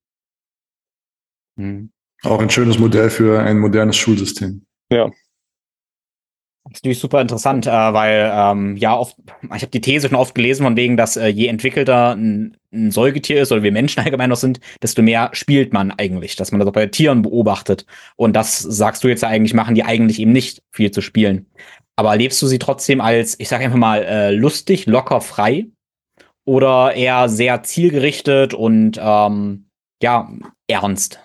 Mhm. Auch ein schönes Modell für ein modernes Schulsystem. Ja. Das ist natürlich super interessant, äh, weil ähm, ja oft, ich habe die These schon oft gelesen von wegen, dass äh, je entwickelter ein, ein Säugetier ist oder wir Menschen allgemein noch sind, desto mehr spielt man eigentlich, dass man das auch bei Tieren beobachtet. Und das sagst du jetzt ja eigentlich, machen die eigentlich eben nicht viel zu spielen. Aber erlebst du sie trotzdem als, ich sag einfach mal, äh, lustig, locker, frei oder eher sehr zielgerichtet und ähm, ja, ernst?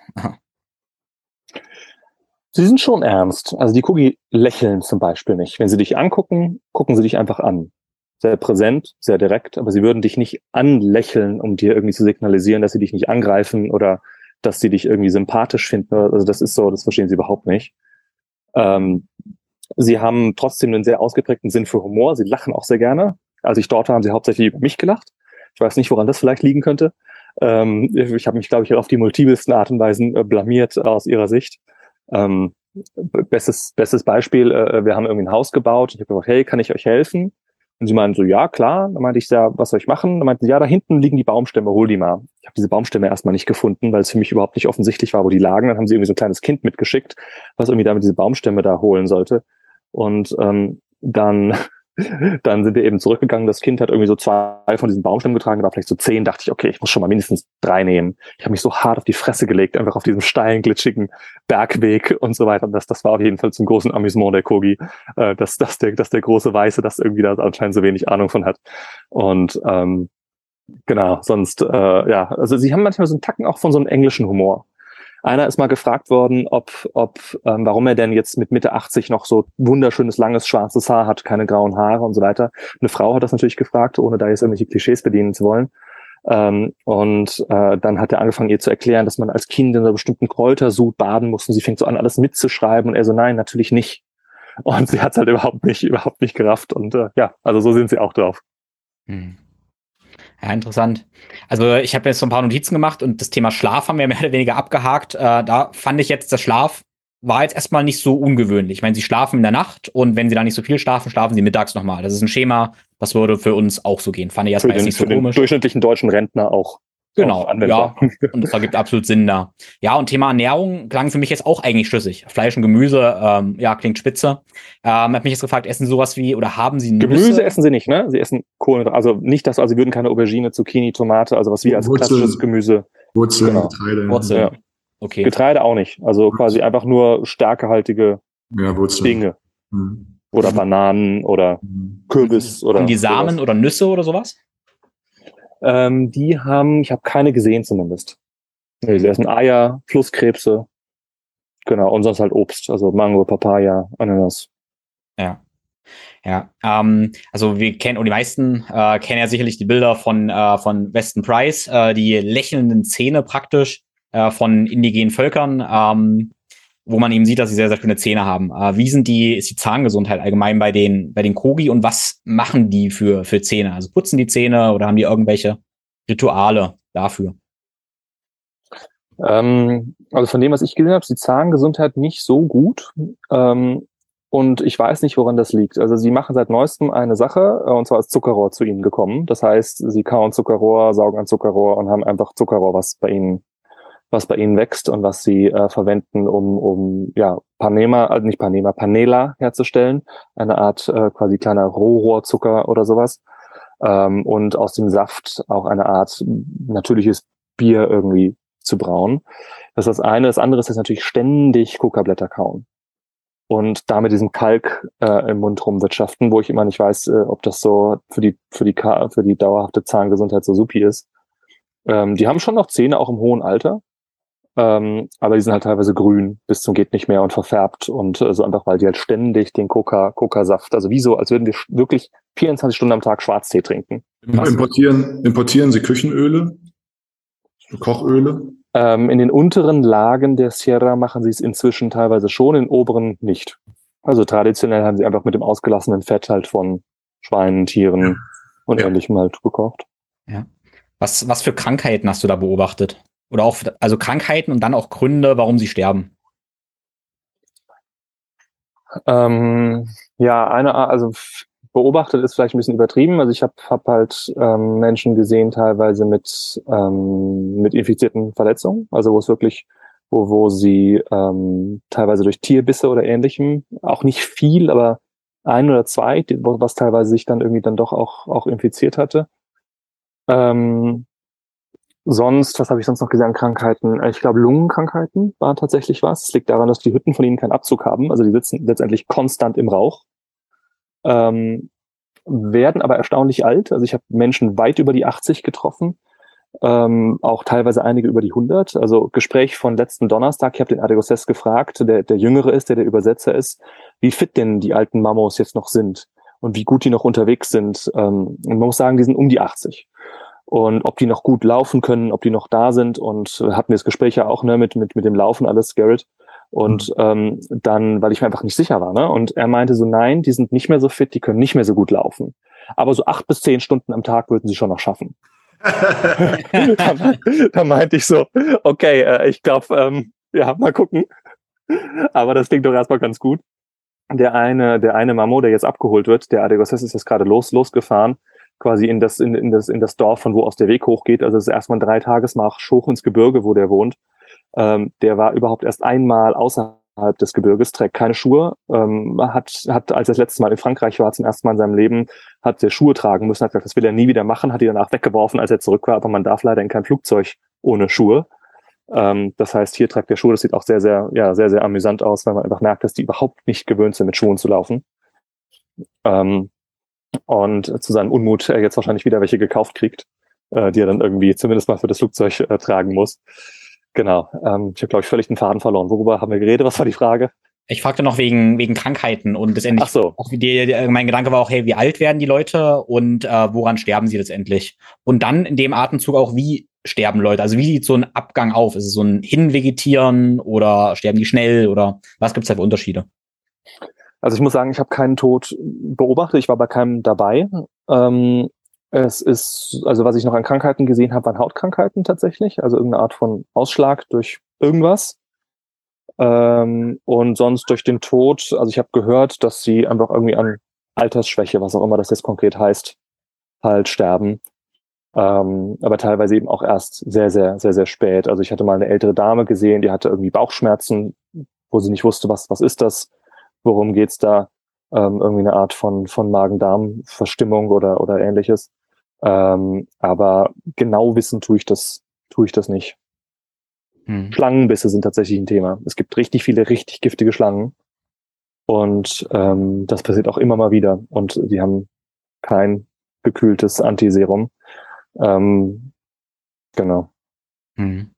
Sie sind schon ernst. Also die Kogi lächeln zum Beispiel nicht. Wenn sie dich angucken, gucken sie dich einfach an. Sehr präsent, sehr direkt, aber sie würden dich nicht anlächeln, um dir irgendwie zu signalisieren, dass sie dich nicht angreifen oder dass sie dich irgendwie sympathisch finden. Also das ist so, das verstehen sie überhaupt nicht. Ähm, sie haben trotzdem einen sehr ausgeprägten Sinn für Humor. Sie lachen auch sehr gerne. Als ich dort war, haben sie hauptsächlich über mich gelacht. Ich weiß nicht, woran das vielleicht liegen könnte. Ähm, ich habe mich, glaube ich, auf die multipelsten Art und Weisen äh, blamiert aus ihrer Sicht. Ähm, bestes, bestes Beispiel, äh, wir haben irgendwie ein Haus gebaut. Ich habe gesagt, hey, kann ich euch helfen? Und sie meinen so, ja, klar. Dann meinte ich, ja, was soll ich machen? Dann meinten sie, ja, da hinten liegen die Baumstämme, hol die mal. Ich habe diese Baumstämme erstmal nicht gefunden, weil es für mich überhaupt nicht offensichtlich war, wo die lagen. Dann haben sie irgendwie so ein kleines Kind mitgeschickt, was irgendwie damit diese Baumstämme da holen sollte. Und ähm, dann Dann sind wir eben zurückgegangen. Das Kind hat irgendwie so zwei von diesen Baumstämmen getragen, da war vielleicht so zehn. Dachte ich, okay, ich muss schon mal mindestens drei nehmen. Ich habe mich so hart auf die Fresse gelegt, einfach auf diesem steilen, glitschigen Bergweg und so weiter. Das, das war auf jeden Fall zum großen Amüsement der Kogi, äh, dass, dass, der, dass der große Weiße das irgendwie da anscheinend so wenig Ahnung von hat. Und ähm, genau, sonst, äh, ja, also sie haben manchmal so einen Tacken auch von so einem englischen Humor. Einer ist mal gefragt worden, ob, ob, ähm, warum er denn jetzt mit Mitte achtzig noch so wunderschönes, langes, schwarzes Haar hat, keine grauen Haare und so weiter. Eine Frau hat das natürlich gefragt, ohne da jetzt irgendwelche Klischees bedienen zu wollen. Ähm, und äh, dann hat er angefangen, ihr zu erklären, dass man als Kind in einer bestimmten Kräutersud baden muss, und sie fängt so an, alles mitzuschreiben, und er so, nein, natürlich nicht. Und sie hat es halt überhaupt nicht, überhaupt nicht gerafft. Und äh, ja, also so sind sie auch drauf. Hm. Ja, interessant. Also ich habe jetzt so ein paar Notizen gemacht und das Thema Schlaf haben wir mehr oder weniger abgehakt. Äh, da fand ich jetzt, der Schlaf war jetzt erstmal nicht so ungewöhnlich. Ich meine, sie schlafen in der Nacht, und wenn sie da nicht so viel schlafen, schlafen sie mittags nochmal. Das ist ein Schema, das würde für uns auch so gehen. Fand ich erstmal jetzt nicht so komisch. Für den durchschnittlichen deutschen Rentner auch. Genau, ja, und das ergibt absolut Sinn da. Ja, und Thema Ernährung klang für mich jetzt auch eigentlich schlüssig. Fleisch und Gemüse, ähm, ja, klingt spitze. Ähm, hab mich jetzt gefragt, essen Sie sowas wie, oder haben Sie Nüsse? Gemüse essen sie nicht, ne? Sie essen Kohlenhydrate, also nicht das, also sie würden keine Aubergine, Zucchini, Tomate, also was wir als Wurzeln. klassisches Gemüse Wurzeln, Genau. Getreide. Wurzeln. Ja. Okay. Getreide auch nicht. Also quasi einfach nur stärkehaltige Ja, Wurzeln. Dinge. Hm. Oder Bananen oder Hm. Kürbis oder Haben die Samen sowas. oder Nüsse oder sowas? Ähm, die haben, ich habe keine gesehen zumindest. Nee, sie essen Eier, Flusskrebse. Genau, und sonst halt Obst. Also Mango, Papaya, Ananas. Ja. Ja, ähm, also wir kennen, und die meisten äh, kennen ja sicherlich die Bilder von, äh, von Weston Price, äh, die lächelnden Zähne praktisch äh, von indigenen Völkern, ähm, wo man eben sieht, dass sie sehr, sehr schöne Zähne haben. Äh, wie sind die, ist die Zahngesundheit allgemein bei den, bei den Kogi und was machen die für, für Zähne? Also putzen die Zähne oder haben die irgendwelche Rituale dafür? Ähm, also von dem, was ich gesehen habe, ist die Zahngesundheit nicht so gut. Ähm, und ich weiß nicht, woran das liegt. Also sie machen seit neuestem eine Sache, äh, und zwar ist Zuckerrohr zu ihnen gekommen. Das heißt, sie kauen Zuckerrohr, saugen an Zuckerrohr und haben einfach Zuckerrohr, was bei ihnen, was bei ihnen wächst und was sie äh, verwenden, um, um ja Panema, also nicht Panema, Panela herzustellen, eine Art äh, quasi kleiner Rohrohrzucker oder sowas. Ähm, und aus dem Saft auch eine Art natürliches Bier irgendwie zu brauen. Das ist das eine. Das andere ist jetzt natürlich ständig Kokablätter kauen und damit diesen Kalk äh, im Mund rumwirtschaften, wo ich immer nicht weiß, äh, ob das so für die für die für die dauerhafte Zahngesundheit so supi ist. Ähm, die haben schon noch Zähne auch im hohen Alter, ähm, aber die sind halt teilweise grün bis zum geht nicht mehr und verfärbt und äh, so einfach, weil die halt ständig den Coca Coca-Saft, also wie so, als würden wir wirklich vierundzwanzig Stunden am Tag Schwarztee trinken. Importieren, importieren Sie Küchenöle, Kochöle? Ähm, in den unteren Lagen der Sierra machen sie es inzwischen teilweise schon, in den oberen nicht. Also traditionell haben sie einfach mit dem ausgelassenen Fett halt von Schweinen, Tieren und Ja. Ähnlichem halt gekocht. Ja. Was, was für Krankheiten hast du da beobachtet? Oder auch, also Krankheiten und dann auch Gründe, warum sie sterben? Ähm, ja, eine Art, also beobachtet ist vielleicht ein bisschen übertrieben. Also ich habe hab halt ähm, Menschen gesehen, teilweise mit ähm, mit infizierten Verletzungen, also wo es wirklich, wo wo sie ähm, teilweise durch Tierbisse oder Ähnlichem, auch nicht viel, aber ein oder zwei, die, was teilweise sich dann irgendwie dann doch auch auch infiziert hatte. Ähm, sonst, was habe ich sonst noch gesehen an Krankheiten? Ich glaube, Lungenkrankheiten waren tatsächlich was. Es liegt daran, dass die Hütten von ihnen keinen Abzug haben. Also die sitzen letztendlich konstant im Rauch. Ähm, werden aber erstaunlich alt. Also ich habe Menschen weit über die achtzig getroffen, ähm, auch teilweise einige über die hundert. Also Gespräch von letzten Donnerstag, ich habe den Adegoses gefragt, der der Jüngere ist, der der Übersetzer ist, wie fit denn die alten Mamos jetzt noch sind und wie gut die noch unterwegs sind. Ähm, und man muss sagen, die sind um die achtzig. Und ob die noch gut laufen können, ob die noch da sind. Und hatten wir das Gespräch ja auch, ne, mit mit mit dem Laufen alles, Garrett. Und mhm. ähm, dann, weil ich mir einfach nicht sicher war, ne? Und er meinte so, nein, die sind nicht mehr so fit, die können nicht mehr so gut laufen. Aber so acht bis zehn Stunden am Tag würden sie schon noch schaffen. da, da meinte ich so, okay, äh, ich glaube, ähm, ja, mal gucken. Aber das klingt doch erstmal ganz gut. Der eine, der eine Mamo, der jetzt abgeholt wird, der Adegoses ist jetzt gerade los, losgefahren, quasi in das, in, in das, in das Dorf, von wo aus der Weg hochgeht. Also es ist erstmal ein Dreitagesmarsch hoch ins Gebirge, wo der wohnt. Ähm, der war überhaupt erst einmal außerhalb des Gebirges, trägt keine Schuhe, ähm, hat, hat, als er das letzte Mal in Frankreich war, zum ersten Mal in seinem Leben, hat er Schuhe tragen müssen, hat gesagt, das will er nie wieder machen, hat die danach weggeworfen, als er zurück war, aber man darf leider in kein Flugzeug ohne Schuhe. Ähm, das heißt, hier trägt er Schuhe, das sieht auch sehr, sehr, ja, sehr, sehr amüsant aus, weil man einfach merkt, dass die überhaupt nicht gewöhnt sind, mit Schuhen zu laufen. Ähm, und zu seinem Unmut er jetzt wahrscheinlich wieder welche gekauft kriegt, äh, die er dann irgendwie zumindest mal für das Flugzeug äh, tragen muss. Genau. Ähm, ich habe, glaube ich, völlig den Faden verloren. Worüber haben wir geredet? Was war die Frage? Ich fragte noch wegen, wegen Krankheiten und letztendlich, Ach so. auch wie die, mein Gedanke war auch, hey, wie alt werden die Leute und äh, woran sterben sie letztendlich? Und dann in dem Atemzug auch, wie sterben Leute? Also wie sieht so ein Abgang auf? Ist es so ein Hinvegetieren oder sterben die schnell oder was gibt es da für Unterschiede? Also ich muss sagen, ich habe keinen Tod beobachtet, ich war bei keinem dabei. Ähm, es ist, also was ich noch an Krankheiten gesehen habe, waren Hautkrankheiten tatsächlich, also irgendeine Art von Ausschlag durch irgendwas. Ähm, und sonst durch den Tod, also ich habe gehört, dass sie einfach irgendwie an Altersschwäche, was auch immer das jetzt konkret heißt, halt sterben. Ähm, aber teilweise eben auch erst sehr, sehr, sehr, sehr spät. Also ich hatte mal eine ältere Dame gesehen, die hatte irgendwie Bauchschmerzen, wo sie nicht wusste, was, was ist das? Worum geht's da? Ähm, irgendwie eine Art von, von Magen-Darm-Verstimmung oder, oder ähnliches. Ähm, aber genau wissen tue ich das, tue ich das nicht. Hm. Schlangenbisse sind tatsächlich ein Thema. Es gibt richtig viele richtig giftige Schlangen. Und ähm, das passiert auch immer mal wieder. Und die haben kein gekühltes Antiserum. Ähm, genau. Hm.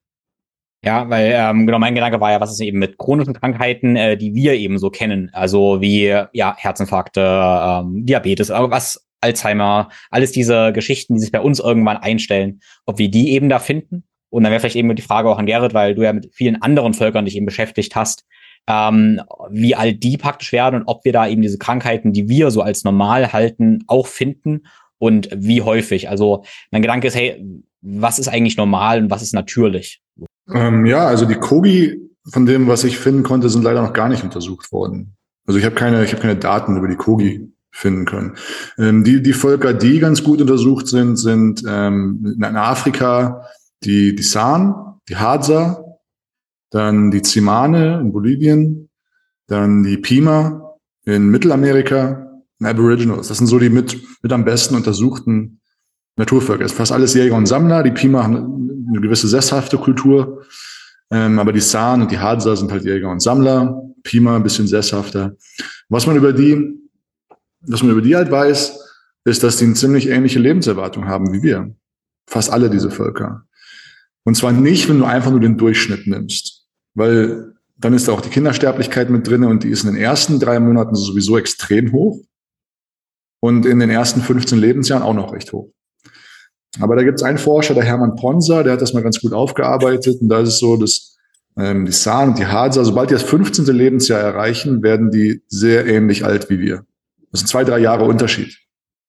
Ja, weil ähm, genau mein Gedanke war ja, was ist eben mit chronischen Krankheiten, äh, die wir eben so kennen, also wie ja Herzinfarkte, ähm, Diabetes, aber was Alzheimer, alles diese Geschichten, die sich bei uns irgendwann einstellen, ob wir die eben da finden. Und dann wäre vielleicht eben die Frage auch an Gerrit, weil du ja mit vielen anderen Völkern dich eben beschäftigt hast, ähm, wie alt die praktisch werden und ob wir da eben diese Krankheiten, die wir so als normal halten, auch finden und wie häufig. Also mein Gedanke ist, hey, was ist eigentlich normal und was ist natürlich? Ähm, ja, also die Kogi, von dem, was ich finden konnte, sind leider noch gar nicht untersucht worden. Also ich habe keine, ich habe keine Daten über die Kogi finden können. Ähm, die, die Völker, die ganz gut untersucht sind, sind ähm, in Afrika die, die San, die Hadza, dann die Tsimane in Bolivien, dann die Pima in Mittelamerika, und Aboriginals. Das sind so die mit, mit am besten untersuchten Naturvölker. Das ist fast alles Jäger und Sammler. Die Pima haben eine gewisse sesshafte Kultur. Ähm, aber die San und die Hadza sind halt Jäger und Sammler. Pima ein bisschen sesshafter. Was man über die, was man über die halt weiß, ist, dass die eine ziemlich ähnliche Lebenserwartung haben wie wir. Fast alle diese Völker. Und zwar nicht, wenn du einfach nur den Durchschnitt nimmst. Weil dann ist da auch die Kindersterblichkeit mit drin und die ist in den ersten drei Monaten sowieso extrem hoch. Und in den ersten fünfzehn Lebensjahren auch noch recht hoch. Aber da gibt es einen Forscher, der Hermann Ponser, der hat das mal ganz gut aufgearbeitet. Und da ist es so, dass ähm, die San und die Hadza, sobald die das fünfzehnte Lebensjahr erreichen, werden die sehr ähnlich alt wie wir. Das sind zwei, drei Jahre Unterschied.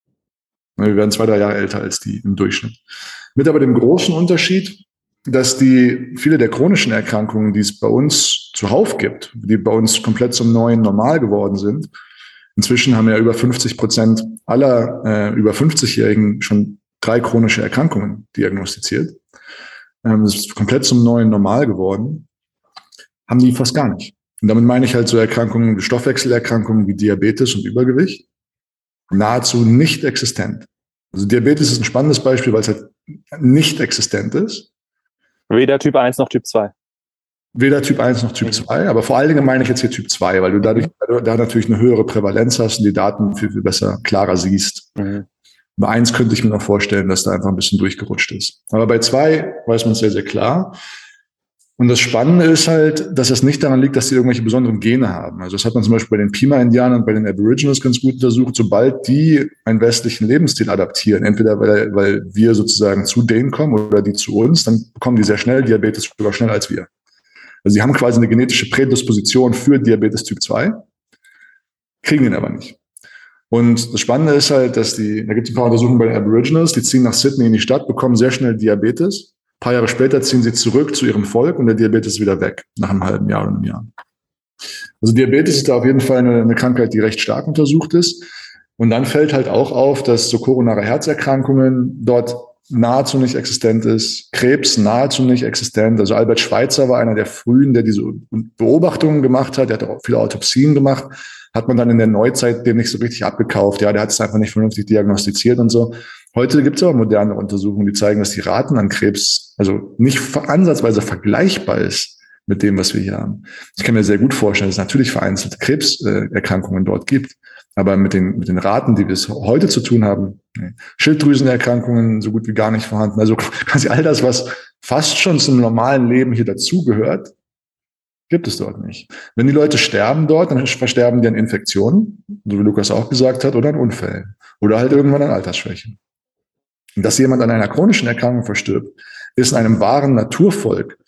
Wir werden zwei, drei Jahre älter als die im Durchschnitt. Mit aber dem großen Unterschied, dass die viele der chronischen Erkrankungen, die es bei uns zuhauf gibt, die bei uns komplett zum neuen Normal geworden sind, inzwischen haben ja über fünfzig Prozent aller äh, über fünfzigjährigen schon drei chronische Erkrankungen diagnostiziert. Ähm, das ist komplett zum neuen Normal geworden. Haben die fast gar nicht. Und damit meine ich halt so Erkrankungen, Stoffwechselerkrankungen wie Diabetes und Übergewicht. Nahezu nicht existent. Also Diabetes ist ein spannendes Beispiel, weil es halt nicht existent ist. Weder Typ eins noch Typ zwei. Weder Typ eins noch Typ zwei, aber vor allen Dingen meine ich jetzt hier Typ zwei, weil du dadurch da natürlich eine höhere Prävalenz hast und die Daten viel, viel besser, klarer siehst. Mhm. Bei eins könnte ich mir noch vorstellen, dass da einfach ein bisschen durchgerutscht ist. Aber bei zwei weiß man es sehr, sehr klar. Und das Spannende ist halt, dass es nicht daran liegt, dass sie irgendwelche besonderen Gene haben. Also das hat man zum Beispiel bei den Pima-Indianern und bei den Aborigines ganz gut untersucht. Sobald die einen westlichen Lebensstil adaptieren, entweder weil, weil wir sozusagen zu denen kommen oder die zu uns, dann bekommen die sehr schnell Diabetes, sogar schneller als wir. Also sie haben quasi eine genetische Prädisposition für Diabetes Typ zwei, kriegen ihn aber nicht. Und das Spannende ist halt, dass die, da gibt es ein paar Untersuchungen bei den Aborigines, die ziehen nach Sydney in die Stadt, bekommen sehr schnell Diabetes. Ein paar Jahre später ziehen sie zurück zu ihrem Volk und der Diabetes ist wieder weg, nach einem halben Jahr oder einem Jahr. Also Diabetes ist da auf jeden Fall eine, eine Krankheit, die recht stark untersucht ist. Und dann fällt halt auch auf, dass so koronare Herzerkrankungen dort nahezu nicht existent ist, Krebs nahezu nicht existent. Also Albert Schweitzer war einer der frühen, der diese Beobachtungen gemacht hat. Der hat auch viele Autopsien gemacht. Hat man dann in der Neuzeit dem nicht so richtig abgekauft. Ja, der hat es einfach nicht vernünftig diagnostiziert und so. Heute gibt es aber moderne Untersuchungen, die zeigen, dass die Raten an Krebs also nicht ansatzweise vergleichbar ist mit dem, was wir hier haben. Ich kann mir sehr gut vorstellen, dass es natürlich vereinzelte Krebserkrankungen dort gibt. Aber mit den, mit den Raten, die wir es heute zu tun haben, nee. Schilddrüsenerkrankungen so gut wie gar nicht vorhanden. Also quasi all das, was fast schon zum normalen Leben hier dazugehört, gibt es dort nicht. Wenn die Leute sterben dort, dann versterben die an Infektionen, so wie Lukas auch gesagt hat, oder an Unfällen. Oder halt irgendwann an Altersschwächen. Und dass jemand an einer chronischen Erkrankung verstirbt, ist in einem wahren Naturvolk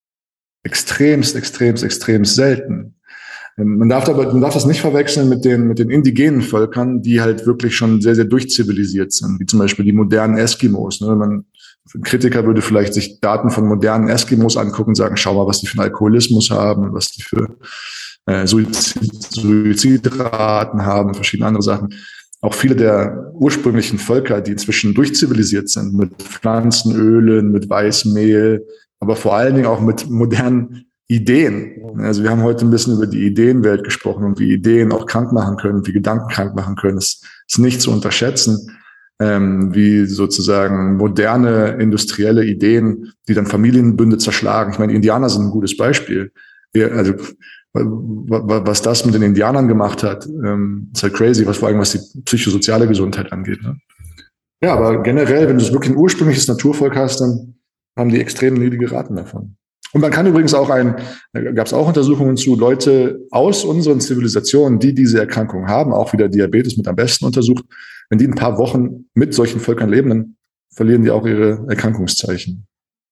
extremst, extremst, extremst selten. Man darf aber, man darf das nicht verwechseln mit den, mit den indigenen Völkern, die halt wirklich schon sehr, sehr durchzivilisiert sind, wie zum Beispiel die modernen Eskimos. Ne? Man, ein Kritiker würde vielleicht sich Daten von modernen Eskimos angucken und sagen, schau mal, was die für einen Alkoholismus haben und was die für äh, Suizid, Suizidraten haben und verschiedene andere Sachen. Auch viele der ursprünglichen Völker, die inzwischen durchzivilisiert sind, mit Pflanzenölen, mit Weißmehl, aber vor allen Dingen auch mit modernen Ideen. Also wir haben heute ein bisschen über die Ideenwelt gesprochen und wie Ideen auch krank machen können, wie Gedanken krank machen können. Das ist nicht zu unterschätzen. ähm, wie sozusagen moderne industrielle Ideen, die dann Familienbünde zerschlagen. Ich meine, die Indianer sind ein gutes Beispiel. Wir, also was das mit den Indianern gemacht hat, ähm, ist halt crazy, was vor allem was die psychosoziale Gesundheit angeht. Ne? Ja, aber generell, wenn du wirklich ein ursprüngliches Naturvolk hast, dann haben die extrem niedrige Raten davon. Und man kann übrigens auch ein, da gab es auch Untersuchungen zu, Leute aus unseren Zivilisationen, die diese Erkrankung haben, auch wieder Diabetes mit am besten untersucht, wenn die ein paar Wochen mit solchen Völkern leben, dann verlieren die auch ihre Erkrankungszeichen.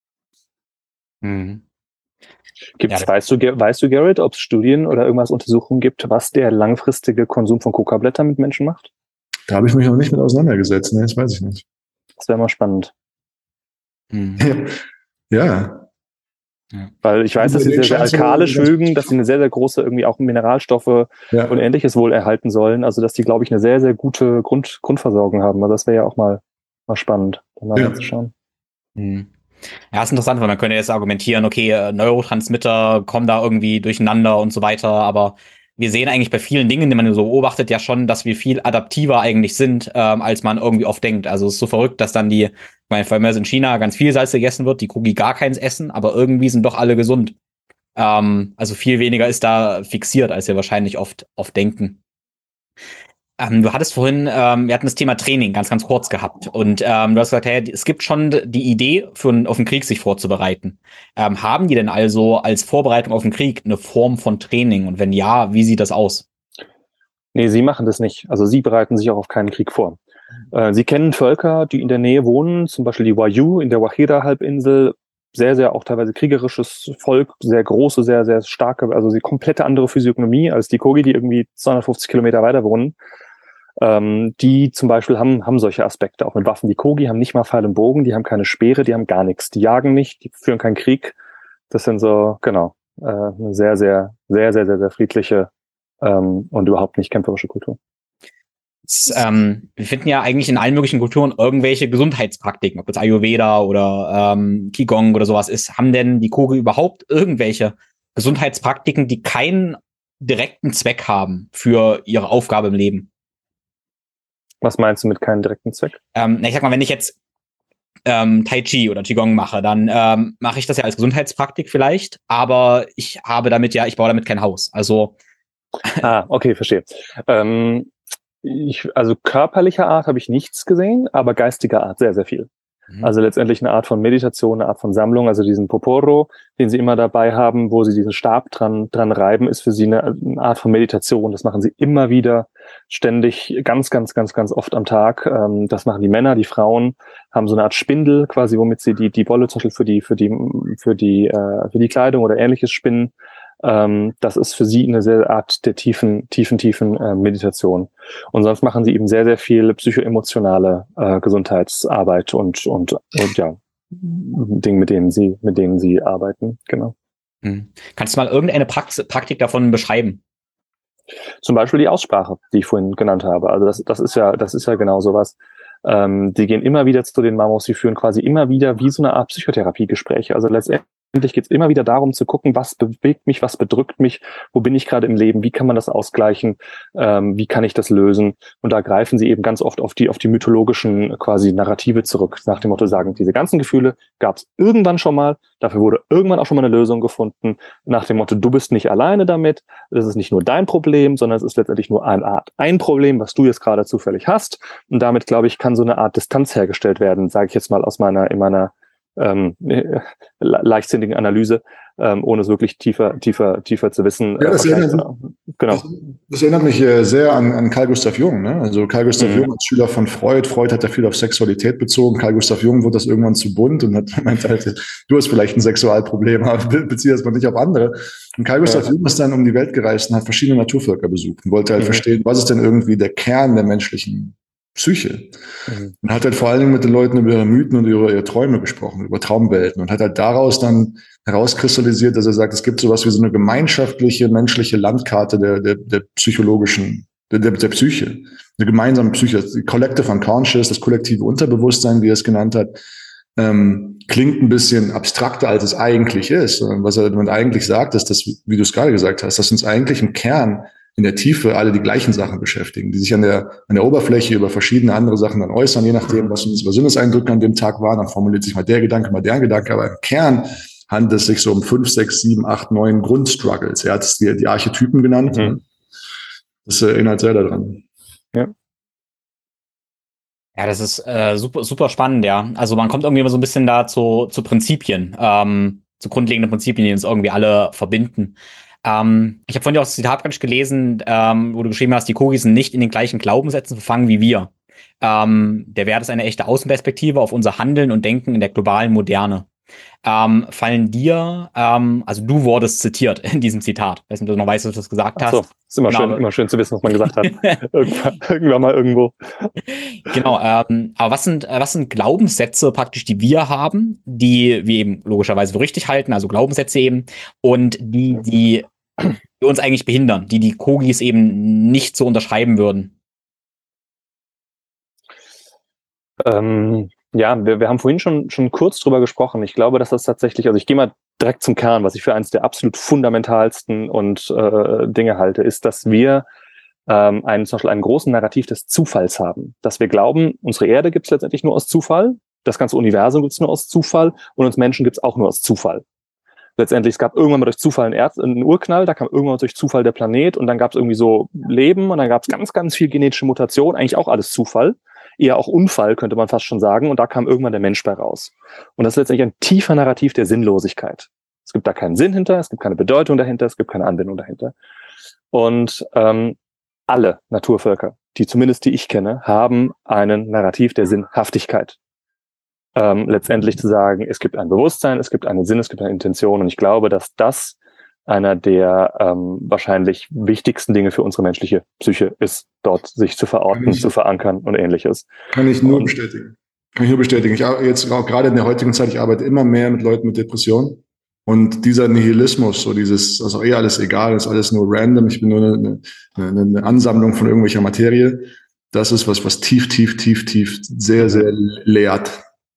Mhm. Gibt's, ja, weißt du, weißt du, Garrett, ob es Studien oder irgendwas Untersuchungen gibt, was der langfristige Konsum von Kokablättern mit Menschen macht? Da habe ich mich noch nicht mit auseinandergesetzt. Nee, das weiß ich nicht. Das wäre mal spannend. Mhm. Ja. Ja. Weil ich weiß, dass sie sehr, sehr alkalisch mögen, dass sie eine sehr, sehr große irgendwie auch Mineralstoffe ja. und Ähnliches wohl erhalten sollen. Also, dass die, glaube ich, eine sehr, sehr gute Grund, Grundversorgung haben. Also, das wäre ja auch mal, mal spannend, da mal ja. zu schauen. Mhm. Ja, ist interessant, weil man könnte jetzt argumentieren, okay, Neurotransmitter kommen da irgendwie durcheinander und so weiter, aber wir sehen eigentlich bei vielen Dingen, die man so beobachtet, ja schon, dass wir viel adaptiver eigentlich sind, ähm, als man irgendwie oft denkt. Also es ist so verrückt, dass dann die, ich meine, vor allem in China ganz viel Salz gegessen wird, die Kogi gar keins essen, aber irgendwie sind doch alle gesund. Ähm, also viel weniger ist da fixiert, als wir wahrscheinlich oft, oft denken. Ähm, du hattest vorhin, ähm, wir hatten das Thema Training ganz, ganz kurz gehabt. Und ähm, du hast gesagt, hey, es gibt schon die Idee, für einen, auf den Krieg sich vorzubereiten. Ähm, haben die denn also als Vorbereitung auf den Krieg eine Form von Training? Und wenn ja, wie sieht das aus? Nee, sie machen das nicht. Also sie bereiten sich auch auf keinen Krieg vor. Äh, sie kennen Völker, die in der Nähe wohnen, zum Beispiel die Wayuu in der Wajira-Halbinsel. Sehr, sehr auch teilweise kriegerisches Volk, sehr große, sehr, sehr starke, also sie komplette andere Physiognomie als die Kogi, die irgendwie zweihundertfünfzig Kilometer weiter wohnen. Ähm, die zum Beispiel haben, haben solche Aspekte, auch mit Waffen. Die Kogi haben nicht mal Pfeil und Bogen, die haben keine Speere, die haben gar nichts. Die jagen nicht, die führen keinen Krieg. Das sind so, genau, äh, eine sehr, sehr, sehr, sehr, sehr, sehr friedliche ähm, und überhaupt nicht kämpferische Kultur. Das, ähm, wir finden ja eigentlich in allen möglichen Kulturen irgendwelche Gesundheitspraktiken, ob das Ayurveda oder ähm, Qigong oder sowas ist. Haben denn die Kogi überhaupt irgendwelche Gesundheitspraktiken, die keinen direkten Zweck haben für ihre Aufgabe im Leben? Was meinst du mit keinen direkten Zweck? Ähm, ich sag mal, wenn ich jetzt ähm, Tai Chi oder Qigong mache, dann ähm, mache ich das ja als Gesundheitspraktik vielleicht, aber ich habe damit ja, ich baue damit kein Haus. Also ah, okay, verstehe. Ähm, ich, also körperlicher Art habe ich nichts gesehen, aber geistiger Art sehr, sehr viel. Also letztendlich eine Art von Meditation, eine Art von Sammlung, also diesen Poporo, den sie immer dabei haben, wo sie diesen Stab dran, dran reiben, ist für sie eine, eine Art von Meditation. Das machen sie immer wieder, ständig, ganz, ganz, ganz, ganz oft am Tag. Ähm, das machen die Männer, die Frauen haben so eine Art Spindel, quasi, womit sie die, die Wolle zum Beispiel für die, für die, für die, äh, für die Kleidung oder Ähnliches spinnen. Ähm, das ist für sie eine sehr Art der tiefen, tiefen, tiefen äh, Meditation. Und sonst machen sie eben sehr, sehr viel psychoemotionale äh, Gesundheitsarbeit und, und, und ja, Dinge, mit denen sie, mit denen sie arbeiten, genau. Hm. Kannst du mal irgendeine Praxis, Praktik davon beschreiben? Zum Beispiel die Aussprache, die ich vorhin genannt habe. Also das, das ist ja, das ist ja genau sowas. Ähm, die gehen immer wieder zu den Mamos, die führen quasi immer wieder wie so eine Art Psychotherapiegespräche. Also letztendlich Endlich geht es immer wieder darum zu gucken, was bewegt mich, was bedrückt mich, wo bin ich gerade im Leben, wie kann man das ausgleichen, ähm, wie kann ich das lösen? Und da greifen sie eben ganz oft auf die auf die mythologischen quasi Narrative zurück, nach dem Motto sagen, diese ganzen Gefühle gab es irgendwann schon mal, dafür wurde irgendwann auch schon mal eine Lösung gefunden, nach dem Motto, du bist nicht alleine damit, das ist nicht nur dein Problem, sondern es ist letztendlich nur eine Art, ein Problem, was du jetzt gerade zufällig hast. Und damit, glaube ich, kann so eine Art Distanz hergestellt werden, sage ich jetzt mal aus meiner in meiner Ähm, leichtsinnigen Analyse, ähm, ohne es wirklich tiefer, tiefer, tiefer zu wissen. Ja, das, äh, erinnert, genau. das, das erinnert mich äh, sehr an, an Carl Gustav Jung. Ne? Also Carl Gustav Mhm. Jung als Schüler von Freud. Freud hat ja viel auf Sexualität bezogen. Carl Gustav Jung wurde das irgendwann zu bunt und hat gemeint, halt, du hast vielleicht ein Sexualproblem, aber bezieh das mal nicht auf andere. Und Carl Gustav ja. Jung ist dann um die Welt gereist und hat verschiedene Naturvölker besucht und wollte halt mhm. verstehen, was ist denn irgendwie der Kern der menschlichen Psyche. Mhm. Und hat halt vor allen Dingen mit den Leuten über ihre Mythen und über ihre Träume gesprochen, über Traumwelten und hat halt daraus dann herauskristallisiert, dass er sagt, es gibt sowas wie so eine gemeinschaftliche menschliche Landkarte der, der, der psychologischen, der, der, der Psyche. Eine gemeinsame Psyche, die Collective Unconscious, das kollektive Unterbewusstsein, wie er es genannt hat, ähm, klingt ein bisschen abstrakter, als es eigentlich ist. Was er damit eigentlich sagt, ist, dass, wie du es gerade gesagt hast, dass uns eigentlich im Kern in der Tiefe alle die gleichen Sachen beschäftigen, die sich an der, an der Oberfläche über verschiedene andere Sachen dann äußern, je nachdem, was unsere Sinneseindrücke an dem Tag waren. Dann formuliert sich mal der Gedanke, mal der Gedanke, aber im Kern handelt es sich so um fünf, sechs, sieben, acht, neun Grundstruggles. Er hat es die, die Archetypen genannt. Mhm. Das erinnert sehr daran. Ja. Ja, das ist äh, super, super spannend, ja. Also man kommt irgendwie immer so ein bisschen da zu, zu Prinzipien, ähm, zu grundlegenden Prinzipien, die uns irgendwie alle verbinden. Ähm, ich habe vorhin auch das Zitat praktisch gelesen, ähm, wo du geschrieben hast, die Kogis sind nicht in den gleichen Glaubenssätzen verfangen wie wir. Ähm, der Wert ist eine echte Außenperspektive auf unser Handeln und Denken in der globalen Moderne. Ähm, fallen dir, ähm, also du wurdest zitiert in diesem Zitat. Ich weiß nicht, ob du noch weißt, was du das gesagt hast. Ach so, ist immer, genau. schön, immer schön zu wissen, was man gesagt hat. irgendwann, irgendwann mal irgendwo. Genau, ähm, aber was sind, was sind Glaubenssätze praktisch, die wir haben, die wir eben logischerweise für richtig halten, also Glaubenssätze eben, und die, die, die uns eigentlich behindern, die die Kogis eben nicht so unterschreiben würden? Ähm, ja, wir, wir haben vorhin schon, schon kurz drüber gesprochen. Ich glaube, dass das tatsächlich, also ich gehe mal direkt zum Kern, was ich für eines der absolut fundamentalsten und äh, Dinge halte, ist, dass wir ähm, einen, zum Beispiel einen großen Narrativ des Zufalls haben. Dass wir glauben, unsere Erde gibt es letztendlich nur aus Zufall, das ganze Universum gibt es nur aus Zufall und uns Menschen gibt es auch nur aus Zufall. Letztendlich, es gab irgendwann mal durch Zufall einen, Erd-, einen Urknall, da kam irgendwann durch Zufall der Planet und dann gab es irgendwie so Leben und dann gab es ganz, ganz viel genetische Mutation, eigentlich auch alles Zufall. Eher auch Unfall, könnte man fast schon sagen. Und da kam irgendwann der Mensch bei raus. Und das ist letztendlich ein tiefer Narrativ der Sinnlosigkeit. Es gibt da keinen Sinn hinter, es gibt keine Bedeutung dahinter, es gibt keine Anwendung dahinter. Und ähm, alle Naturvölker, die zumindest die ich kenne, haben einen Narrativ der Sinnhaftigkeit. Ähm, letztendlich zu sagen, es gibt ein Bewusstsein, es gibt einen Sinn, es gibt eine Intention. Und ich glaube, dass das einer der ähm, wahrscheinlich wichtigsten Dinge für unsere menschliche Psyche ist, dort sich zu verorten, ich, zu verankern und Ähnliches. Kann ich nur und, bestätigen. Kann ich nur bestätigen. Ich arbeite jetzt auch gerade in der heutigen Zeit, ich arbeite immer mehr mit Leuten mit Depressionen. Und dieser Nihilismus, so dieses, also eh alles egal, ist alles nur random, ich bin nur eine, eine, eine Ansammlung von irgendwelcher Materie, das ist was, was tief, tief, tief, tief sehr, sehr lehrt.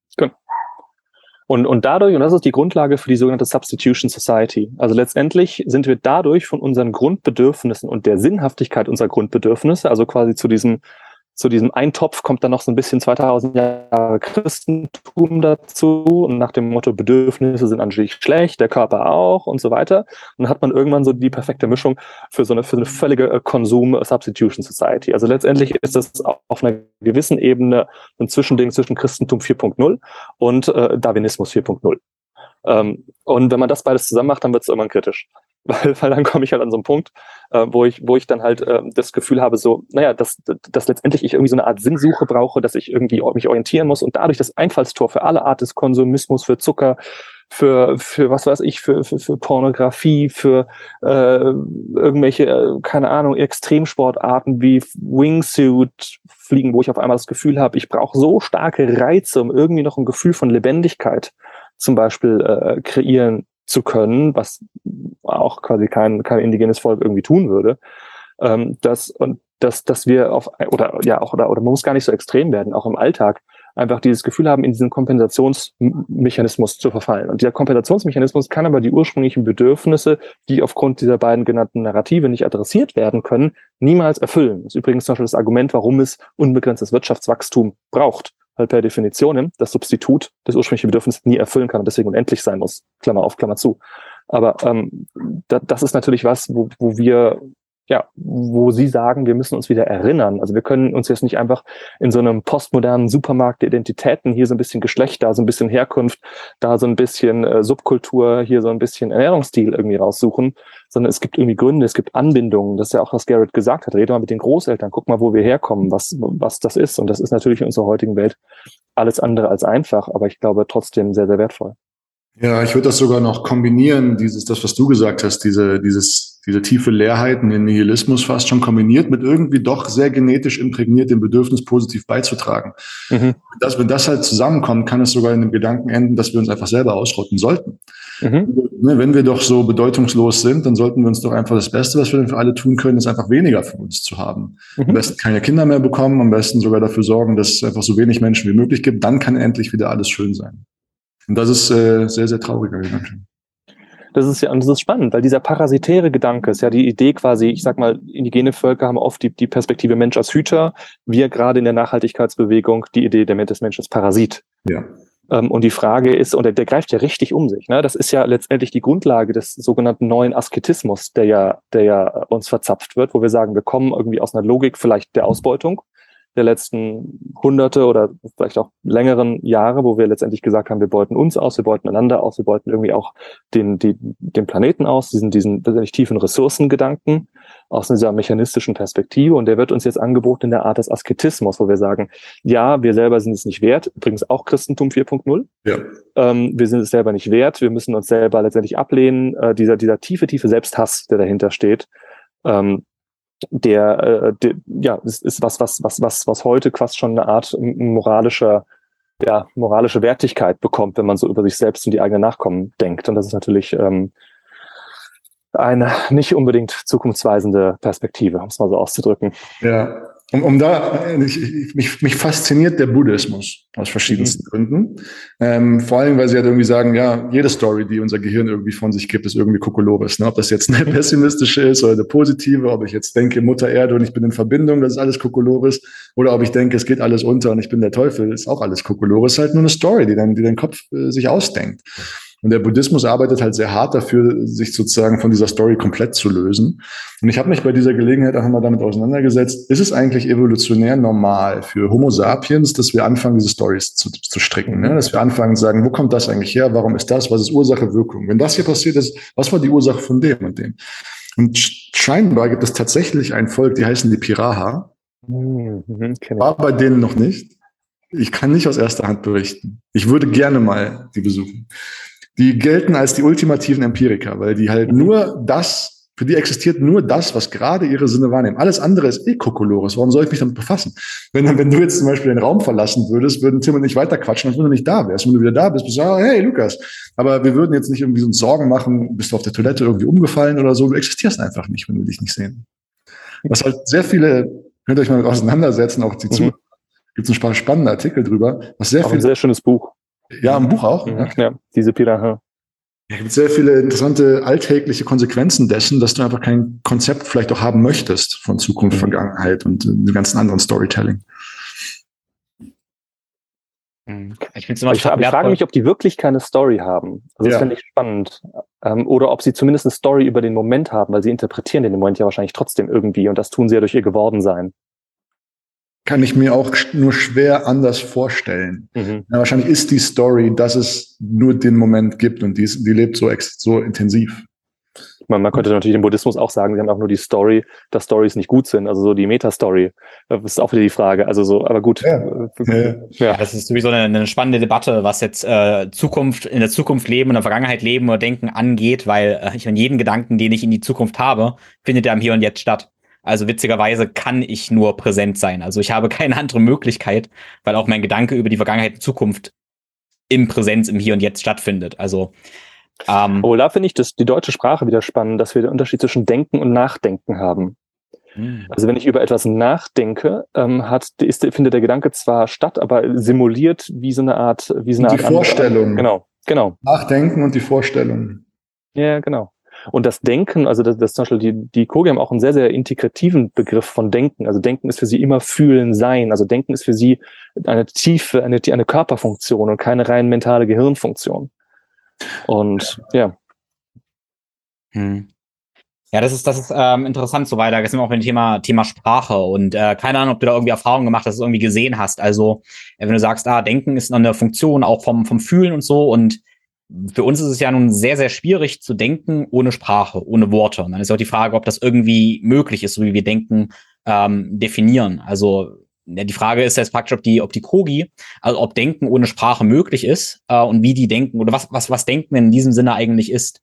Und, und dadurch, und das ist die Grundlage für die sogenannte Substitution Society, also letztendlich sind wir dadurch von unseren Grundbedürfnissen und der Sinnhaftigkeit unserer Grundbedürfnisse, also quasi zu diesem, zu diesem Eintopf kommt dann noch so ein bisschen zweitausend Jahre Christentum dazu und nach dem Motto, Bedürfnisse sind natürlich schlecht, der Körper auch und so weiter. Und dann hat man irgendwann so die perfekte Mischung für so eine, für eine völlige Konsum-Substitution Society. Also letztendlich ist das auf einer gewissen Ebene ein Zwischending zwischen Christentum vier Punkt null und äh, Darwinismus vier Punkt null. Ähm, und wenn man das beides zusammen macht, dann wird es irgendwann kritisch. Weil, weil dann komme ich halt an so einen Punkt, äh, wo ich, wo ich dann halt äh, das Gefühl habe, so, naja, dass, dass letztendlich ich irgendwie so eine Art Sinnsuche brauche, dass ich irgendwie mich orientieren muss und dadurch das Einfallstor für alle Art des Konsumismus, für Zucker, für, für was weiß ich, für, für, für Pornografie, für äh, irgendwelche, äh, keine Ahnung, Extremsportarten wie Wingsuit fliegen, wo ich auf einmal das Gefühl habe, ich brauche so starke Reize, um irgendwie noch ein Gefühl von Lebendigkeit zum Beispiel äh, kreieren zu können, was auch quasi kein, kein indigenes Volk irgendwie tun würde, ähm, dass, und dass, dass wir auf, oder, ja, auch, oder, oder man muss gar nicht so extrem werden, auch im Alltag einfach dieses Gefühl haben, in diesen Kompensationsmechanismus zu verfallen. Und dieser Kompensationsmechanismus kann aber die ursprünglichen Bedürfnisse, die aufgrund dieser beiden genannten Narrative nicht adressiert werden können, niemals erfüllen. Das ist übrigens zum Beispiel das Argument, warum es unbegrenztes Wirtschaftswachstum braucht. Weil per Definition das Substitut das ursprüngliche Bedürfnis nie erfüllen kann und deswegen unendlich sein muss. Klammer auf, Klammer zu. Aber ähm, da, das ist natürlich was, wo, wo wir, ja, wo Sie sagen, wir müssen uns wieder erinnern. Also wir können uns jetzt nicht einfach in so einem postmodernen Supermarkt der Identitäten, hier so ein bisschen Geschlecht, da so ein bisschen Herkunft, da so ein bisschen äh, Subkultur, hier so ein bisschen Ernährungsstil irgendwie raussuchen, sondern es gibt irgendwie Gründe, es gibt Anbindungen. Das ist ja auch, was Garrett gesagt hat. Rede mal mit den Großeltern, guck mal, wo wir herkommen, was, was das ist. Und das ist natürlich in unserer heutigen Welt alles andere als einfach, aber ich glaube trotzdem sehr, sehr wertvoll. Ja, ich würde das sogar noch kombinieren, dieses, das, was du gesagt hast, diese, dieses, diese tiefe Leerheit und den Nihilismus fast schon kombiniert mit irgendwie doch sehr genetisch imprägniert dem Bedürfnis positiv beizutragen. Mhm. Das, wenn das halt zusammenkommt, kann es sogar in dem Gedanken enden, dass wir uns einfach selber ausrotten sollten. Mhm. Wenn wir doch so bedeutungslos sind, dann sollten wir uns doch einfach das Beste, was wir denn für alle tun können, ist einfach weniger von uns zu haben. Mhm. Am besten keine Kinder mehr bekommen, am besten sogar dafür sorgen, dass es einfach so wenig Menschen wie möglich gibt. Dann kann endlich wieder alles schön sein. Und das ist äh, sehr, sehr trauriger Gedanke. Das ist ja, und das ist spannend, weil dieser parasitäre Gedanke ist ja die Idee quasi, ich sag mal, indigene Völker haben oft die, die Perspektive Mensch als Hüter, wir gerade in der Nachhaltigkeitsbewegung die Idee des Menschen als Parasit. Ja. Ähm, und die Frage ist, und der, der greift ja richtig um sich, ne? Das ist ja letztendlich die Grundlage des sogenannten neuen Asketismus, der ja, der ja uns verzapft wird, wo wir sagen, wir kommen irgendwie aus einer Logik vielleicht der Ausbeutung der letzten Hunderte oder vielleicht auch längeren Jahre, wo wir letztendlich gesagt haben, wir beuten uns aus, wir beuten einander aus, wir beuten irgendwie auch den, die, den Planeten aus, diesen, diesen letztendlich tiefen Ressourcengedanken aus dieser mechanistischen Perspektive. Und der wird uns jetzt angeboten in der Art des Asketismus, wo wir sagen, ja, wir selber sind es nicht wert, übrigens auch Christentum vier Punkt null. Ja. Ähm, wir sind es selber nicht wert, wir müssen uns selber letztendlich ablehnen. Äh, dieser, dieser tiefe, tiefe Selbsthass, der dahinter steht, ähm, der, äh, der ja, ist, ist was, was, was, was, was heute fast schon eine Art moralischer, ja, moralische Wertigkeit bekommt, wenn man so über sich selbst und die eigenen Nachkommen denkt. Und das ist natürlich ähm, eine nicht unbedingt zukunftsweisende Perspektive, um es mal so auszudrücken. Ja, um, um da, ich, ich, mich, mich fasziniert der Buddhismus aus verschiedensten mhm. Gründen. Ähm, vor allem, weil sie halt irgendwie sagen, ja, jede Story, die unser Gehirn irgendwie von sich gibt, ist irgendwie Kokolores. Ne? Ob das jetzt eine pessimistische ist oder eine positive, ob ich jetzt denke, Mutter Erde und ich bin in Verbindung, das ist alles Kokolores. Oder ob ich denke, es geht alles unter und ich bin der Teufel, ist auch alles Kokolores. Ist halt nur eine Story, die dann, die dein Kopf äh, sich ausdenkt. Und der Buddhismus arbeitet halt sehr hart dafür, sich sozusagen von dieser Story komplett zu lösen. Und ich habe mich bei dieser Gelegenheit auch mal damit auseinandergesetzt, ist es eigentlich evolutionär normal für Homo sapiens, dass wir anfangen, diese Stories zu, zu stricken, ne? Dass wir anfangen zu sagen, wo kommt das eigentlich her, warum ist das, was ist Ursache, Wirkung? Wenn das hier passiert ist, was war die Ursache von dem und dem? Und scheinbar gibt es tatsächlich ein Volk, die heißen die Piraha. Mhm, war bei denen noch nicht. Ich kann nicht aus erster Hand berichten. Ich würde gerne mal die besuchen. Die gelten als die ultimativen Empiriker, weil die halt mhm. nur das, für die existiert nur das, was gerade ihre Sinne wahrnehmen. Alles andere ist eh Kokolores. Warum soll ich mich damit befassen? Wenn, wenn du jetzt zum Beispiel den Raum verlassen würdest, würden Tim und ich weiter quatschen, als wenn du nicht da wärst. Wenn du wieder da bist, bist du, ah, hey, Lukas. Aber wir würden jetzt nicht irgendwie uns Sorgen machen, bist du auf der Toilette irgendwie umgefallen oder so. Du existierst einfach nicht, wenn wir dich nicht sehen. Was halt sehr viele, könnt ihr euch mal mit auseinandersetzen, auch die mhm. zu. Gibt es ein spannender Artikel drüber. Was sehr auch viel, ein sehr schönes Buch. Ja, im Buch auch. Mhm. Ja, ja, diese Piraha. Es gibt sehr viele interessante alltägliche Konsequenzen dessen, dass du einfach kein Konzept vielleicht auch haben möchtest von Zukunft, mhm. Vergangenheit und dem ganzen anderen Storytelling. Ich, ich, ich frage mich, ob die wirklich keine Story haben. Also das ja. finde ich spannend. Ähm, oder ob sie zumindest eine Story über den Moment haben, weil sie interpretieren den Moment ja wahrscheinlich trotzdem irgendwie und das tun sie ja durch ihr Gewordensein. Kann ich mir auch nur schwer anders vorstellen. Mhm. Ja, wahrscheinlich ist die Story, dass es nur den Moment gibt und die, ist, die lebt so, ex, so intensiv. Man, man könnte natürlich im Buddhismus auch sagen, sie haben auch nur die Story, dass Stories nicht gut sind, also so die Meta-Story. Das ist auch wieder die Frage. Also so, aber gut. Ja, ja. ja das ist sowieso eine, eine spannende Debatte, was jetzt äh, Zukunft, in der Zukunft leben und in der Vergangenheit leben oder denken angeht, weil äh, ich meine, jeden Gedanken, den ich in die Zukunft habe, findet ja im Hier und Jetzt statt. Also witzigerweise kann ich nur präsent sein. Also ich habe keine andere Möglichkeit, weil auch mein Gedanke über die Vergangenheit und Zukunft im Präsenz, im Hier und Jetzt stattfindet. Also ähm, oh, da finde ich das, die deutsche Sprache wieder spannend, dass wir den Unterschied zwischen Denken und Nachdenken haben. Hm. Also wenn ich über etwas nachdenke, ähm, hat, ist, findet der Gedanke zwar statt, aber simuliert wie so eine Art, wie so eine und die Art Vorstellung. Andere, genau, genau. Nachdenken und die Vorstellung. Ja, genau. Und das Denken, also das, das zum Beispiel die, die Kogi haben auch einen sehr, sehr integrativen Begriff von Denken. Also Denken ist für sie immer Fühlen, Sein. Also Denken ist für sie eine tiefe, eine, eine Körperfunktion und keine rein mentale Gehirnfunktion. Und ja. Hm. Ja, das ist, das ist ähm, interessant so weiter. Das sind wir auch beim Thema, Thema Sprache. Und äh, keine Ahnung, ob du da irgendwie Erfahrungen gemacht hast, dass du irgendwie gesehen hast. Also, wenn du sagst, ah, Denken ist eine Funktion auch vom, vom Fühlen und so. Und für uns ist es ja nun sehr, sehr schwierig zu denken ohne Sprache, ohne Worte. Und dann ist auch die Frage, ob das irgendwie möglich ist, so wie wir Denken ähm, definieren. Also ja, die Frage ist jetzt praktisch, ob die, ob die Kogi, also ob Denken ohne Sprache möglich ist äh, und wie die denken oder was, was, was Denken in diesem Sinne eigentlich ist.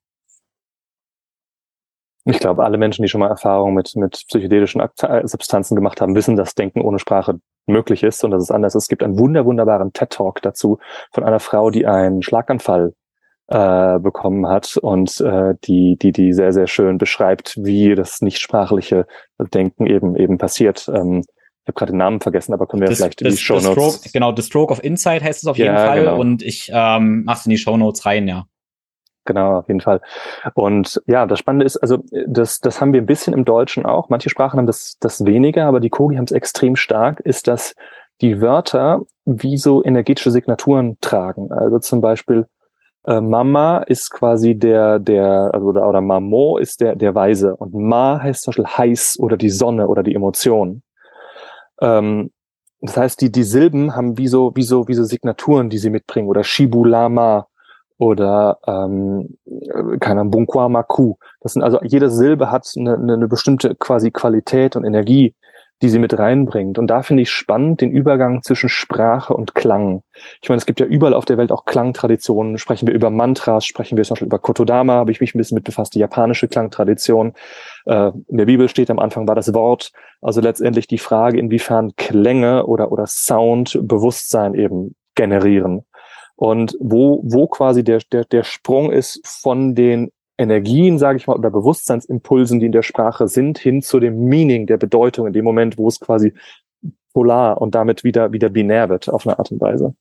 Ich glaube, alle Menschen, die schon mal Erfahrungen mit, mit psychedelischen Substanzen gemacht haben, wissen, dass Denken ohne Sprache möglich ist und dass es anders ist. Es gibt einen wunder, wunderbaren TED-Talk dazu von einer Frau, die einen Schlaganfall äh, bekommen hat und äh, die, die, die sehr, sehr schön beschreibt, wie das nichtsprachliche Denken eben, eben passiert. Ähm, ich habe gerade den Namen vergessen, aber können wir das, vielleicht in das, die Shownotes... Genau, The Stroke of Insight heißt es auf jeden ja, Fall genau. Und ich ähm, mach's in die Shownotes rein, ja. Genau, auf jeden Fall. Und ja, das Spannende ist, also das, das haben wir ein bisschen im Deutschen auch. Manche Sprachen haben das, das weniger, aber die Kogi haben es extrem stark, ist, dass die Wörter wie so energetische Signaturen tragen. Also zum Beispiel äh, Mama ist quasi der, der, also oder, oder Mamo ist der, der Weise. Und Ma heißt zum Beispiel heiß oder die Sonne oder die Emotion. Ähm, das heißt, die, die Silben haben wie so, wie so, wie so Signaturen, die sie mitbringen. Oder Shibulama oder ähm, keine Ahnung, Bunqua Maku. Das sind also, jede Silbe hat eine, eine, eine bestimmte quasi Qualität und Energie, die sie mit reinbringt. Und da finde ich spannend den Übergang zwischen Sprache und Klang. Ich meine, es gibt ja überall auf der Welt auch Klangtraditionen. Sprechen wir über Mantras, sprechen wir zum Beispiel über Kotodama, habe ich mich ein bisschen mit befasst, die japanische Klangtradition. Äh, in der Bibel steht am Anfang war das Wort. Also letztendlich die Frage, inwiefern Klänge oder, oder Sound Bewusstsein eben generieren. Und wo, wo quasi der, der, der Sprung ist von den Energien, sage ich mal, oder Bewusstseinsimpulsen, die in der Sprache sind, hin zu dem Meaning, der Bedeutung, in dem Moment, wo es quasi polar und damit wieder, wieder binär wird, auf eine Art und Weise.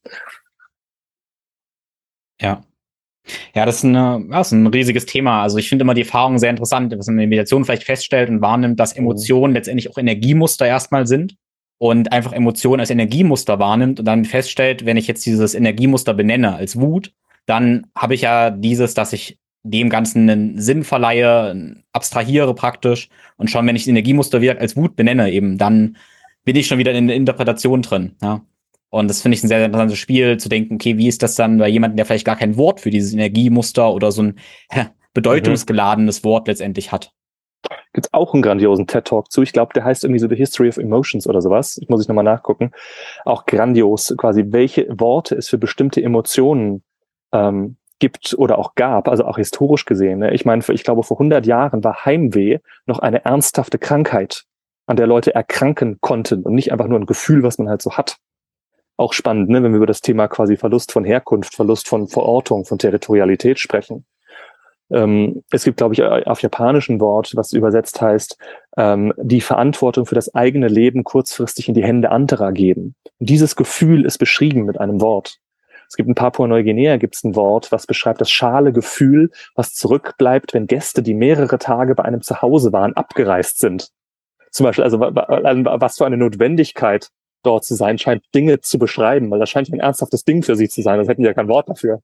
Ja. Ja, das ist, eine, ja, das ist ein riesiges Thema. Also ich finde immer die Erfahrung sehr interessant, was man in der Meditation vielleicht feststellt und wahrnimmt, dass Emotionen mhm. letztendlich auch Energiemuster erstmal sind und einfach Emotionen als Energiemuster wahrnimmt und dann feststellt, wenn ich jetzt dieses Energiemuster benenne als Wut, dann habe ich ja dieses, dass ich dem Ganzen einen Sinn verleihe, abstrahiere praktisch und schon, wenn ich das Energiemuster wieder als Wut benenne eben, dann bin ich schon wieder in der Interpretation drin, ja. Und das finde ich ein sehr, sehr interessantes Spiel, zu denken, okay, wie ist das dann bei jemandem, der vielleicht gar kein Wort für dieses Energiemuster oder so ein hä, bedeutungsgeladenes mhm. Wort letztendlich hat. Gibt's auch einen grandiosen TED-Talk zu. Ich glaube, der heißt irgendwie so The History of Emotions oder sowas. Ich muss ich nochmal nachgucken. Auch grandios, quasi, welche Worte es für bestimmte Emotionen ähm, gibt oder auch gab, also auch historisch gesehen. Ne? Ich meine, ich glaube, vor hundert Jahren war Heimweh noch eine ernsthafte Krankheit, an der Leute erkranken konnten und nicht einfach nur ein Gefühl, was man halt so hat. Auch spannend, ne, wenn wir über das Thema quasi Verlust von Herkunft, Verlust von Verortung, von Territorialität sprechen. Ähm, es gibt, glaube ich, auf Japanisch ein Wort, was übersetzt heißt, ähm, die Verantwortung für das eigene Leben kurzfristig in die Hände anderer geben. Und dieses Gefühl ist beschrieben mit einem Wort. Es gibt in Papua-Neuguinea gibt es ein Wort, was beschreibt das schale Gefühl, was zurückbleibt, wenn Gäste, die mehrere Tage bei einem Zuhause waren, abgereist sind. Zum Beispiel, also was für eine Notwendigkeit dort zu sein scheint, Dinge zu beschreiben, weil das scheint ein ernsthaftes Ding für sie zu sein. Das hätten die ja kein Wort dafür.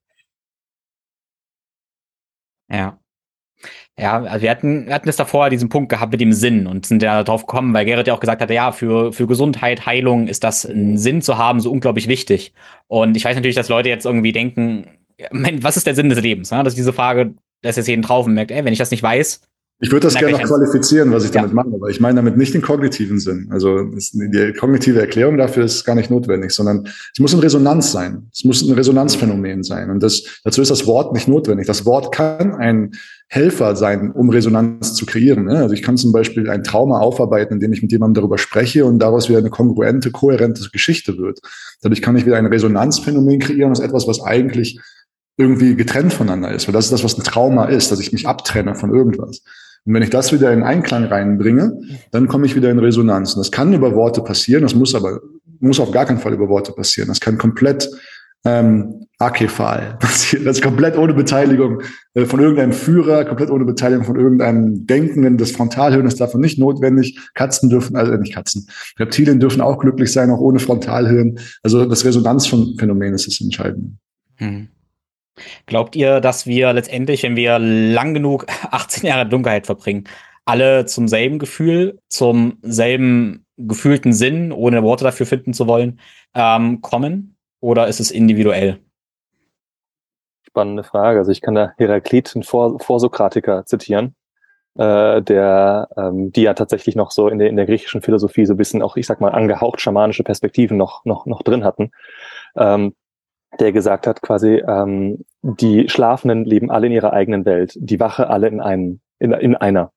Ja. Ja, also wir hatten, wir hatten es davor diesen Punkt gehabt mit dem Sinn und sind ja drauf gekommen, weil Gerrit ja auch gesagt hatte, ja, für, für Gesundheit, Heilung ist das, einen Sinn zu haben, so unglaublich wichtig. Und ich weiß natürlich, dass Leute jetzt irgendwie denken, was ist der Sinn des Lebens? Ne? Das ist diese Frage, dass jetzt jeden drauf und merkt, ey, wenn ich das nicht weiß. Ich würde das gerne noch qualifizieren, was ich damit ja. mache, aber ich meine damit nicht den kognitiven Sinn. Also die kognitive Erklärung dafür ist gar nicht notwendig, sondern es muss in Resonanz sein. Es muss ein Resonanzphänomen sein. Und das, dazu ist das Wort nicht notwendig. Das Wort kann ein Helfer sein, um Resonanz zu kreieren. Also ich kann zum Beispiel ein Trauma aufarbeiten, indem ich mit jemandem darüber spreche und daraus wieder eine kongruente, kohärente Geschichte wird. Dadurch kann ich wieder ein Resonanzphänomen kreieren, das ist etwas, was eigentlich irgendwie getrennt voneinander ist. Weil das ist das, was ein Trauma ist, dass ich mich abtrenne von irgendwas. Und wenn ich das wieder in Einklang reinbringe, dann komme ich wieder in Resonanz. Und das kann über Worte passieren, das muss aber, muss auf gar keinen Fall über Worte passieren. Das kann komplett ähm, akephal passieren. Das ist komplett ohne Beteiligung äh, von irgendeinem Führer, komplett ohne Beteiligung von irgendeinem Denkenden. Das Frontalhirn ist davon nicht notwendig. Katzen dürfen, also nicht Katzen, Reptilien dürfen auch glücklich sein, auch ohne Frontalhirn. Also das Resonanzphänomen ist das Entscheidende. Hm. Glaubt ihr, dass wir letztendlich, wenn wir lang genug achtzehn Jahre Dunkelheit verbringen, alle zum selben Gefühl, zum selben gefühlten Sinn, ohne Worte dafür finden zu wollen, ähm, kommen? Oder ist es individuell? Spannende Frage. Also ich kann da Heraklit, einen Vor- Vorsokratiker, zitieren, äh, der, ähm, die ja tatsächlich noch so in der, in der griechischen Philosophie so ein bisschen auch, ich sag mal, angehaucht schamanische Perspektiven noch, noch, noch drin hatten. Ähm, der gesagt hat, quasi, ähm, die Schlafenden leben alle in ihrer eigenen Welt, die Wache alle in einem, in, in einer.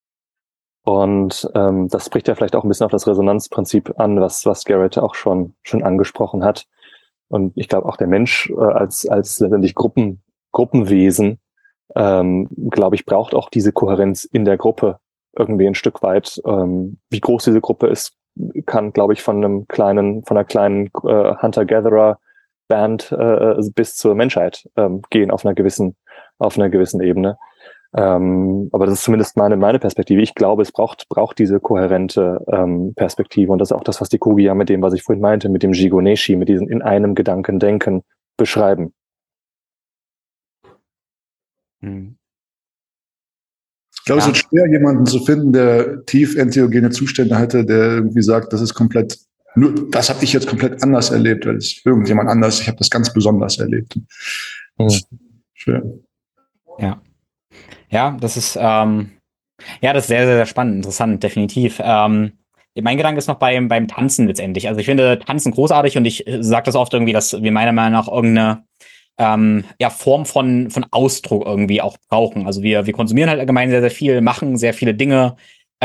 Und ähm, das spricht ja vielleicht auch ein bisschen auf das Resonanzprinzip an, was was Garrett auch schon schon angesprochen hat. Und ich glaube auch der Mensch äh, als als letztendlich Gruppen Gruppenwesen, ähm, glaube ich, braucht auch diese Kohärenz in der Gruppe irgendwie ein Stück weit. Ähm, wie groß diese Gruppe ist, kann, glaube ich, von einem kleinen, von einer kleinen äh, Hunter-Gatherer Band äh, bis zur Menschheit ähm, gehen auf einer gewissen auf einer gewissen Ebene. Ähm, aber das ist zumindest meine, meine Perspektive. Ich glaube, es braucht, braucht diese kohärente ähm, Perspektive. Und das ist auch das, was die Kogi ja mit dem, was ich vorhin meinte, mit dem Jigoneshi, mit diesem in einem Gedanken denken, beschreiben. Hm. Ich glaube, ja. Es wird schwer, jemanden zu finden, der tief entheogene Zustände hatte, der irgendwie sagt, das ist komplett, nur das habe ich jetzt komplett anders erlebt, weil es irgendjemand anders, ich habe das ganz besonders erlebt. Mhm. Schwer. Ja. Ja, das ist, ähm, ja, das ist sehr, sehr, sehr spannend, interessant, definitiv. Ähm, mein Gedanke ist noch beim, beim Tanzen letztendlich. Also ich finde Tanzen großartig und ich sage das oft irgendwie, dass wir meiner Meinung nach irgendeine ähm, ja, Form von, von Ausdruck irgendwie auch brauchen. Also wir, wir konsumieren halt allgemein sehr, sehr viel, machen sehr viele Dinge,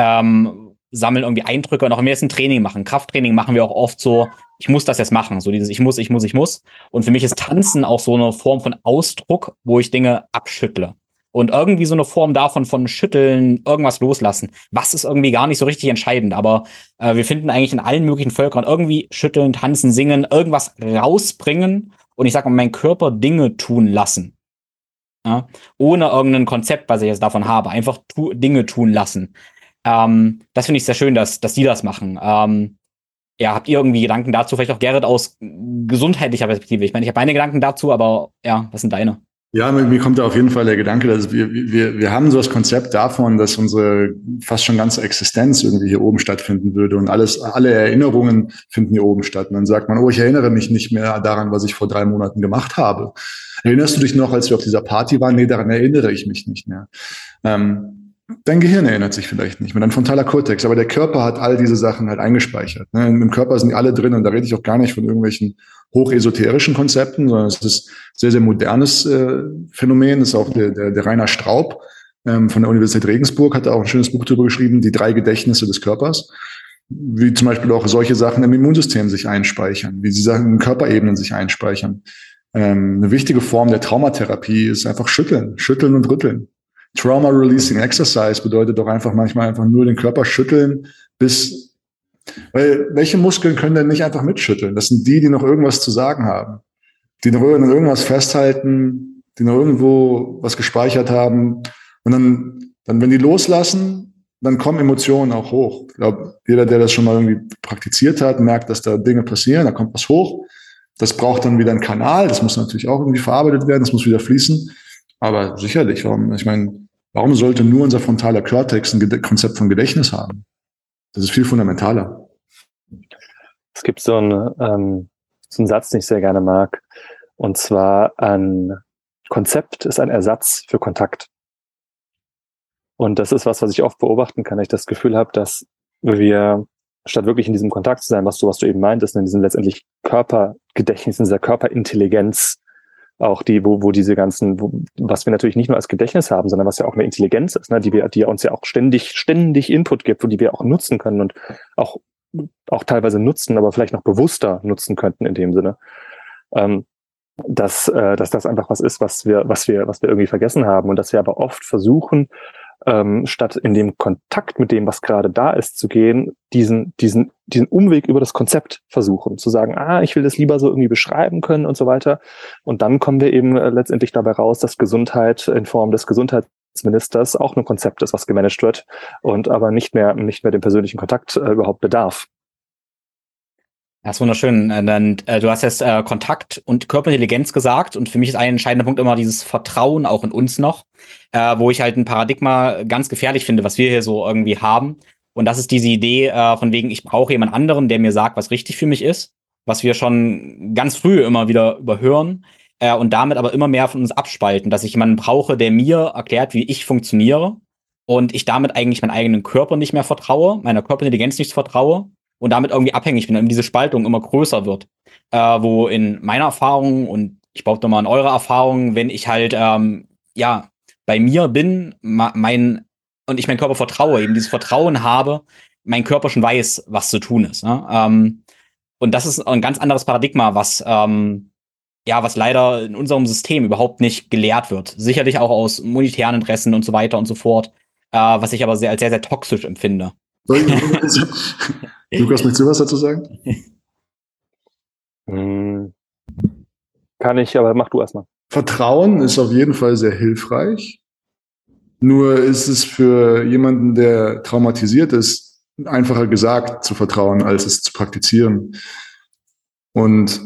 ähm, sammeln irgendwie Eindrücke und auch wenn wir jetzt ein Training machen, Krafttraining machen wir auch oft so, ich muss das jetzt machen, so dieses ich muss, ich muss, ich muss. Und für mich ist Tanzen auch so eine Form von Ausdruck, wo ich Dinge abschüttle. Und irgendwie so eine Form davon von schütteln, irgendwas loslassen. Was ist irgendwie gar nicht so richtig entscheidend, aber äh, wir finden eigentlich in allen möglichen Völkern irgendwie schütteln, tanzen, singen, irgendwas rausbringen und ich sag mal, mein Körper Dinge tun lassen. Ja? Ohne irgendein Konzept, was ich jetzt davon habe. Einfach tu- Dinge tun lassen. Ähm, das finde ich sehr schön, dass, dass die das machen. Ähm, ja, habt ihr irgendwie Gedanken dazu? Vielleicht auch Gerrit aus gesundheitlicher Perspektive. Ich meine, ich habe meine Gedanken dazu, aber ja, was sind deine? Ja, mir kommt da auf jeden Fall der Gedanke, dass wir, wir, wir haben so das Konzept davon, dass unsere fast schon ganze Existenz irgendwie hier oben stattfinden würde und alles, alle Erinnerungen finden hier oben statt. Und dann sagt man, oh, ich erinnere mich nicht mehr daran, was ich vor drei Monaten gemacht habe. Erinnerst du dich noch, als wir auf dieser Party waren? Nee, daran erinnere ich mich nicht mehr. Ähm, Dein Gehirn erinnert sich vielleicht nicht mehr, dein frontaler Kortex, aber der Körper hat all diese Sachen halt eingespeichert. Ne? Im Körper sind die alle drin und da rede ich auch gar nicht von irgendwelchen hochesoterischen Konzepten, sondern es ist sehr, sehr modernes äh, Phänomen. Das ist auch der, der, der Rainer Straub ähm, von der Universität Regensburg, hat da auch ein schönes Buch darüber geschrieben, die drei Gedächtnisse des Körpers, wie zum Beispiel auch solche Sachen im Immunsystem sich einspeichern, wie sie Sachen in Körperebenen sich einspeichern. Ähm, eine wichtige Form der Traumatherapie ist einfach schütteln, schütteln und rütteln. Trauma Releasing Exercise bedeutet doch einfach manchmal einfach nur den Körper schütteln, bis, weil welche Muskeln können denn nicht einfach mitschütteln? Das sind die, die noch irgendwas zu sagen haben, die noch irgendwas festhalten, die noch irgendwo was gespeichert haben. Und dann, dann wenn die loslassen, dann kommen Emotionen auch hoch. Ich glaube, jeder, der das schon mal irgendwie praktiziert hat, merkt, dass da Dinge passieren, da kommt was hoch. Das braucht dann wieder einen Kanal, das muss natürlich auch irgendwie verarbeitet werden, das muss wieder fließen. Aber sicherlich, warum, ich meine, warum sollte nur unser frontaler Kortex ein Gede- Konzept von Gedächtnis haben? Das ist viel fundamentaler. Es gibt so einen, ähm, so einen Satz, den ich sehr gerne mag. Und zwar, ein Konzept ist ein Ersatz für Kontakt. Und das ist was, was ich oft beobachten kann, dass ich das Gefühl habe, dass wir, statt wirklich in diesem Kontakt zu sein, was du, was du eben meintest, in diesem letztendlich Körpergedächtnis, in dieser Körperintelligenz, auch die, wo, wo diese ganzen, wo, was wir natürlich nicht nur als Gedächtnis haben, sondern was ja auch eine Intelligenz ist, ne, die wir, die uns ja auch ständig, ständig Input gibt, und die wir auch nutzen können und auch, auch teilweise nutzen, aber vielleicht noch bewusster nutzen könnten in dem Sinne, ähm, dass, äh, dass das einfach was ist, was wir, was wir, was wir irgendwie vergessen haben und dass wir aber oft versuchen, ähm, statt in dem Kontakt mit dem, was gerade da ist, zu gehen, diesen, diesen, diesen Umweg über das Konzept versuchen, zu sagen, ah, ich will das lieber so irgendwie beschreiben können und so weiter. Und dann kommen wir eben äh, letztendlich dabei raus, dass Gesundheit in Form des Gesundheitsministers auch ein Konzept ist, was gemanagt wird und aber nicht mehr, nicht mehr den persönlichen Kontakt äh, überhaupt bedarf. Das ist wunderschön. Äh, dann, äh, du hast jetzt äh, Kontakt und Körperintelligenz gesagt und für mich ist ein entscheidender Punkt immer dieses Vertrauen auch in uns noch, äh, wo ich halt ein Paradigma ganz gefährlich finde, was wir hier so irgendwie haben. Und das ist diese Idee äh, von wegen, ich brauche jemand anderen, der mir sagt, was richtig für mich ist, was wir schon ganz früh immer wieder überhören äh, und damit aber immer mehr von uns abspalten, dass ich jemanden brauche, der mir erklärt, wie ich funktioniere und ich damit eigentlich meinen eigenen Körper nicht mehr vertraue, meiner Körperintelligenz nicht vertraue und damit irgendwie abhängig bin und diese Spaltung immer größer wird. Äh, wo in meiner Erfahrung, und ich baue doch mal an eure Erfahrung, wenn ich halt, ähm, ja, bei mir bin, ma- mein, und ich meinem Körper vertraue, eben dieses Vertrauen habe, mein Körper schon weiß, was zu tun ist. Ne? Ähm, und das ist ein ganz anderes Paradigma, was, ähm, ja, was leider in unserem System überhaupt nicht gelehrt wird. Sicherlich auch aus monetären Interessen und so weiter und so fort, äh, was ich aber sehr, als sehr, sehr toxisch empfinde. Lukas, möchtest du was dazu sagen? Hm. Kann ich, aber mach du erstmal. Vertrauen ist auf jeden Fall sehr hilfreich. Nur ist es für jemanden, der traumatisiert ist, einfacher gesagt zu vertrauen, als es zu praktizieren. Und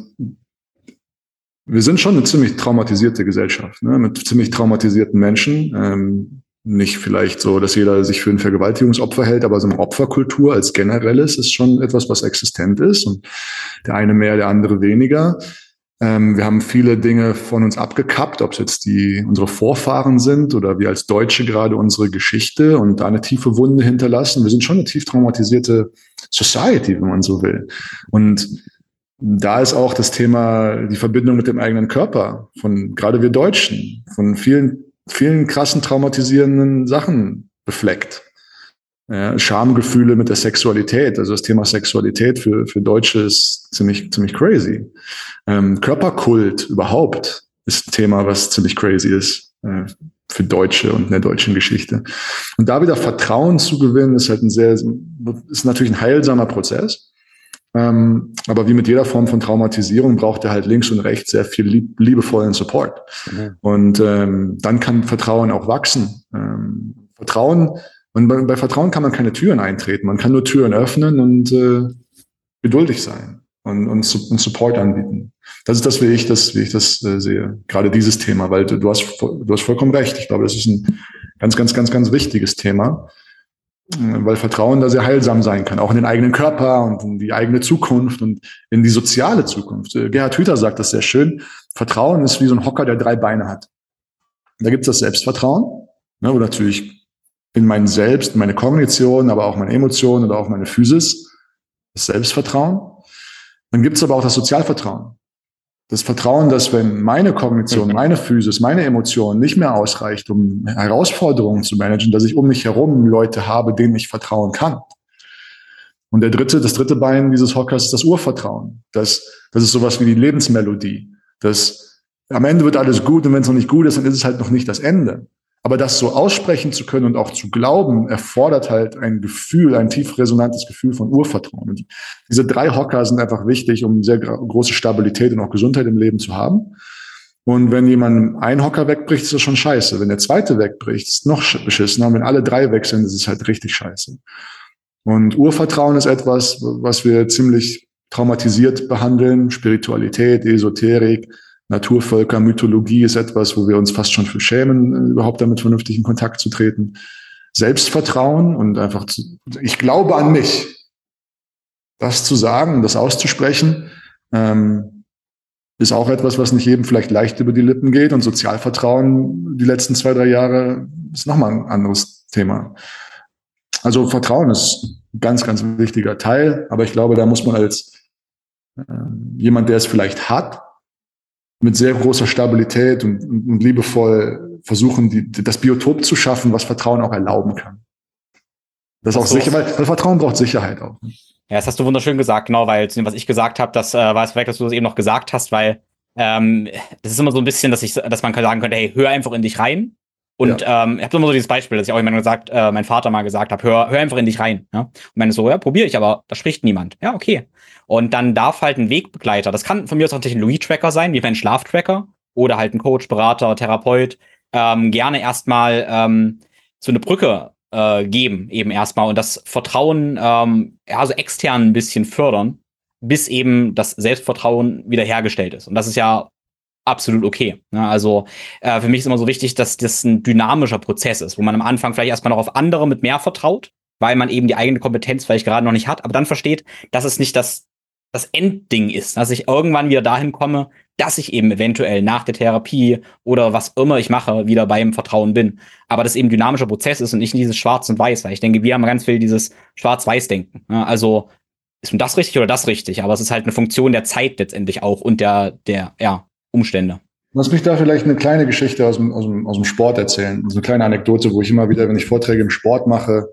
wir sind schon eine ziemlich traumatisierte Gesellschaft, ne? Mit ziemlich traumatisierten Menschen. Ähm, nicht vielleicht so, dass jeder sich für ein Vergewaltigungsopfer hält, aber so eine Opferkultur als generelles ist schon etwas, was existent ist. Und der eine mehr, der andere weniger. Ähm, wir haben viele Dinge von uns abgekappt, ob es jetzt die unsere Vorfahren sind oder wir als Deutsche gerade unsere Geschichte und da eine tiefe Wunde hinterlassen. Wir sind schon eine tief traumatisierte Society, wenn man so will. Und da ist auch das Thema die Verbindung mit dem eigenen Körper von gerade wir Deutschen, von vielen, vielen krassen traumatisierenden Sachen befleckt. Ja, Schamgefühle mit der Sexualität, also das Thema Sexualität für, für Deutsche ist ziemlich, ziemlich crazy. Ähm, Körperkult überhaupt ist ein Thema, was ziemlich crazy ist äh, für Deutsche und in der deutschen Geschichte. Und da wieder Vertrauen zu gewinnen, ist halt ein sehr, ist natürlich ein heilsamer Prozess. Ähm, aber wie mit jeder Form von Traumatisierung braucht er halt links und rechts sehr viel lieb, liebevollen Support. Mhm. Und ähm, dann kann Vertrauen auch wachsen. Ähm, Vertrauen Und bei, bei Vertrauen kann man keine Türen eintreten. Man kann nur Türen öffnen und äh, geduldig sein und, und, und Support anbieten. Das ist das, wie ich das, wie ich das äh, sehe. Gerade dieses Thema, weil du, du hast, du hast vollkommen recht. Ich glaube, das ist ein ganz, ganz, ganz, ganz wichtiges Thema, äh, weil Vertrauen da sehr heilsam sein kann, auch in den eigenen Körper und in die eigene Zukunft und in die soziale Zukunft. Äh, Gerhard Hüther sagt das sehr schön. Vertrauen ist wie so ein Hocker, der drei Beine hat. Da gibt es das Selbstvertrauen, ne, wo natürlich in mein Selbst, meine Kognition, aber auch meine Emotionen oder auch meine Physis, das Selbstvertrauen. Dann gibt es aber auch das Sozialvertrauen. Das Vertrauen, dass wenn meine Kognition, meine Physis, meine Emotionen nicht mehr ausreicht, um Herausforderungen zu managen, dass ich um mich herum Leute habe, denen ich vertrauen kann. Und der dritte, das dritte Bein dieses Hockers ist das Urvertrauen. Das, das ist sowas wie die Lebensmelodie. Das, am Ende wird alles gut und wenn es noch nicht gut ist, dann ist es halt noch nicht das Ende. Aber das so aussprechen zu können und auch zu glauben, erfordert halt ein Gefühl, ein tief resonantes Gefühl von Urvertrauen. Und diese drei Hocker sind einfach wichtig, um sehr große Stabilität und auch Gesundheit im Leben zu haben. Und wenn jemand ein Hocker wegbricht, ist das schon scheiße. Wenn der zweite wegbricht, ist es noch beschissener. Und wenn alle drei weg sind, ist es halt richtig scheiße. Und Urvertrauen ist etwas, was wir ziemlich traumatisiert behandeln. Spiritualität, Esoterik, Naturvölker, Mythologie ist etwas, wo wir uns fast schon für schämen, überhaupt damit vernünftig in Kontakt zu treten. Selbstvertrauen und einfach, zu, ich glaube an mich. Das zu sagen, das auszusprechen, ähm, ist auch etwas, was nicht jedem vielleicht leicht über die Lippen geht. Und Sozialvertrauen die letzten zwei, drei Jahre ist nochmal ein anderes Thema. Also Vertrauen ist ein ganz, ganz wichtiger Teil. Aber ich glaube, da muss man als äh, jemand, der es vielleicht hat, mit sehr großer Stabilität und, und, und liebevoll versuchen, die, das Biotop zu schaffen, was Vertrauen auch erlauben kann. Das ist auch sicher, weil, weil Vertrauen braucht Sicherheit auch. Ja, das hast du wunderschön gesagt, genau, weil zu dem, was ich gesagt habe, das äh, war es perfekt, dass du das eben noch gesagt hast, weil ähm, das ist immer so ein bisschen, dass ich, dass man sagen könnte, hey, hör einfach in dich rein. Und ja. ähm, ich habe immer so dieses Beispiel, dass ich auch jemandem gesagt, äh, mein Vater mal gesagt habe, hör, hör einfach in dich rein. Ja? Und meine so, ja, probiere ich, aber da spricht niemand. Ja, okay. Und dann darf halt ein Wegbegleiter, das kann von mir aus auch ein Technologie-Tracker sein, wie mein Schlaftracker oder halt ein Coach, Berater, Therapeut, ähm, gerne erstmal ähm, so eine Brücke äh, geben, eben erstmal und das Vertrauen ähm, ja, so extern ein bisschen fördern, bis eben das Selbstvertrauen wiederhergestellt ist. Und das ist ja absolut okay. Ja, also äh, für mich ist immer so wichtig, dass das ein dynamischer Prozess ist, wo man am Anfang vielleicht erstmal noch auf andere mit mehr vertraut, weil man eben die eigene Kompetenz vielleicht gerade noch nicht hat, aber dann versteht, dass es nicht das, das Endding ist, dass ich irgendwann wieder dahin komme, dass ich eben eventuell nach der Therapie oder was immer ich mache, wieder beim Vertrauen bin. Aber das eben ein dynamischer Prozess ist und nicht dieses Schwarz und Weiß, weil ich denke, wir haben ganz viel dieses Schwarz-Weiß-Denken. Ja, also ist nun das richtig oder das richtig, aber es ist halt eine Funktion der Zeit letztendlich auch und der, der, ja, Umstände. Lass mich da vielleicht eine kleine Geschichte aus dem, aus dem, aus dem Sport erzählen. So eine kleine Anekdote, wo ich immer wieder, wenn ich Vorträge im Sport mache,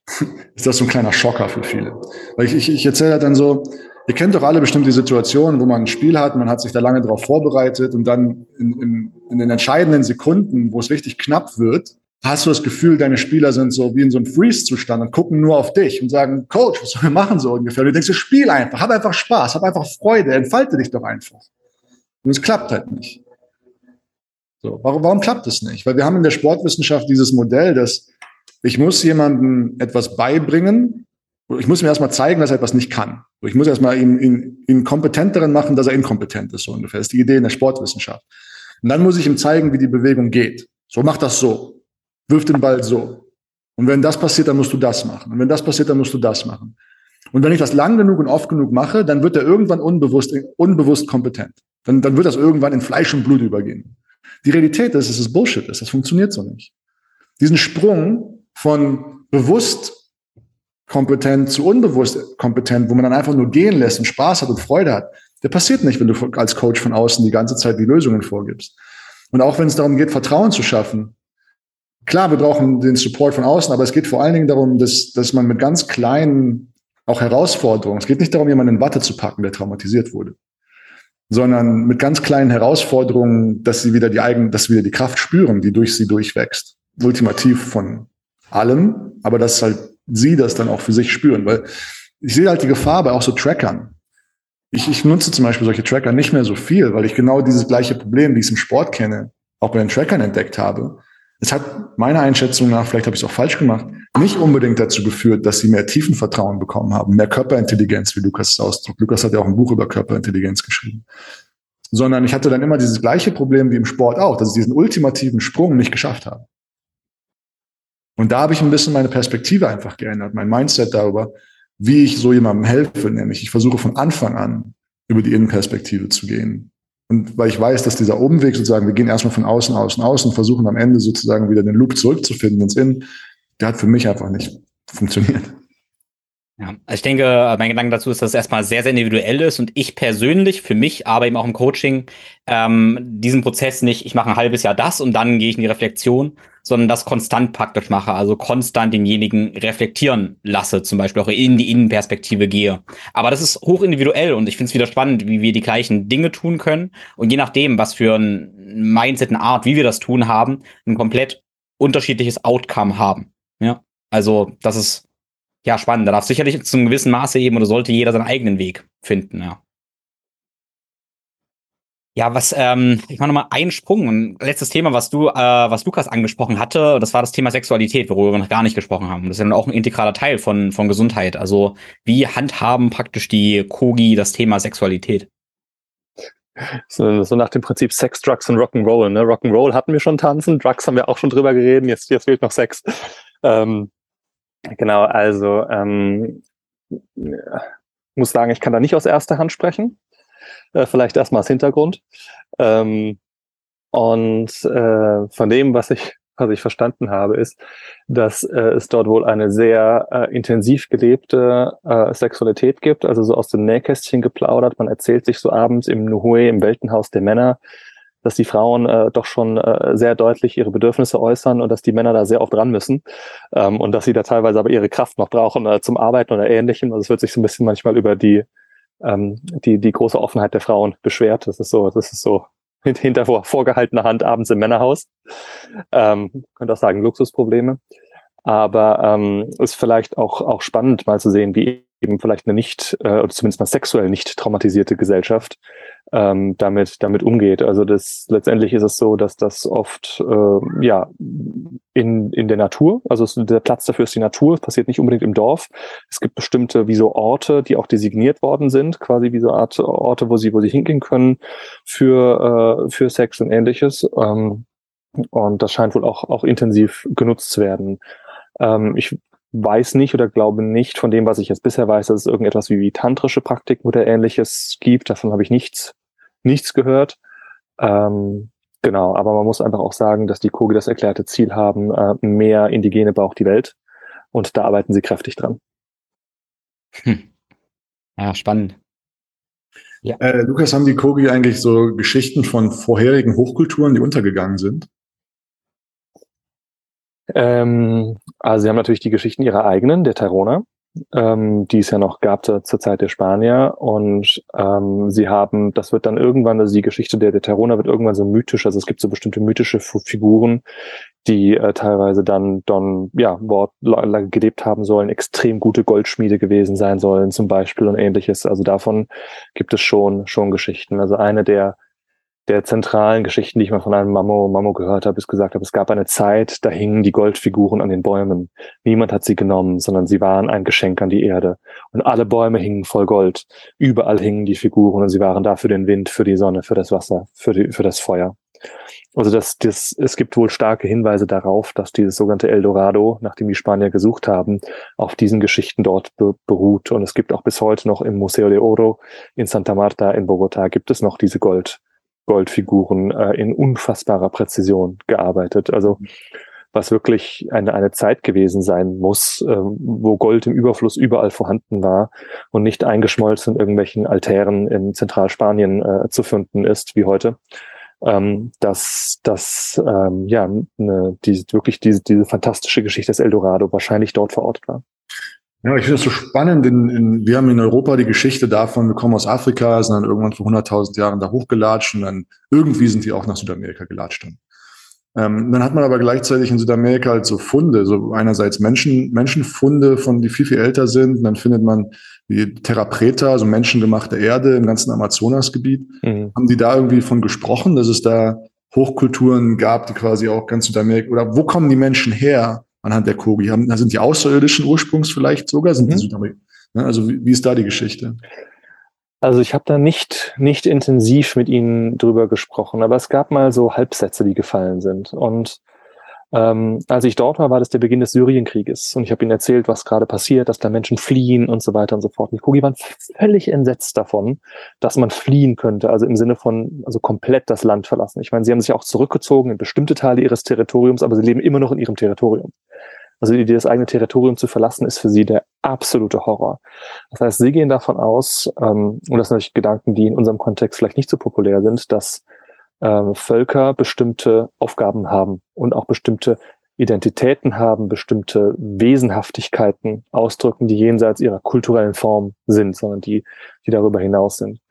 ist das so ein kleiner Schocker für viele. Weil ich, ich, ich erzähle dann so, ihr kennt doch alle bestimmt die Situation, wo man ein Spiel hat, man hat sich da lange drauf vorbereitet und dann in, in, in den entscheidenden Sekunden, wo es richtig knapp wird, hast du das Gefühl, deine Spieler sind so wie in so einem Freeze-Zustand und gucken nur auf dich und sagen, Coach, was sollen wir machen so ungefähr? Und du denkst, du spiel einfach, hab einfach Spaß, hab einfach Freude, entfalte dich doch einfach. Und es klappt halt nicht. So, warum, warum klappt das nicht? Weil wir haben in der Sportwissenschaft dieses Modell, dass ich muss jemandem etwas beibringen, ich muss ihm erstmal zeigen, dass er etwas nicht kann. Ich muss erstmal ihn, ihn, ihn kompetent darin machen, dass er inkompetent ist, so ungefähr. Das ist die Idee in der Sportwissenschaft. Und dann muss ich ihm zeigen, wie die Bewegung geht. So, mach das so. Wirf den Ball so. Und wenn das passiert, dann musst du das machen. Und wenn das passiert, dann musst du das machen. Und wenn ich das lang genug und oft genug mache, dann wird er irgendwann unbewusst, unbewusst kompetent. Dann, dann wird das irgendwann in Fleisch und Blut übergehen. Die Realität ist, dass es Bullshit ist. Das funktioniert so nicht. Diesen Sprung von bewusst kompetent zu unbewusst kompetent, wo man dann einfach nur gehen lässt und Spaß hat und Freude hat, der passiert nicht, wenn du als Coach von außen die ganze Zeit die Lösungen vorgibst. Und auch wenn es darum geht, Vertrauen zu schaffen. Klar, wir brauchen den Support von außen, aber es geht vor allen Dingen darum, dass, dass man mit ganz kleinen auch Herausforderungen, es geht nicht darum, jemanden in Watte zu packen, der traumatisiert wurde, sondern mit ganz kleinen Herausforderungen, dass sie wieder die eigenen, dass sie wieder die Kraft spüren, die durch sie durchwächst. Ultimativ von allem, aber dass halt sie das dann auch für sich spüren, weil ich sehe halt die Gefahr bei auch so Trackern. Ich, ich nutze zum Beispiel solche Tracker nicht mehr so viel, weil ich genau dieses gleiche Problem, wie ich es im Sport kenne, auch bei den Trackern entdeckt habe. Es hat meiner Einschätzung nach, vielleicht habe ich es auch falsch gemacht, nicht unbedingt dazu geführt, dass sie mehr Tiefenvertrauen bekommen haben, mehr Körperintelligenz, wie Lukas es ausdrückt. Lukas hat ja auch ein Buch über Körperintelligenz geschrieben. Sondern ich hatte dann immer dieses gleiche Problem wie im Sport auch, dass ich diesen ultimativen Sprung nicht geschafft habe. Und da habe ich ein bisschen meine Perspektive einfach geändert, mein Mindset darüber, wie ich so jemandem helfe, nämlich ich versuche von Anfang an über die Innenperspektive zu gehen. Und weil ich weiß, dass dieser Umweg sozusagen, wir gehen erstmal von außen, außen, außen, versuchen am Ende sozusagen wieder den Loop zurückzufinden ins Innen, der hat für mich einfach nicht funktioniert. Ja, also ich denke, mein Gedanke dazu ist, dass es erstmal sehr, sehr individuell ist und ich persönlich, für mich, aber eben auch im Coaching, ähm, diesen Prozess nicht, ich mache ein halbes Jahr das und dann gehe ich in die Reflexion, sondern das konstant praktisch mache, also konstant denjenigen reflektieren lasse, zum Beispiel auch in die Innenperspektive gehe. Aber das ist hochindividuell und ich finde es wieder spannend, wie wir die gleichen Dinge tun können und je nachdem, was für ein Mindset, eine Art, wie wir das tun haben, ein komplett unterschiedliches Outcome haben. Ja, also das ist ja spannend. Da darf sicherlich zu einem gewissen Maße eben oder sollte jeder seinen eigenen Weg finden, ja. Ja, was, ähm, ich mache nochmal einen Sprung. Ein letztes Thema, was du, äh, was Lukas angesprochen hatte, das war das Thema Sexualität, worüber wir noch gar nicht gesprochen haben. Das ist ja dann auch ein integraler Teil von, von Gesundheit. Also, wie handhaben praktisch die Kogi das Thema Sexualität? So, so nach dem Prinzip Sex, Drugs und Rock'n'Roll, ne? Rock'n'Roll hatten wir schon tanzen, Drugs haben wir auch schon drüber geredet, jetzt, jetzt fehlt noch Sex. Ähm, genau, also, ähm, muss sagen, ich kann da nicht aus erster Hand sprechen. Äh, vielleicht erstmal als Hintergrund. Ähm, und äh, von dem, was ich, was ich verstanden habe, ist, dass äh, es dort wohl eine sehr äh, intensiv gelebte äh, Sexualität gibt, also so aus dem Nähkästchen geplaudert. Man erzählt sich so abends im Nuhui, im Weltenhaus der Männer, dass die Frauen äh, doch schon äh, sehr deutlich ihre Bedürfnisse äußern und dass die Männer da sehr oft ran müssen ähm, und dass sie da teilweise aber ihre Kraft noch brauchen äh, zum Arbeiten oder Ähnlichem. Also es wird sich so ein bisschen manchmal über die ähm, die die große Offenheit der Frauen beschwert. Das ist so, das ist so hinter vor, vorgehaltener Hand abends im Männerhaus. Ähm, könnte auch sagen Luxusprobleme. Aber ähm, ist vielleicht auch auch spannend mal zu sehen, wie eben vielleicht eine nicht äh, oder zumindest mal sexuell nicht traumatisierte Gesellschaft ähm, damit damit umgeht. Also das letztendlich ist es so, dass das oft äh, ja in in der Natur, also es, der Platz dafür ist die Natur, es passiert nicht unbedingt im Dorf. Es gibt bestimmte wie so Orte, die auch designiert worden sind, quasi wie so Art Orte, wo sie wo sie hingehen können für äh, für Sex und Ähnliches. Ähm, und das scheint wohl auch auch intensiv genutzt zu werden. Ähm, ich weiß nicht oder glaube nicht von dem, was ich jetzt bisher weiß, dass es irgendetwas wie, wie tantrische Praktiken oder Ähnliches gibt. Davon habe ich nichts, nichts gehört. Ähm, genau, aber man muss einfach auch sagen, dass die Kogi das erklärte Ziel haben, äh, mehr Indigene braucht die Welt. Und da arbeiten sie kräftig dran. Hm. Ja, spannend. Ja. Äh, Lukas, haben die Kogi eigentlich so Geschichten von vorherigen Hochkulturen, die untergegangen sind? Ähm, also sie haben natürlich die Geschichten ihrer eigenen, der Tairona, ähm, die es ja noch gab zur, zur Zeit der Spanier. Und ähm, sie haben, das wird dann irgendwann, also die Geschichte der, der Tairona wird irgendwann so mythisch, also es gibt so bestimmte mythische F- Figuren, die äh, teilweise dann, dann ja, dort lange gelebt haben sollen, extrem gute Goldschmiede gewesen sein sollen zum Beispiel und Ähnliches. Also davon gibt es schon schon Geschichten. Also eine der der zentralen Geschichten, die ich mal von einem Mamo, Mamo gehört habe, ist gesagt habe, es gab eine Zeit, da hingen die Goldfiguren an den Bäumen. Niemand hat sie genommen, sondern sie waren ein Geschenk an die Erde. Und alle Bäume hingen voll Gold. Überall hingen die Figuren und sie waren da für den Wind, für die Sonne, für das Wasser, für, die, für das Feuer. Also das, das, es gibt wohl starke Hinweise darauf, dass dieses sogenannte Eldorado, nachdem die Spanier gesucht haben, auf diesen Geschichten dort be- beruht. Und es gibt auch bis heute noch im Museo de Oro in Santa Marta in Bogotá gibt es noch diese Gold, Goldfiguren äh, in unfassbarer Präzision gearbeitet. Also was wirklich eine, eine Zeit gewesen sein muss, äh, wo Gold im Überfluss überall vorhanden war und nicht eingeschmolzen in irgendwelchen Altären in Zentralspanien äh, zu finden ist, wie heute. Ähm, dass dass ähm, ja ne, diese, wirklich diese, diese fantastische Geschichte des Eldorado wahrscheinlich dort verortet war. Ja, ich finde das so spannend. In, in, wir haben in Europa die Geschichte davon, wir kommen aus Afrika, sind dann irgendwann vor hunderttausend Jahren da hochgelatscht und dann irgendwie sind die auch nach Südamerika gelatscht. Dann. Ähm, dann hat man aber gleichzeitig in Südamerika halt so Funde, so einerseits Menschen, Menschenfunde, von die viel, viel älter sind. Und dann findet man die Terra Preta, so menschengemachte Erde im ganzen Amazonasgebiet. Mhm. Haben die da irgendwie von gesprochen, dass es da Hochkulturen gab, die quasi auch ganz Südamerika, oder wo kommen die Menschen her anhand der Kogi? Haben, da sind die außerirdischen Ursprungs vielleicht sogar, sind mhm. die Südamerika? Also wie, wie ist da die Geschichte? Also ich habe da nicht nicht intensiv mit ihnen drüber gesprochen, aber es gab mal so Halbsätze, die gefallen sind. Und ähm, als ich dort war, war das der Beginn des Syrienkrieges. Und ich habe ihnen erzählt, was gerade passiert, dass da Menschen fliehen und so weiter und so fort. Und die Kogi waren völlig entsetzt davon, dass man fliehen könnte, also im Sinne von also komplett das Land verlassen. Ich meine, sie haben sich auch zurückgezogen in bestimmte Teile ihres Territoriums, aber sie leben immer noch in ihrem Territorium. Also die Idee, das eigene Territorium zu verlassen, ist für sie der absolute Horror. Das heißt, sie gehen davon aus, ähm, und das sind natürlich Gedanken, die in unserem Kontext vielleicht nicht so populär sind, dass ähm, Völker bestimmte Aufgaben haben und auch bestimmte Identitäten haben, bestimmte Wesenhaftigkeiten ausdrücken, die jenseits ihrer kulturellen Form sind, sondern die, die darüber hinaus sind.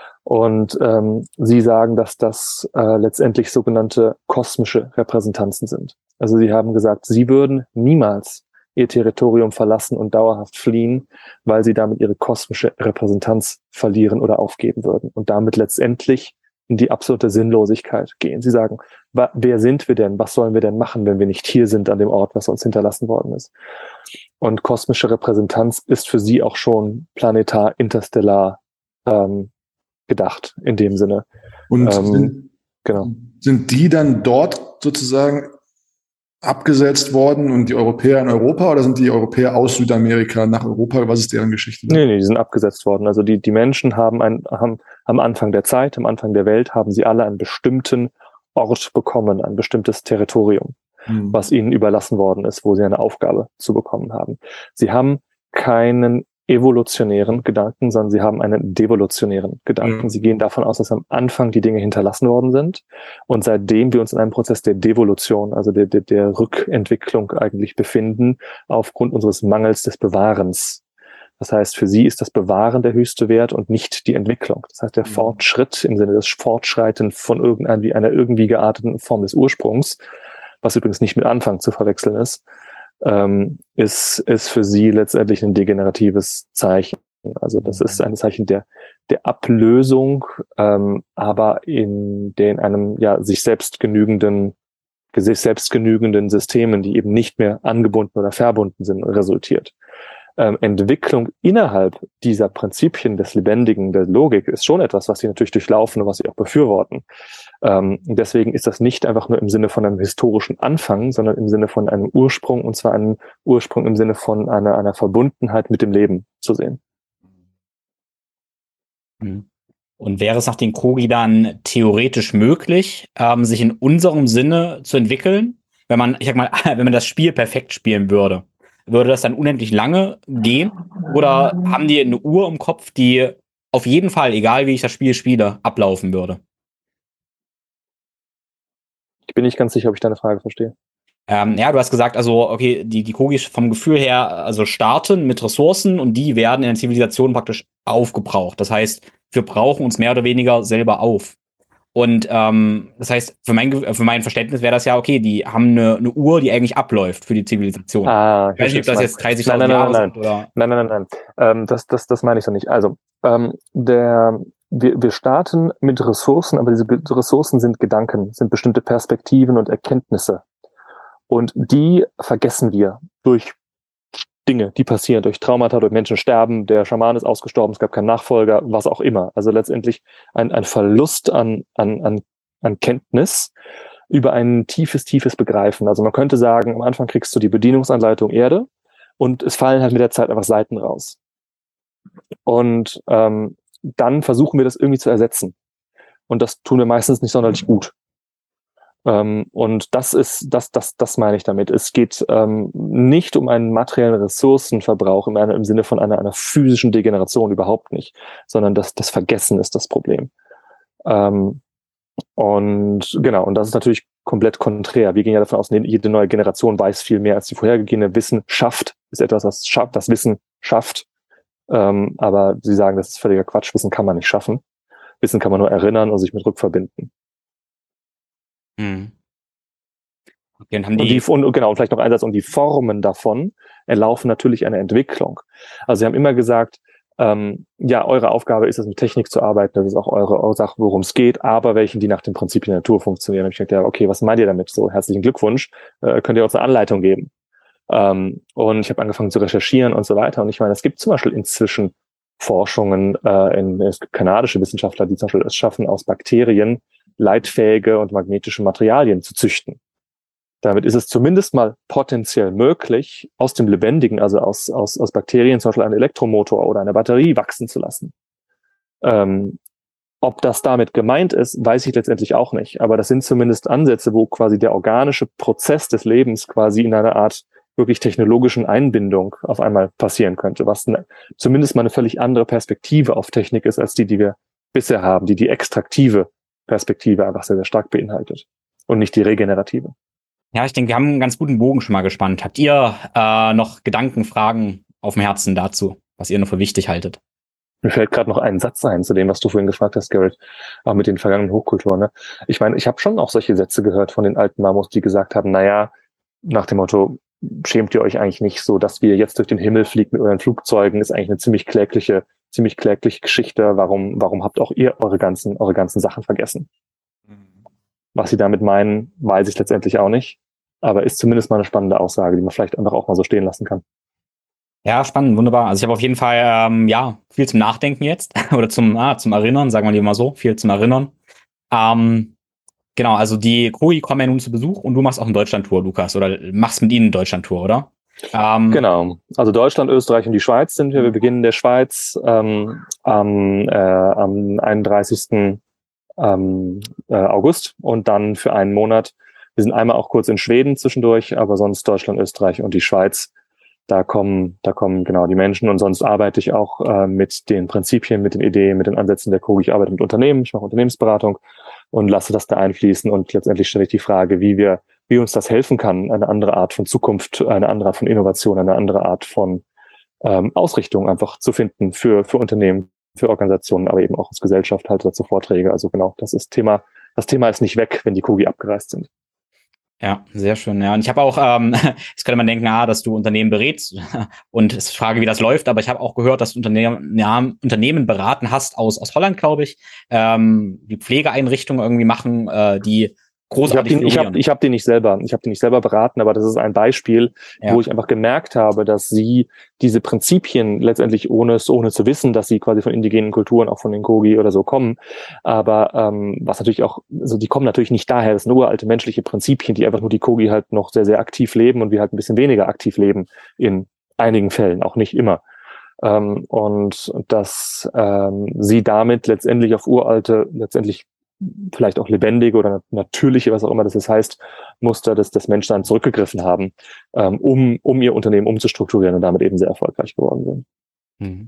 Und ähm, sie sagen, dass das äh, letztendlich sogenannte kosmische Repräsentanzen sind. Also sie haben gesagt, sie würden niemals ihr Territorium verlassen und dauerhaft fliehen, weil sie damit ihre kosmische Repräsentanz verlieren oder aufgeben würden und damit letztendlich in die absolute Sinnlosigkeit gehen. Sie sagen, wa- wer sind wir denn? Was sollen wir denn machen, wenn wir nicht hier sind an dem Ort, was uns hinterlassen worden ist? Und kosmische Repräsentanz ist für sie auch schon planetar, interstellar ähm, gedacht in dem Sinne. Und ähm, sind, genau. sind die dann dort sozusagen abgesetzt worden und die Europäer in Europa, oder sind die Europäer aus Südamerika nach Europa? Was ist deren Geschichte? Nee, nee, die sind abgesetzt worden. Also die, die Menschen haben, ein, haben am Anfang der Zeit, am Anfang der Welt, haben sie alle einen bestimmten Ort bekommen, ein bestimmtes Territorium, hm. was ihnen überlassen worden ist, wo sie eine Aufgabe zu bekommen haben. Sie haben keinen evolutionären Gedanken, sondern sie haben einen devolutionären Gedanken. Mhm. Sie gehen davon aus, dass am Anfang die Dinge hinterlassen worden sind und seitdem wir uns in einem Prozess der Devolution, also der, der, der Rückentwicklung eigentlich befinden, aufgrund unseres Mangels des Bewahrens. Das heißt, für sie ist das Bewahren der höchste Wert und nicht die Entwicklung. Das heißt, der mhm. Fortschritt im Sinne des Fortschreiten von irgendeiner einer irgendwie gearteten Form des Ursprungs, was übrigens nicht mit Anfang zu verwechseln ist, Ähm, ist, ist für sie letztendlich ein degeneratives Zeichen. Also das ist ein Zeichen der, der Ablösung, ähm, aber in den einem ja sich selbst genügenden, sich selbst genügenden Systemen, die eben nicht mehr angebunden oder verbunden sind, resultiert. Ähm, Entwicklung innerhalb dieser Prinzipien des Lebendigen, der Logik, ist schon etwas, was sie natürlich durchlaufen und was sie auch befürworten. Ähm, deswegen ist das nicht einfach nur im Sinne von einem historischen Anfang, sondern im Sinne von einem Ursprung, und zwar einem Ursprung im Sinne von einer, einer Verbundenheit mit dem Leben zu sehen. Und wäre es nach den Kogi dann theoretisch möglich, ähm, sich in unserem Sinne zu entwickeln, wenn man, ich sag mal, wenn man das Spiel perfekt spielen würde? Würde das dann unendlich lange gehen? Oder haben die eine Uhr im Kopf, die auf jeden Fall, egal wie ich das Spiel spiele, ablaufen würde? Ich bin nicht ganz sicher, ob ich deine Frage verstehe. Ähm, ja, du hast gesagt, also, okay, die, die Kogi vom Gefühl her, also starten mit Ressourcen und die werden in der Zivilisation praktisch aufgebraucht. Das heißt, wir brauchen uns mehr oder weniger selber auf. Und ähm, das heißt, für mein, für mein Verständnis wäre das ja, okay, die haben eine, eine Uhr, die eigentlich abläuft für die Zivilisation. Ah, ich weiß nicht, ob das jetzt dreißigtausend Jahre nein, sind oder. Nein, nein, nein, nein. Ähm, das, das, das meine ich so nicht. Also, ähm, der, wir, wir starten mit Ressourcen, aber diese Ressourcen sind Gedanken, sind bestimmte Perspektiven und Erkenntnisse. Und die vergessen wir durch Dinge, die passieren, durch Traumata, durch Menschen sterben, der Schaman ist ausgestorben, es gab keinen Nachfolger, was auch immer. Also letztendlich ein, ein Verlust an, an, an, an Kenntnis über ein tiefes, tiefes Begreifen. Also man könnte sagen, am Anfang kriegst du die Bedienungsanleitung Erde und es fallen halt mit der Zeit einfach Seiten raus. Und ähm, dann versuchen wir das irgendwie zu ersetzen. Und das tun wir meistens nicht sonderlich gut. Ähm, und das ist, das, das, das meine ich damit. Es geht ähm, nicht um einen materiellen Ressourcenverbrauch im, im Sinne von einer, einer physischen Degeneration, überhaupt nicht, sondern das, das Vergessen ist das Problem. Ähm, und genau, und das ist natürlich komplett konträr. Wir gehen ja davon aus, jede neue Generation weiß viel mehr als die vorhergehende. Wissen schafft, ist etwas, was schafft, das Wissen schafft. Ähm, aber sie sagen, das ist völliger Quatsch. Wissen kann man nicht schaffen. Wissen kann man nur erinnern und sich mit rückverbinden. Hm. Okay, und haben die, und die und genau, vielleicht noch ein Satz, und die Formen davon erlaufen natürlich eine Entwicklung. Also sie haben immer gesagt, ähm, ja, eure Aufgabe ist es, mit Technik zu arbeiten, das ist auch eure, eure Sache, worum es geht, aber welchen, die nach den Prinzipien der Natur funktionieren. Und ich dachte, ja, okay, was meint ihr damit? So, herzlichen Glückwunsch, äh, könnt ihr uns eine Anleitung geben? Ähm, und ich habe angefangen zu recherchieren und so weiter. Und ich meine, es gibt zum Beispiel inzwischen Forschungen, äh, in, es gibt kanadische Wissenschaftler, die zum Beispiel es schaffen, aus Bakterien leitfähige und magnetische Materialien zu züchten. Damit ist es zumindest mal potenziell möglich, aus dem Lebendigen, also aus, aus, aus Bakterien zum Beispiel einen Elektromotor oder eine Batterie wachsen zu lassen. Ähm, ob das damit gemeint ist, weiß ich letztendlich auch nicht. Aber das sind zumindest Ansätze, wo quasi der organische Prozess des Lebens quasi in einer Art wirklich technologischen Einbindung auf einmal passieren könnte, was eine, zumindest mal eine völlig andere Perspektive auf Technik ist, als die, die wir bisher haben, die die extraktive Perspektive einfach sehr, sehr stark beinhaltet und nicht die regenerative. Ja, ich denke, wir haben einen ganz guten Bogen schon mal gespannt. Habt ihr äh, noch Gedanken, Fragen auf dem Herzen dazu, was ihr noch für wichtig haltet? Mir fällt gerade noch ein Satz ein zu dem, was du vorhin gefragt hast, Garrett, auch mit den vergangenen Hochkulturen. Ne? Ich meine, ich habe schon auch solche Sätze gehört von den alten Mamos, die gesagt haben, naja, nach dem Motto, schämt ihr euch eigentlich nicht so, dass wir jetzt durch den Himmel fliegen mit euren Flugzeugen, ist eigentlich eine ziemlich klägliche, ziemlich klägliche Geschichte. Warum, warum habt auch ihr eure ganzen, eure ganzen Sachen vergessen? Mhm. Was sie damit meinen, weiß ich letztendlich auch nicht. Aber ist zumindest mal eine spannende Aussage, die man vielleicht einfach auch mal so stehen lassen kann. Ja, spannend, wunderbar. Also ich habe auf jeden Fall ähm, ja viel zum Nachdenken jetzt oder zum ah, zum Erinnern, sagen wir lieber mal so, viel zum Erinnern. Ähm, genau, also die Kogi kommen ja nun zu Besuch und du machst auch eine Deutschland-Tour, Lukas, oder machst mit ihnen eine Deutschland-Tour, oder? Ähm, genau, also Deutschland, Österreich und die Schweiz sind wir. Wir beginnen in der Schweiz ähm, am, äh, am einunddreißigsten Ähm, äh, August und dann für einen Monat. Wir sind einmal auch kurz in Schweden zwischendurch, aber sonst Deutschland, Österreich und die Schweiz. Da kommen, da kommen genau die Menschen, und sonst arbeite ich auch äh, mit den Prinzipien, mit den Ideen, mit den Ansätzen der Kogi. Ich arbeite mit Unternehmen, ich mache Unternehmensberatung und lasse das da einfließen, und letztendlich stelle ich die Frage, wie wir, wie uns das helfen kann, eine andere Art von Zukunft, eine andere Art von Innovation, eine andere Art von ähm, Ausrichtung einfach zu finden für, für Unternehmen, für Organisationen, aber eben auch als Gesellschaft, halt dazu Vorträge. Also genau, das ist Thema, das Thema ist nicht weg, wenn die Kogi abgereist sind. Ja, sehr schön. Ja, und ich habe auch, ähm, jetzt könnte man denken, ah, dass du Unternehmen berätst und es ist die Frage, wie das läuft, aber ich habe auch gehört, dass du Unternehmen, ja, Unternehmen beraten hast aus aus Holland, glaube ich, ähm, die Pflegeeinrichtungen irgendwie machen, äh, die großartig Ich habe ich hab, ich hab die nicht selber, ich habe die nicht selber beraten, aber das ist ein Beispiel, ja, wo ich einfach gemerkt habe, dass sie diese Prinzipien letztendlich ohne es ohne zu wissen, dass sie quasi von indigenen Kulturen, auch von den Kogi oder so kommen, aber ähm, was natürlich auch, also die kommen natürlich nicht daher, das sind uralte menschliche Prinzipien, die einfach nur die Kogi halt noch sehr, sehr aktiv leben und wir halt ein bisschen weniger aktiv leben in einigen Fällen, auch nicht immer. Ähm, und dass ähm, sie damit letztendlich auf uralte, letztendlich vielleicht auch lebendige oder natürliche, was auch immer das jetzt heißt, Muster des, des Menschen dann zurückgegriffen haben, ähm, um, um ihr Unternehmen umzustrukturieren und damit eben sehr erfolgreich geworden sind. Mhm.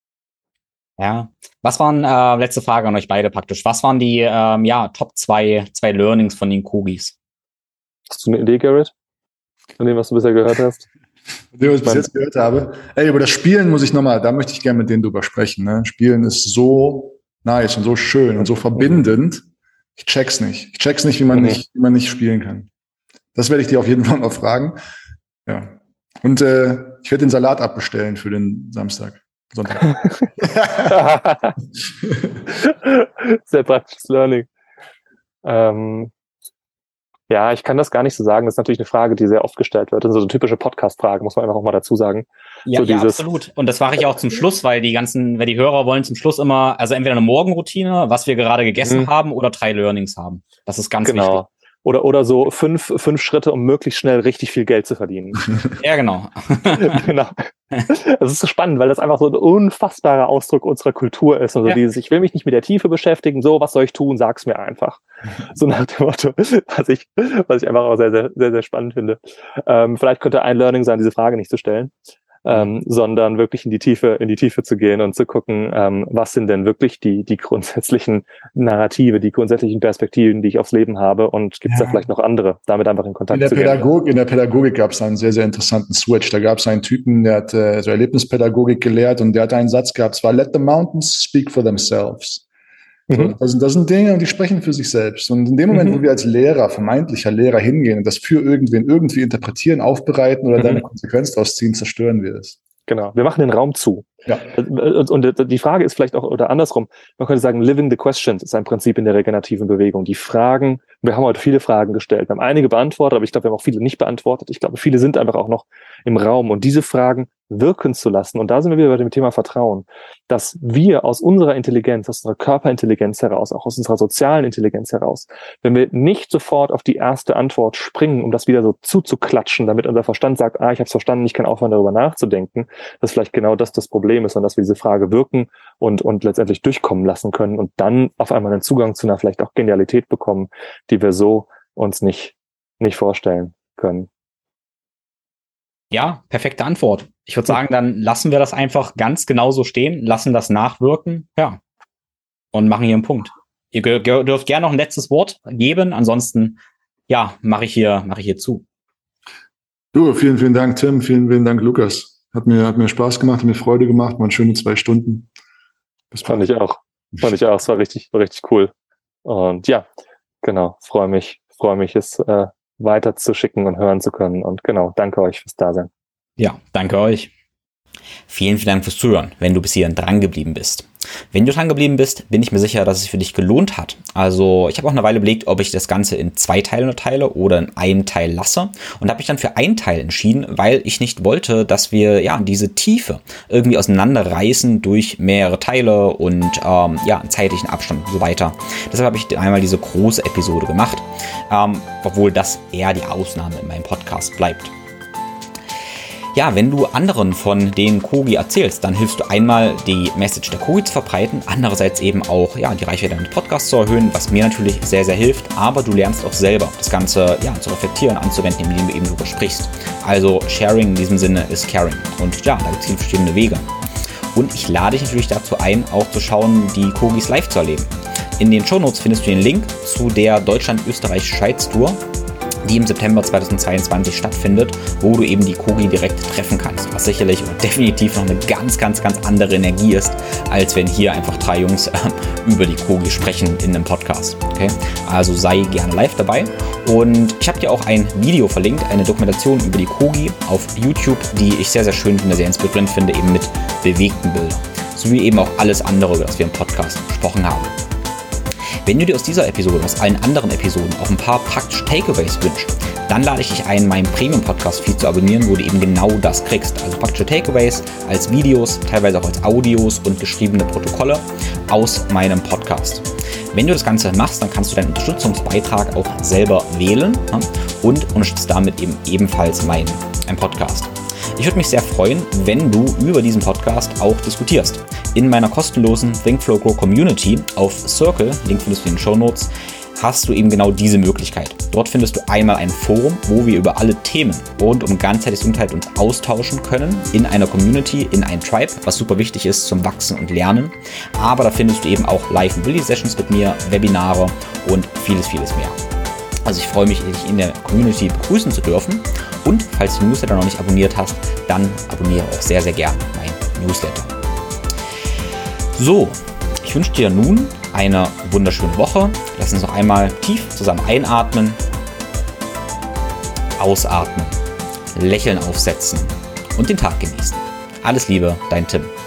Ja, was waren, äh, letzte Frage an euch beide praktisch, was waren die ähm, ja, Top zwei, zwei Learnings von den Kogis? Hast du eine Idee, Garrett? Von dem, was du bisher gehört hast? Von dem, was ich bis jetzt gehört habe. Ey, über das Spielen muss ich nochmal, da möchte ich gerne mit denen drüber sprechen. Ne? Spielen ist so nice und so schön und so verbindend. Ich check's nicht. Ich check's nicht, wie man, mhm. nicht, wie man nicht spielen kann. Das werde ich dir auf jeden Fall mal fragen. Ja. Und äh, ich werde den Salat abbestellen für den Samstag. Sehr praktisches Learning. Ähm, ja, ich kann das gar nicht so sagen. Das ist natürlich eine Frage, die sehr oft gestellt wird. Das ist so eine typische Podcast-Frage, muss man einfach auch mal dazu sagen. Ja, so ja, dieses, absolut. Und das mache ich auch zum Schluss, weil die ganzen, weil die Hörer wollen zum Schluss immer, also entweder eine Morgenroutine, was wir gerade gegessen Mhm. haben, oder drei Learnings haben. Das ist ganz genau. wichtig. Oder, oder so fünf, fünf Schritte, um möglichst schnell richtig viel Geld zu verdienen. Ja, genau. Genau. Das ist so spannend, weil das einfach so ein unfassbarer Ausdruck unserer Kultur ist. Also Ja. dieses, ich will mich nicht mit der Tiefe beschäftigen, so, was soll ich tun, sag's mir einfach. So nach dem Motto, was ich, was ich einfach auch sehr, sehr, sehr, sehr spannend finde. Ähm, vielleicht könnte ein Learning sein, diese Frage nicht zu stellen, ähm, sondern wirklich in die Tiefe, in die Tiefe zu gehen und zu gucken, ähm, was sind denn wirklich die, die grundsätzlichen Narrative, die grundsätzlichen Perspektiven, die ich aufs Leben habe, und gibt es Ja. da vielleicht noch andere, damit einfach in Kontakt In der, zu gehen. Pädagog, in der Pädagogik gab es einen sehr, sehr interessanten Switch. Da gab es einen Typen, der hat äh, so Erlebnispädagogik gelehrt und der hat einen Satz gehabt, es war "Let the mountains speak for themselves." So, Mhm. das, sind, das sind Dinge, und die sprechen für sich selbst. Und in dem Moment, Mhm. wo wir als Lehrer, vermeintlicher Lehrer hingehen und das für irgendwen irgendwie interpretieren, aufbereiten oder Mhm. dann eine Konsequenz daraus ziehen, zerstören wir es. Genau, wir machen den Raum zu. Ja. Und, und die Frage ist vielleicht auch, oder andersrum, man könnte sagen, living the questions ist ein Prinzip in der regenerativen Bewegung. Die Fragen, wir haben heute viele Fragen gestellt, wir haben einige beantwortet, aber ich glaube, wir haben auch viele nicht beantwortet. Ich glaube, viele sind einfach auch noch im Raum, und diese Fragen wirken zu lassen. Und da sind wir wieder bei dem Thema Vertrauen, dass wir aus unserer Intelligenz, aus unserer Körperintelligenz heraus, auch aus unserer sozialen Intelligenz heraus, wenn wir nicht sofort auf die erste Antwort springen, um das wieder so zuzuklatschen, damit unser Verstand sagt, ah, ich habe es verstanden, ich kann aufhören, darüber nachzudenken, dass vielleicht genau das das Problem ist, und dass wir diese Frage wirken und, und letztendlich durchkommen lassen können und dann auf einmal einen Zugang zu einer vielleicht auch Genialität bekommen, die wir so uns nicht, nicht vorstellen können. Ja, perfekte Antwort. Ich würde sagen, dann lassen wir das einfach ganz genauso stehen, lassen das nachwirken, ja, und machen hier einen Punkt. Ihr ge- ge- dürft gerne noch ein letztes Wort geben, ansonsten, ja, mache ich hier, mache ich hier zu. Du, vielen, vielen Dank, Tim. Vielen, vielen Dank, Lukas. Hat mir, hat mir Spaß gemacht, hat mir Freude gemacht. Waren schöne zwei Stunden. Das fand ich auch. Fand ich auch. Es war richtig, war richtig cool. Und ja, genau. Freue mich, freue mich, es äh, weiter zu schicken und hören zu können. Und genau, danke euch fürs Dasein. Ja, danke euch. Vielen, vielen Dank fürs Zuhören, wenn du bis hierhin dran geblieben bist. Wenn du dran geblieben bist, bin ich mir sicher, dass es für dich gelohnt hat. Also ich habe auch eine Weile überlegt, ob ich das Ganze in zwei Teile unterteile oder in einen Teil lasse, und habe mich dann für einen Teil entschieden, weil ich nicht wollte, dass wir ja diese Tiefe irgendwie auseinanderreißen durch mehrere Teile und ähm, ja, einen zeitlichen Abstand und so weiter. Deshalb habe ich einmal diese große Episode gemacht, ähm, obwohl das eher die Ausnahme in meinem Podcast bleibt. Ja, wenn du anderen von den Kogi erzählst, dann hilfst du einmal, die Message der Kogi zu verbreiten, andererseits eben auch ja, die Reichweite deines Podcasts zu erhöhen, was mir natürlich sehr, sehr hilft, aber du lernst auch selber, das Ganze ja, zu reflektieren, anzuwenden, indem du eben darüber sprichst. Also Sharing in diesem Sinne ist Caring, und ja, da gibt es viele verschiedene Wege. Und ich lade dich natürlich dazu ein, auch zu schauen, die Kogis live zu erleben. In den Shownotes findest du den Link zu der Deutschland-Österreich-Schweiz-Tour, die im September zweitausendzweiundzwanzig stattfindet, wo du eben die Kogi direkt treffen kannst, was sicherlich und definitiv noch eine ganz, ganz, ganz andere Energie ist, als wenn hier einfach drei Jungs äh, über die Kogi sprechen in einem Podcast. Okay? Also sei gerne live dabei, und ich habe dir auch ein Video verlinkt, eine Dokumentation über die Kogi auf YouTube, die ich sehr, sehr schön finde, sehr inspirierend finde, eben mit bewegten Bildern, sowie eben auch alles andere, über das wir im Podcast gesprochen haben. Wenn du dir aus dieser Episode und aus allen anderen Episoden auch ein paar praktische Takeaways wünschst, dann lade ich dich ein, meinen Premium-Podcast-Feed zu abonnieren, wo du eben genau das kriegst. Also praktische Takeaways als Videos, teilweise auch als Audios und geschriebene Protokolle aus meinem Podcast. Wenn du das Ganze machst, dann kannst du deinen Unterstützungsbeitrag auch selber wählen, ja, und unterstützt damit eben ebenfalls meinen einen Podcast. Ich würde mich sehr freuen, wenn du über diesen Podcast auch diskutierst. In meiner kostenlosen ThinkFlow Grow Community auf Circle, Link findest du in den Shownotes, hast du eben genau diese Möglichkeit. Dort findest du einmal ein Forum, wo wir über alle Themen rund um ganzheitliche Gesundheit uns austauschen können, in einer Community, in einem Tribe, was super wichtig ist zum Wachsen und Lernen. Aber da findest du eben auch Live-Mobility-Sessions mit mir, Webinare und vieles, vieles mehr. Also ich freue mich, dich in der Community begrüßen zu dürfen. Und falls du den Newsletter noch nicht abonniert hast, dann abonniere auch sehr, sehr gerne meinen Newsletter. So, ich wünsche dir nun eine wunderschöne Woche. Lass uns noch einmal tief zusammen einatmen, ausatmen, Lächeln aufsetzen und den Tag genießen. Alles Liebe, dein Tim.